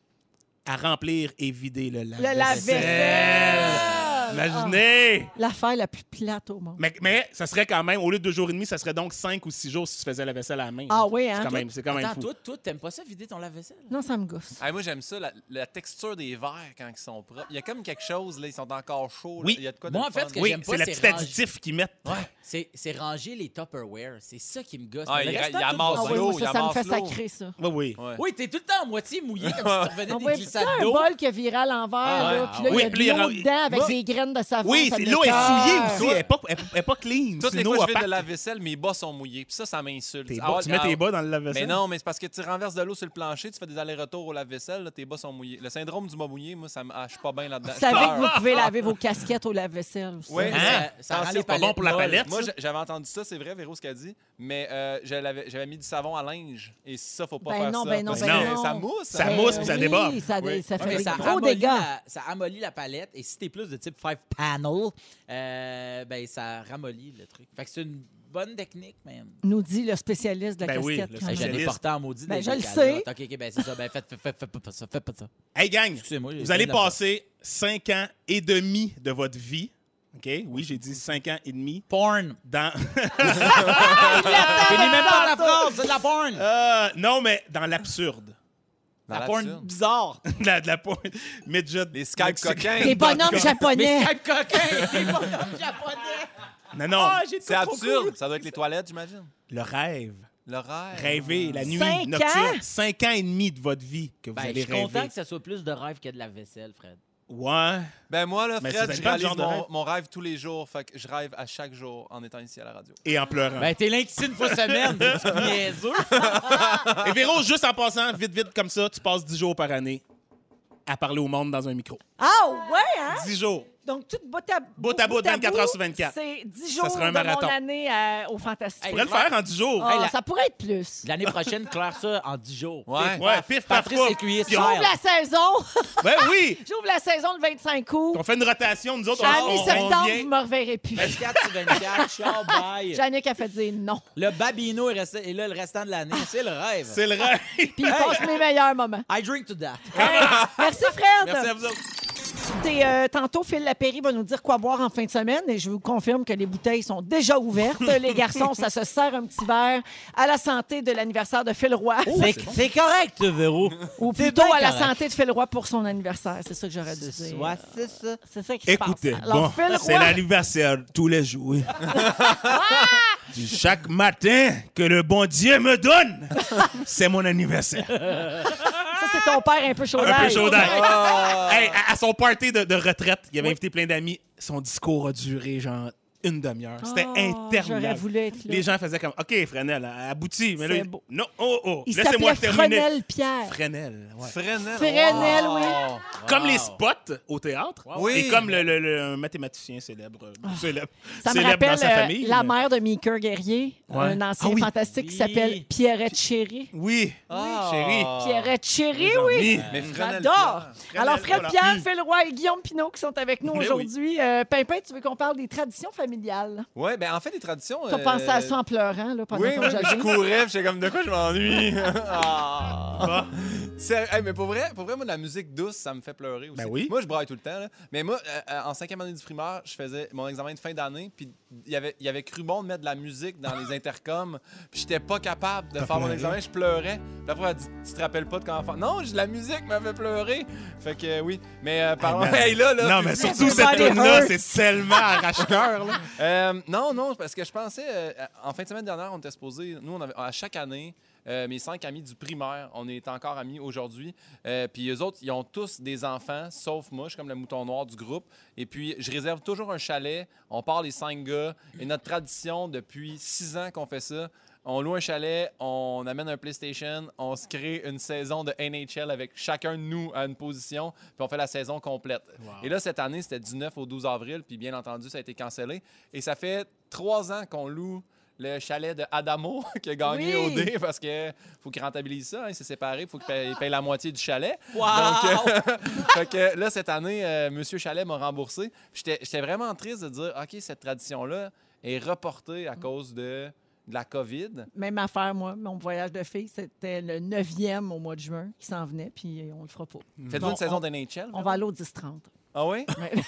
Speaker 2: à remplir et vider le
Speaker 1: Le
Speaker 2: lave-vaisselle.
Speaker 1: lave-vaisselle.
Speaker 2: Imaginez!
Speaker 1: L'affaire la plus plate au monde.
Speaker 2: Mais, mais ça serait quand même, au lieu de deux jours et demi, ça serait donc cinq ou six jours si tu faisais la vaisselle à la main.
Speaker 1: Ah oui, hein?
Speaker 2: C'est quand même, c'est quand même
Speaker 6: Attends,
Speaker 2: fou.
Speaker 6: toi, toi, t'aimes pas ça vider ton lave-vaisselle?
Speaker 1: Non, ça me gosse.
Speaker 5: Hey, moi, j'aime ça, la, la texture des verres quand ils sont propres. Il y a comme quelque chose, là, ils sont encore chauds. là.
Speaker 2: Oui.
Speaker 5: Il y a de quoi de
Speaker 6: Moi,
Speaker 5: le
Speaker 6: en fait,
Speaker 5: fun.
Speaker 6: ce que
Speaker 2: Oui,
Speaker 6: j'aime pas,
Speaker 2: c'est le
Speaker 6: c'est
Speaker 2: petit
Speaker 6: ranger-
Speaker 2: additif qu'ils mettent.
Speaker 6: Ouais, c'est, c'est ranger les Tupperware. C'est ça qui me gosse.
Speaker 5: Ah,
Speaker 6: Le
Speaker 5: il
Speaker 6: restant,
Speaker 5: ra- il
Speaker 6: tout
Speaker 5: amasse
Speaker 6: va
Speaker 1: Ah
Speaker 6: bien.
Speaker 1: oui,
Speaker 5: l'eau,
Speaker 1: moi,
Speaker 5: il
Speaker 1: ça, ça me
Speaker 5: amasse
Speaker 1: fait
Speaker 5: l'eau.
Speaker 1: sacrer, ça.
Speaker 2: Oui, oui.
Speaker 5: Ouais.
Speaker 6: Oui, t'es tout le temps à moitié mouillé comme si tu revenais
Speaker 1: Ah
Speaker 6: des
Speaker 1: ouais,
Speaker 6: glissades
Speaker 1: c'est un
Speaker 6: d'eau.
Speaker 1: bol qui a viré à l'envers,
Speaker 6: Ah
Speaker 1: là,
Speaker 6: ouais,
Speaker 1: puis là,
Speaker 2: oui,
Speaker 1: il y a
Speaker 2: puis
Speaker 1: de
Speaker 2: là,
Speaker 1: l'eau
Speaker 2: il-
Speaker 1: dedans avec
Speaker 2: Moi-
Speaker 1: des graines de savon.
Speaker 2: Oui,
Speaker 1: ça
Speaker 2: c'est-
Speaker 1: me
Speaker 2: l'eau est
Speaker 1: décolle.
Speaker 2: souillée aussi.
Speaker 1: Ouais.
Speaker 2: Elle n'est pas, elle- elle est pas clean.
Speaker 5: Toutes
Speaker 2: C'est
Speaker 5: les
Speaker 2: une
Speaker 5: fois
Speaker 2: eau
Speaker 5: que je fais
Speaker 2: opaque.
Speaker 5: de la vaisselle, mes bas sont mouillés. Puis ça, ça m'insulte.
Speaker 2: Tes
Speaker 5: Ah,
Speaker 2: bas- tu mets
Speaker 5: ah,
Speaker 2: tes bas dans le lave-vaisselle?
Speaker 5: Mais non, mais c'est parce que tu renverses de l'eau sur le plancher, tu fais des allers-retours au lave-vaisselle, là, tes bas sont mouillés. Le syndrome du bas mouillé, moi, ça me... ah, je suis pas bien là-dedans.
Speaker 1: Vous savez que vous pouvez laver vos casquettes au lave-vaisselle aussi.
Speaker 5: Oui,
Speaker 2: Hein?
Speaker 6: Ça, ça rend
Speaker 5: Ah,
Speaker 6: les
Speaker 5: c'est pas
Speaker 2: bon pour la
Speaker 6: molles.
Speaker 2: palette.
Speaker 5: Moi,
Speaker 2: ça?
Speaker 5: j'a- j'avais entendu ça, c'est vrai, Véro, ce qu'elle dit, mais euh, je l'avais- j'avais mis du savon à linge. Et ça, faut pas
Speaker 1: Ben
Speaker 5: faire
Speaker 1: non,
Speaker 5: ça.
Speaker 1: ben non,
Speaker 5: parce
Speaker 2: ben
Speaker 5: que
Speaker 1: non.
Speaker 5: ça mousse.
Speaker 2: Ça
Speaker 5: hein.
Speaker 2: mousse, puis ça
Speaker 1: oui,
Speaker 2: déborde.
Speaker 1: Ça,
Speaker 5: Oui.
Speaker 1: ça
Speaker 6: Ouais,
Speaker 1: fait
Speaker 6: mais
Speaker 1: des
Speaker 6: ça,
Speaker 1: gros
Speaker 6: ramollit
Speaker 1: dégâts.
Speaker 6: la, ça ramollit la palette. Et si t'es plus de type five panel, euh, ben ça ramollit le truc. Fait que c'est une bonne technique, même.
Speaker 1: Nous dit le spécialiste de la
Speaker 2: Ben oui,
Speaker 1: casquette.
Speaker 2: le
Speaker 1: quand
Speaker 6: Hey,
Speaker 1: même.
Speaker 6: J'en ai
Speaker 2: Spécialiste.
Speaker 6: porté en maudit.
Speaker 1: Ben,
Speaker 6: des
Speaker 1: je le
Speaker 6: décalotes.
Speaker 1: sais.
Speaker 6: OK, OK, ben c'est ça. Ben faites, faites, faites, faites pas ça. Faites pas ça.
Speaker 2: Hey, gang,
Speaker 6: Excusez-moi. j'ai
Speaker 2: vous
Speaker 6: fait
Speaker 2: allez
Speaker 6: de la-
Speaker 2: passer cinq ans et demi de votre vie. OK? Oui, j'ai dit cinq ans et demi.
Speaker 6: Porn.
Speaker 2: Dans...
Speaker 6: Finis même pas ta phrase, c'est de la porn.
Speaker 2: Euh, non, mais dans l'absurde.
Speaker 5: Dans
Speaker 6: La porn
Speaker 5: l'absurde.
Speaker 6: bizarre.
Speaker 2: de la, de la porn. Midget.
Speaker 5: Les Skype
Speaker 2: Mexicain.
Speaker 5: coquins.
Speaker 1: Des bonhommes
Speaker 6: Mais
Speaker 1: japonais.
Speaker 6: Skype coquin. Des bonhommes japonais.
Speaker 2: Non, non.
Speaker 6: Ah, j'ai
Speaker 5: C'est
Speaker 6: trop trop
Speaker 5: absurde.
Speaker 6: cool.
Speaker 5: Ça doit être les toilettes, j'imagine.
Speaker 2: Le rêve.
Speaker 5: Le rêve.
Speaker 2: Rêver la nuit
Speaker 1: Cinq
Speaker 2: nocturne.
Speaker 1: ans?
Speaker 2: Cinq ans et demi de votre vie que vous
Speaker 6: Ben, je
Speaker 2: allez
Speaker 6: suis content
Speaker 2: rêver.
Speaker 6: que ça soit plus de rêve que de la vaisselle, Fred.
Speaker 2: Ouais.
Speaker 5: Ben moi, là,
Speaker 2: Mais
Speaker 5: Fred,
Speaker 2: ça
Speaker 5: je
Speaker 2: dépend du
Speaker 5: réalise
Speaker 2: genre de
Speaker 5: mon,
Speaker 2: rêve.
Speaker 5: mon rêve tous les jours. Fait que je rêve à chaque jour en étant ici à la radio.
Speaker 2: Et en pleurant.
Speaker 6: Ben, t'es l'inquiétude une fois semaine, t'es un petit niaiseux.
Speaker 2: Et Véro, juste en passant, vite, vite, comme ça, tu passes dix jours par année à parler au monde dans un micro.
Speaker 1: Ah ouais, hein?
Speaker 2: dix jours.
Speaker 1: Donc, tout bout à
Speaker 2: Bout à bout, vingt-quatre heures sur vingt-quatre.
Speaker 1: C'est dix
Speaker 2: Ça
Speaker 1: jours
Speaker 2: serait un
Speaker 1: de
Speaker 2: marathon.
Speaker 1: mon année euh, au Fantastique.
Speaker 2: Tu pourrais le faire en dix jours.
Speaker 1: Ah,
Speaker 6: Hey, la-
Speaker 1: Ça pourrait être plus.
Speaker 6: L'année prochaine, claire ça en dix jours.
Speaker 5: Ouais.
Speaker 2: Ouais, pif, paf,
Speaker 6: Patrice
Speaker 2: paf.
Speaker 6: Écuyer
Speaker 2: Puis on-
Speaker 1: J'ouvre la saison.
Speaker 2: Ben oui!
Speaker 1: J'ouvre la saison le vingt-cinq août.
Speaker 2: On fait une rotation, nous autres,
Speaker 1: À
Speaker 2: on, on, on
Speaker 1: mi-septembre,
Speaker 2: vient.
Speaker 1: vous me reverrez plus.
Speaker 6: vingt-quatre sur vingt-quatre, ciao, bye.
Speaker 1: Jannick a fait dire non.
Speaker 6: Le Babino est, resté, est là le restant de l'année. C'est le rêve.
Speaker 2: C'est le rêve.
Speaker 1: Puis il passe mes meilleurs moments.
Speaker 6: I drink to that.
Speaker 1: Hey, merci Fred.
Speaker 2: Merci à vous autres.
Speaker 1: Écoutez, euh, tantôt, Phil Lapéry va nous dire quoi boire en fin de semaine et je vous confirme que les bouteilles sont déjà ouvertes. Les garçons, ça se sert un petit verre à la santé de l'anniversaire de Phil Roy.
Speaker 6: C'est c'est correct, Véro.
Speaker 1: Ou
Speaker 6: C'est
Speaker 1: plutôt
Speaker 6: bien
Speaker 1: à la
Speaker 6: correct.
Speaker 1: santé de Phil Roy pour son anniversaire. C'est ça que j'aurais dû dire.
Speaker 6: Ouais, c'est ça.
Speaker 1: C'est ça qui se
Speaker 2: Écoutez,
Speaker 1: passe. Alors,
Speaker 2: bon,
Speaker 1: Phil
Speaker 2: c'est
Speaker 1: Roy,
Speaker 2: l'anniversaire tous les jours. Chaque matin que le bon Dieu me donne, c'est mon anniversaire.
Speaker 1: ça, c'est ton père un peu chaud
Speaker 2: Un
Speaker 1: d'ail.
Speaker 2: peu chaud d'ail. Hey, à, à son party de, de retraite, il avait invité plein d'amis. Son discours a duré genre une demi-heure. C'était
Speaker 1: Oh,
Speaker 2: interminable.
Speaker 1: j'aurais voulu être là.
Speaker 2: Les gens faisaient comme, OK, Fresnel, abouti. Mais là,
Speaker 1: C'est
Speaker 2: il-
Speaker 1: beau.
Speaker 2: non, oh, oh,
Speaker 1: Il
Speaker 2: laissez-moi
Speaker 1: s'appelait
Speaker 2: terminer.
Speaker 1: Fresnel Pierre.
Speaker 2: Fresnel, ouais.
Speaker 5: Fresnel.
Speaker 1: Fresnel, oui.
Speaker 2: Comme les spots au théâtre.
Speaker 5: Oui.
Speaker 2: Et comme le, le- le- un mathématicien célèbre, célèbre,
Speaker 1: Ça me
Speaker 2: célèbre
Speaker 1: rappelle
Speaker 2: dans sa
Speaker 1: euh,
Speaker 2: famille.
Speaker 1: la
Speaker 2: mais-
Speaker 1: mère de Meeker Guerrier,
Speaker 2: Ouais.
Speaker 1: un ancien
Speaker 2: Ah oui.
Speaker 1: fantastique qui
Speaker 6: Oui.
Speaker 1: s'appelle Pierrette Chéri.
Speaker 2: Oui,
Speaker 5: Ah.
Speaker 2: chérie.
Speaker 1: Pierrette Chéri,
Speaker 2: Les
Speaker 1: oui.
Speaker 2: amis.
Speaker 5: Mais Fresnel
Speaker 1: J'adore.
Speaker 2: Pierre.
Speaker 1: Alors,
Speaker 2: Fresnel,
Speaker 1: Fred
Speaker 2: voilà.
Speaker 1: Pierre, Phil Roy et Guillaume Pinot qui sont avec nous
Speaker 2: Ben oui.
Speaker 1: aujourd'hui. Euh, Pimpin, tu veux qu'on parle des traditions familiales?
Speaker 5: Ouais, ben en fait, les traditions.
Speaker 1: Tu as
Speaker 5: euh,
Speaker 1: pensé à ça en pleurant, là, pendant
Speaker 5: Oui,
Speaker 1: ton
Speaker 5: oui, je
Speaker 1: jogging?
Speaker 5: courais, puis j'étais comme de quoi je m'ennuie. Ah. Sérieux, hey, mais pour vrai, pour vrai, moi, la musique douce, ça me fait pleurer aussi.
Speaker 2: Ben oui.
Speaker 5: Moi, je braille tout le temps. Là. Mais moi, euh, euh, en cinquième année du primaire, je faisais mon examen de fin d'année, puis il y avait, il y avait cru bon de mettre de la musique dans les intercoms, puis j'étais pas capable de
Speaker 2: T'as
Speaker 5: faire mon
Speaker 2: pleuré?
Speaker 5: examen, je pleurais. Puis après, elle dit, tu te rappelles pas de comment faire? Non, j'ai- la musique m'a fait pleurer. Fait que euh, oui. Mais euh, parlons.
Speaker 2: man.
Speaker 5: Hey, là, là,
Speaker 2: Non,
Speaker 5: puis-
Speaker 2: mais surtout cette
Speaker 1: Everybody
Speaker 2: tune-là,
Speaker 1: hurts.
Speaker 2: c'est tellement arrache-cœur. là.
Speaker 5: Euh, non, non, parce que je pensais, euh, en fin de semaine dernière, on était supposé, nous, on avait, à chaque année, euh, mes cinq amis du primaire, on est encore amis aujourd'hui. Euh, puis eux autres, ils ont tous des enfants, sauf moi, je suis comme le mouton noir du groupe. Et puis, je réserve toujours un chalet. On part les cinq gars. Et notre tradition, depuis six ans qu'on fait ça, on loue un chalet, on amène un PlayStation, on se crée une saison de N H L avec chacun de nous à une position, puis on fait la saison complète. Et là, cette année, c'était du neuf au douze avril, puis bien entendu, ça a été cancellé. Et ça fait trois ans qu'on loue le chalet de Adamo qui a gagné
Speaker 1: Oui.
Speaker 5: au dé parce qu'il faut qu'il rentabilise ça, hein, il s'est séparé, il faut qu'il paye, il paye la moitié du chalet.
Speaker 6: Wow!
Speaker 5: Donc, euh, fait que là, cette année, euh, Monsieur Chalet m'a remboursé. Puis J'étais j'étais vraiment triste de dire, OK, cette tradition-là est reportée à cause de, de la COVID.
Speaker 1: Même affaire, moi. Mon voyage de filles, c'était le neuvième au mois de juin qui s'en venait, puis on le fera pas.
Speaker 5: Faites-vous
Speaker 1: Bon,
Speaker 5: une saison
Speaker 1: on-
Speaker 5: de N H L?
Speaker 1: On va aller au dix trente.
Speaker 5: Ah oui?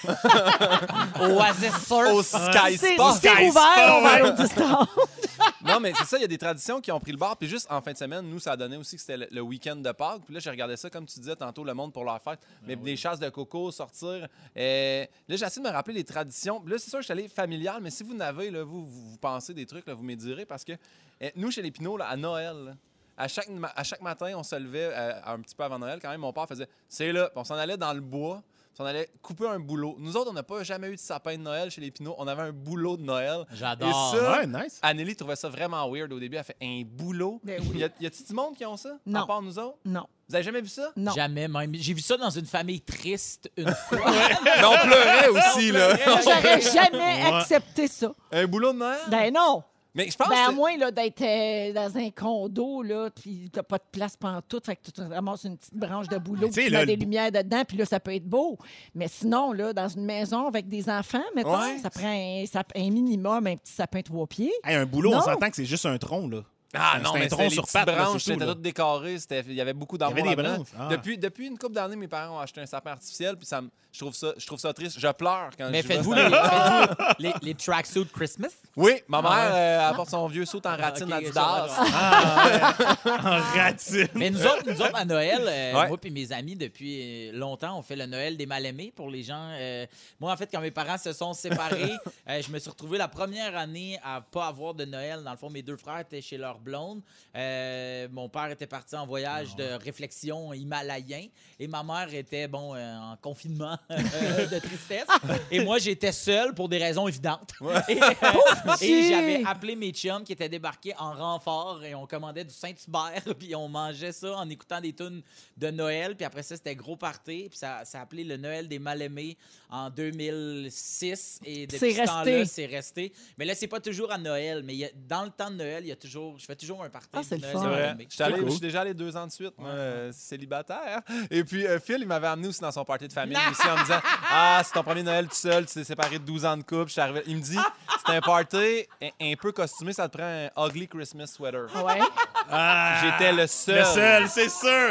Speaker 6: Oasis Surf.
Speaker 5: Au Sky
Speaker 1: C'est
Speaker 5: Sport.
Speaker 1: c'est
Speaker 2: Sky
Speaker 1: ouvert,
Speaker 2: Sport,
Speaker 1: on va aller
Speaker 2: ouais.
Speaker 1: au dix trente.
Speaker 5: Non, mais c'est ça, il y a des traditions qui ont pris le bord. Puis juste en fin de semaine, nous, ça a donné aussi que c'était le, le week-end de Pâques. Puis là, j'ai regardé ça, comme tu disais tantôt, le monde pour leur fête. Mais des chasses de coco, sortir. Euh, là, j'ai essayé de me rappeler les traditions. Puis là, c'est sûr que je suis allé familial, mais si vous n'avez, là, vous, vous, vous pensez des trucs, là, vous me direz. Parce que euh, nous, chez les Pinots, là, à Noël, là, à chaque, ma- à chaque matin, on se levait euh, un petit peu avant Noël. Quand même, mon père faisait « c'est là ». Puis on s'en allait dans le bois. On allait couper un boulot. Nous autres, on n'a pas jamais eu de sapin de Noël chez les Pinots. On avait un boulot de Noël.
Speaker 6: J'adore.
Speaker 5: Et ça,
Speaker 2: Ouais, nice.
Speaker 5: Anneli trouvait ça vraiment weird au début. Elle fait un boulot.
Speaker 1: Ben oui.
Speaker 5: Y a- y a-tu du monde qui ont ça?
Speaker 1: Non.
Speaker 5: À part nous autres?
Speaker 1: Non,
Speaker 5: Vous avez jamais vu ça?
Speaker 1: non.
Speaker 6: Jamais même. J'ai vu ça dans une famille triste une fois.
Speaker 5: Mais on pleurait aussi, là.
Speaker 1: J'aurais jamais
Speaker 2: Ouais.
Speaker 1: accepté ça.
Speaker 5: Un boulot de Noël?
Speaker 1: Ben non.
Speaker 5: Mais je pense
Speaker 1: Ben, à
Speaker 5: que...
Speaker 1: moins là, d'être euh, dans un condo, là, puis t'as pas de place pantoute, fait que tu te ramasses une petite branche de boulot,
Speaker 2: Mais tu sais,
Speaker 1: puis tu
Speaker 2: là,
Speaker 1: mets des
Speaker 2: le-
Speaker 1: lumières dedans, puis là, ça peut être beau. Mais sinon, là, dans une maison avec des enfants, mettons,
Speaker 5: Ouais.
Speaker 1: ça prend un, ça- un minimum, un petit sapin trois pieds.
Speaker 2: Hey, un boulot,
Speaker 1: Non.
Speaker 2: on s'entend que c'est juste un tronc, là.
Speaker 5: Ah
Speaker 2: C'est
Speaker 5: non,
Speaker 2: un
Speaker 5: mais
Speaker 2: tronc
Speaker 5: c'était les
Speaker 2: sur
Speaker 5: petites
Speaker 2: pattes, là,
Speaker 5: branches,
Speaker 2: c'est tout,
Speaker 5: c'était
Speaker 2: là.
Speaker 5: tout décoré. c'était- Il y avait beaucoup d'amour
Speaker 2: Il y avait des
Speaker 5: là-dedans.
Speaker 2: branches, ah.
Speaker 5: Depuis, depuis une couple d'années, mes parents ont acheté un sapin artificiel, puis ça me- je, trouve ça, je trouve ça triste. Je pleure quand
Speaker 6: Mais
Speaker 5: je vois
Speaker 6: faites-vous
Speaker 5: ça.
Speaker 6: les, faites-vous les, les tracksuits Christmas?
Speaker 5: Oui, ma mère
Speaker 6: Ah ouais.
Speaker 5: euh, apporte son vieux saut en ratine
Speaker 6: ok,
Speaker 5: Adidas.
Speaker 6: ça va,
Speaker 2: Ah, ouais. En ratine.
Speaker 6: Mais nous autres, nous autres à Noël, euh,
Speaker 5: Ouais.
Speaker 6: moi et mes amis, depuis euh, longtemps, on fait le Noël des mal-aimés pour les gens. euh, moi, en fait, quand mes parents se sont séparés, euh, je me suis retrouvé la première année à pas avoir de Noël. Dans le fond, mes deux frères étaient chez leur blonde. Euh, mon père était parti en voyage de réflexion himalayen et ma mère était, bon, euh, en confinement euh, de tristesse. Et moi, j'étais seul pour des raisons évidentes. Et, euh, et j'avais appelé mes chums qui étaient débarqués en renfort et on commandait du Saint-Hubert puis on mangeait ça en écoutant des tunes de Noël. Puis après ça, c'était gros party. Puis ça, ça a appelé le Noël des mal-aimés en deux mille six. Et depuis
Speaker 1: C'est
Speaker 6: ce temps-là,
Speaker 1: resté.
Speaker 6: c'est resté. Mais là, c'est pas toujours à Noël. Mais il y a- dans le temps de Noël, il y a toujours, je fais toujours un party.
Speaker 1: Ah, c'est
Speaker 6: du
Speaker 1: le
Speaker 6: Noël
Speaker 1: fun.
Speaker 6: des
Speaker 5: C'est vrai.
Speaker 6: mal-aimés.
Speaker 5: Je suis allé-
Speaker 2: cool.
Speaker 5: je suis déjà allé deux ans de suite, moi, euh, célibataire. Et puis, euh, Phil, il m'avait amené aussi dans son party de famille aussi en me disant « Ah, c'est ton premier Noël tout seul, tu t'es séparé de douze ans de couple. » Je suis arrivé- Il me dit « C'est un party un, un peu costumé, ça te prend un ugly Christmas sweater.
Speaker 1: Ouais.
Speaker 2: Ah,
Speaker 5: J'étais le seul.
Speaker 2: Le seul, c'est sûr.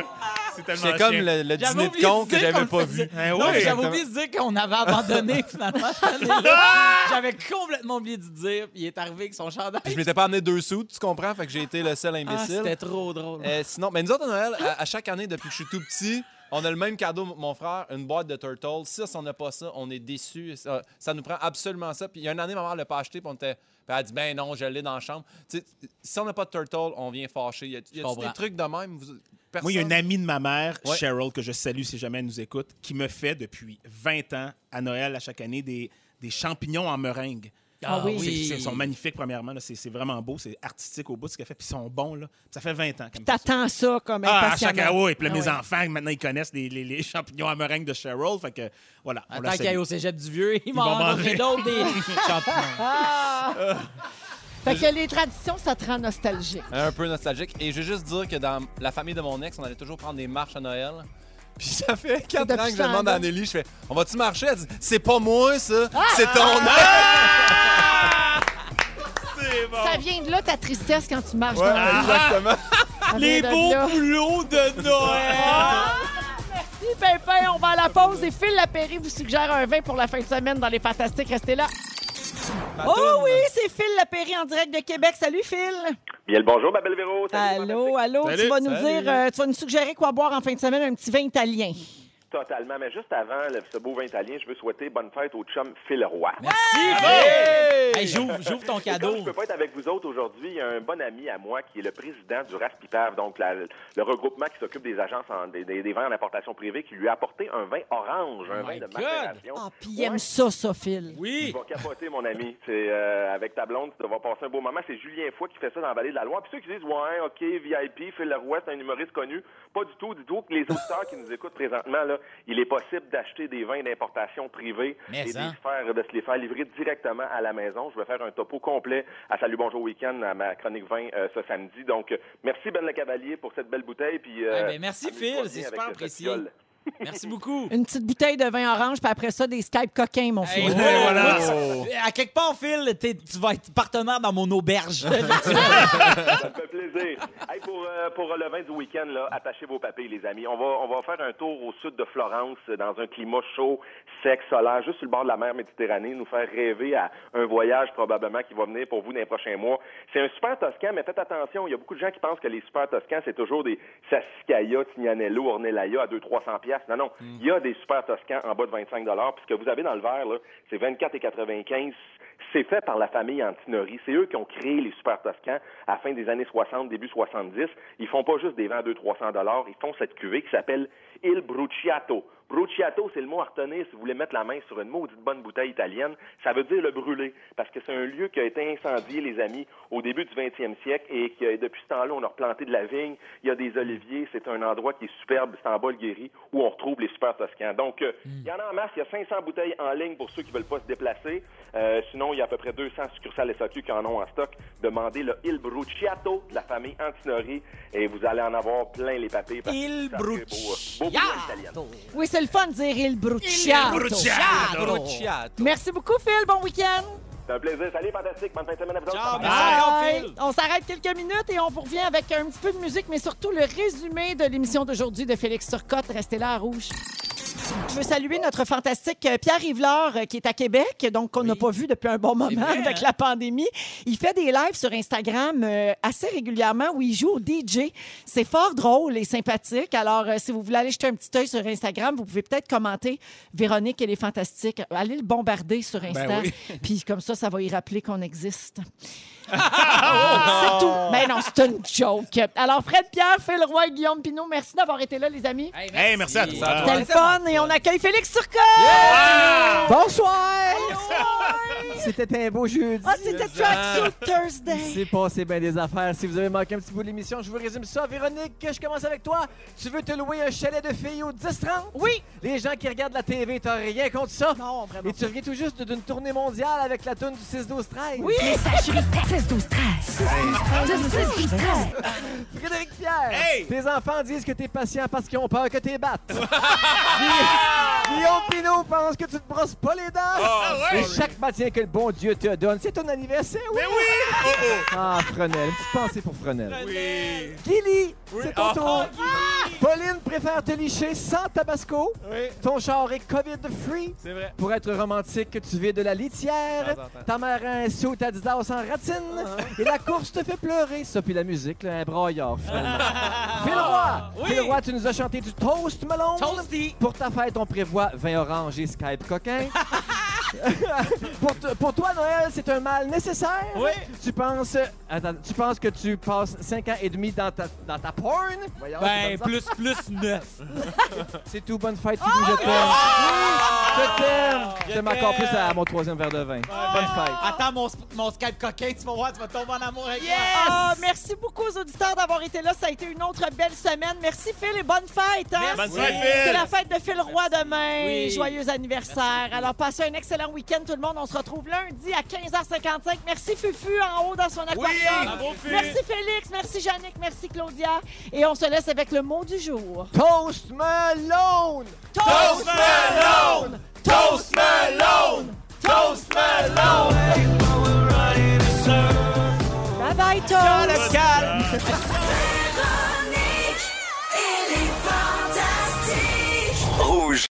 Speaker 2: C'est tellement
Speaker 5: J'étais comme
Speaker 2: chien.
Speaker 5: le, le
Speaker 6: J'avais
Speaker 5: dîner de
Speaker 6: oublié
Speaker 5: con
Speaker 6: de
Speaker 5: que
Speaker 6: dire
Speaker 5: j'avais
Speaker 6: qu'on
Speaker 5: pas
Speaker 6: le
Speaker 5: vu.
Speaker 6: faisait.
Speaker 2: Eh
Speaker 6: Non,
Speaker 2: oui,
Speaker 6: mais j'avais
Speaker 2: exactement.
Speaker 6: oublié de dire qu'on avait abandonné finalement cette année-là. J'avais complètement oublié de dire. Puis il est arrivé avec son chandail.
Speaker 5: Puis je m'étais pas amené deux sous, tu comprends? Fait que j'ai été le seul
Speaker 6: Ah,
Speaker 5: imbécile.
Speaker 6: c'était trop drôle.
Speaker 5: Euh, sinon, mais nous autres, à Noël, à, à chaque année, depuis que je suis tout petit, on a le même cadeau, mon frère, une boîte de Turtles. Si on n'a pas ça, on est déçus. Ça, ça nous prend absolument ça. Puis il y a une année, ma mère l'a pas acheté, puis on était... Puis elle a dit, ben non, je l'ai dans la chambre. Tu sais, si on n'a pas de Turtle, on vient fâcher. Y a, y a
Speaker 6: comprends.
Speaker 5: des trucs de même? Vous- personne?
Speaker 2: Moi, il y a une amie de ma mère,
Speaker 5: Ouais.
Speaker 2: Cheryl, que je salue si jamais elle nous écoute, qui me fait depuis vingt ans, à Noël, à chaque année, des, des champignons en meringue.
Speaker 1: Ah oui.
Speaker 2: C'est- c'est- Ils sont magnifiques, premièrement. là. C'est c'est vraiment beau. C'est artistique au bout ce qu'elle fait. Puis ils sont bons. Là. Ça fait vingt ans qu'elle me fait ça.
Speaker 1: T'attends ça comme
Speaker 2: Ah, à
Speaker 1: impatiemment.
Speaker 2: chaque année, oui. Puis là,
Speaker 1: Ah
Speaker 2: mes
Speaker 1: ouais.
Speaker 2: enfants, maintenant, ils connaissent les, les- les champignons à meringue de Cheryl. Fait que, voilà. on la
Speaker 6: Attends qu'il
Speaker 2: salue.
Speaker 6: aille au cégep du Vieux, il
Speaker 2: vont
Speaker 6: va en
Speaker 2: manger.
Speaker 6: manger d'autres des champignons.
Speaker 1: Ah! Fait que les traditions, ça te rend nostalgique.
Speaker 5: Un peu nostalgique. Et je veux juste dire que dans la famille de mon ex, on allait toujours prendre des marches à Noël. Puis ça fait quatre
Speaker 1: depuis
Speaker 5: ans que je
Speaker 1: ce
Speaker 5: demande
Speaker 1: temps-là.
Speaker 5: à Nelly, je fais « On va-tu marcher? » Elle dit « C'est pas moi, ça.
Speaker 1: Ah!
Speaker 5: C'est ton ex.
Speaker 2: C'est bon.
Speaker 1: Ça vient de là, ta tristesse, quand tu marches
Speaker 5: Ouais,
Speaker 1: dans la rue.
Speaker 5: exactement.
Speaker 1: Ça
Speaker 6: Les
Speaker 1: vient de
Speaker 6: beaux
Speaker 1: là.
Speaker 6: boulots de Noël!
Speaker 1: Ah! Merci, Pimpin. On va à la pause et Phil Lapéry vous suggère un vin pour la fin de semaine dans les Fantastiques. Restez là. Oh oui, c'est Phil Lapéry en direct de Québec. Salut, Phil.
Speaker 10: Bien le bonjour, ma belle Véro. Salut,
Speaker 1: Allô, allô.
Speaker 2: Salut.
Speaker 1: Tu vas nous
Speaker 5: Salut.
Speaker 1: dire, euh, tu vas nous suggérer quoi boire en fin de semaine, un petit vin italien.
Speaker 10: Totalement. Mais juste avant le- ce beau vin italien, je veux souhaiter bonne fête au chum Phil Roy.
Speaker 6: Merci, Phil! Hey, j'ouvre, j'ouvre ton
Speaker 10: Et comme
Speaker 6: cadeau.
Speaker 10: je peux pas être avec vous autres aujourd'hui, il y a un bon ami à moi qui est le président du RASPIPAV, donc la- le regroupement qui s'occupe des agences, en- des, des- des vins en importation privée, qui lui a apporté un vin orange, un
Speaker 6: Oh
Speaker 10: vin
Speaker 6: my
Speaker 10: de
Speaker 6: God.
Speaker 10: macération.
Speaker 1: Ah, puis il aime
Speaker 10: Ouais.
Speaker 1: ça, ça, Phil.
Speaker 10: Tu
Speaker 6: Oui!
Speaker 10: vas capoter, mon ami. C'est, euh, avec ta blonde, tu vas passer un beau moment. C'est Julien Foy qui fait ça dans la vallée de la Loire. Puis ceux qui disent, ouais, OK, V I P, Phil Leroy, c'est un humoriste connu. Pas du tout, du tout. Les auditeurs qui nous écoutent présentement, là, il est possible d'acheter des vins d'importation privée
Speaker 6: Mais
Speaker 10: et de,
Speaker 6: ça.
Speaker 10: les faire, de se les faire livrer directement à la maison. Je vais faire un topo complet à Salut Bonjour Week-end, à ma chronique vin euh, ce samedi. Donc, euh, merci Ben Le Cavalier pour cette belle bouteille. Puis, euh,
Speaker 6: Eh ben, merci,
Speaker 10: amuse-toi
Speaker 6: Phil.
Speaker 10: bien
Speaker 6: C'est
Speaker 10: avec
Speaker 6: super
Speaker 10: cette
Speaker 6: apprécié.
Speaker 10: fiole.
Speaker 6: Merci beaucoup.
Speaker 1: Une petite bouteille de vin orange, puis après ça, des Skype coquins, mon
Speaker 6: Hey,
Speaker 1: Phil.
Speaker 6: ouais,
Speaker 2: voilà.
Speaker 6: ouais. À quelque part, Phil, t'es- tu vas être partenaire dans mon auberge.
Speaker 10: Ça me fait plaisir. Hey, pour, euh, pour le vin du week-end, là, attachez vos papilles, les amis. On va, on va faire un tour au sud de Florence, dans un climat chaud, sec, solaire, juste sur le bord de la mer Méditerranée, nous faire rêver à un voyage probablement qui va venir pour vous dans les prochains mois. C'est un super toscan, mais faites attention, il y a beaucoup de gens qui pensent que les super toscans, c'est toujours des Sassicaia, Tignanello, Ornellaia à deux cents trois cents piastres. Non, non, il y a des super toscans en bas de vingt-cinq dollars. Puis ce que vous avez dans le verre, là, c'est vingt-quatre et quatre-vingt-quinze. C'est fait par la famille Antinori. C'est eux qui ont créé les super toscans à la fin des années soixante, début soixante-dix. Ils font pas juste des vins à deux cents trois cents dollars. Ils font cette cuvée qui s'appelle Il Bruciato. Bruciato, c'est le mot à retenir si vous voulez mettre la main sur une maudite bonne bouteille italienne. Ça veut dire le brûler, parce que c'est un lieu qui a été incendié, les amis, au début du vingtième siècle, et que depuis ce temps-là, on a replanté de la vigne. Il y a des oliviers. C'est un endroit qui est superbe. C'est en Bulgarie où on retrouve les super toscans. Donc, euh, il y en a en masse. Il y a cinq cents bouteilles en ligne pour ceux qui veulent pas se déplacer. Euh, sinon, il y a à peu près deux cents succursales S A Q qui en ont en stock. Demandez le Il Bruciato de la famille Antinori et vous allez en avoir plein les papilles. parce que
Speaker 6: Il
Speaker 10: ça fait beau, euh, beau boulot italien.
Speaker 1: Oui, c'est le fun de dire Il Bruciato.
Speaker 5: Bruciato.
Speaker 1: Merci beaucoup, Phil. Bon week-end.
Speaker 10: C'est un plaisir. Salut, fantastique. Bonne fin de semaine à vous autres.
Speaker 6: Ciao,
Speaker 10: Bye-bye.
Speaker 6: merci. encore,
Speaker 1: Bye.
Speaker 6: Phil.
Speaker 1: On s'arrête quelques minutes et on vous revient avec un petit peu de musique, mais surtout le résumé de l'émission d'aujourd'hui de Félix Turcotte. Restez là à Rouge. Je veux saluer notre fantastique euh, Pierre Yvelard euh, qui est à Québec, donc qu'on n'a pas vu depuis un bon moment
Speaker 6: vrai,
Speaker 1: avec
Speaker 6: hein?
Speaker 1: la pandémie. Il fait des lives sur Instagram euh, assez régulièrement où il joue au D J. C'est fort drôle et sympathique. Alors, euh, si vous voulez aller jeter un petit œil sur Instagram, vous pouvez peut-être commenter Véronique, elle est fantastique. Allez le bombarder sur Insta.
Speaker 2: Ben oui.
Speaker 1: Puis comme ça, ça va y rappeler qu'on existe. C'est tout. Mais non, c'est une joke. Alors, Fred Pierre, Phil Roy et Guillaume Pinot, merci d'avoir été là, les amis.
Speaker 6: Hey,
Speaker 2: Hey, merci à toi.
Speaker 1: C'était le fun et on accueille Félix Turcotte.
Speaker 11: Bonsoir! C'était un beau jeudi.
Speaker 1: Ah, c'était Tracksuit Thursday.
Speaker 11: C'est passé bien des affaires. Si vous avez manqué un petit bout de l'émission, je vous résume ça. Véronique, je commence avec toi. Tu veux te louer un chalet de filles au dix trente?
Speaker 1: Oui.
Speaker 11: Les gens qui regardent la T V, t'as rien contre ça?
Speaker 1: Non, vraiment.
Speaker 11: Et tu reviens tout juste d'une tournée mondiale avec la toune du six douze treize.
Speaker 1: Oui.
Speaker 7: seize douze treize. seize douze treize.
Speaker 11: Frédéric Pierre,
Speaker 2: Hey!
Speaker 11: tes enfants disent que t'es patient parce qu'ils ont peur que t'es battes. Guillaume Pinot pense que tu te brosses pas les dents.
Speaker 2: Ah, ouais.
Speaker 11: Et chaque matin que le bon Dieu te donne, c'est ton anniversaire. Oui.
Speaker 2: Mais oui! Oh, oh.
Speaker 11: Ah, Frenel. Une petite pensée pour Frenel.
Speaker 2: Oui.
Speaker 11: Gilly,
Speaker 2: Oui.
Speaker 11: c'est ton
Speaker 2: Ah.
Speaker 11: tour. Pauline préfère te licher sans tabasco.
Speaker 5: Oui.
Speaker 11: Ton char est COVID-free.
Speaker 5: C'est vrai.
Speaker 11: Pour être romantique, tu vis de la litière.
Speaker 5: De temps en temps.
Speaker 11: Ta mère a un saut Adidas en ratine. Et la course te fait pleurer. Ça, puis la musique, là, un braillard, finalement. Phil Roy!
Speaker 6: Oui.
Speaker 11: Phil Roy, tu nous as chanté du Toast Malone.
Speaker 6: Toasty.
Speaker 11: Pour ta fête, on prévoit vin orange et Skype coquin. pour, te- pour toi, Noël, c'est un mal nécessaire.
Speaker 6: Oui.
Speaker 11: Tu penses, attends, tu penses que tu passes cinq ans et demi dans ta, dans ta porn? Voyons,
Speaker 6: Ben,
Speaker 11: c'est comme ça.
Speaker 6: plus, plus neuf.
Speaker 11: C'est tout, bonne fête, Philou, je t'aime. Oui, je t'aime. Je t'aime encore plus à mon troisième verre de vin. Bonne fête.
Speaker 6: Attends mon, mon Skype coquin, tu vas voir, tu vas tomber en amour avec
Speaker 1: Yes! Ah, merci beaucoup aux auditeurs d'avoir été là. Ça a été une autre belle semaine. Merci, Phil, et bonne fête. Hein?
Speaker 2: Bonne
Speaker 6: Oui.
Speaker 2: fête, Phil.
Speaker 1: C'est la fête de Phil Roy demain.
Speaker 6: Oui.
Speaker 1: Joyeux anniversaire. Alors, passez un excellent week-end, tout le monde. On se retrouve lundi à quinze heures cinquante-cinq. Merci, Fufu, en haut dans son aquarium.
Speaker 2: bravo, Fufu.
Speaker 1: Merci, Félix. Merci, Yannick. Merci, Claudia. Et on se laisse avec le mot du jour.
Speaker 11: Toast Malone!
Speaker 2: Toast Malone! Toast Malone! Toast Malone!
Speaker 1: Bye bye, Toast.
Speaker 6: le calme.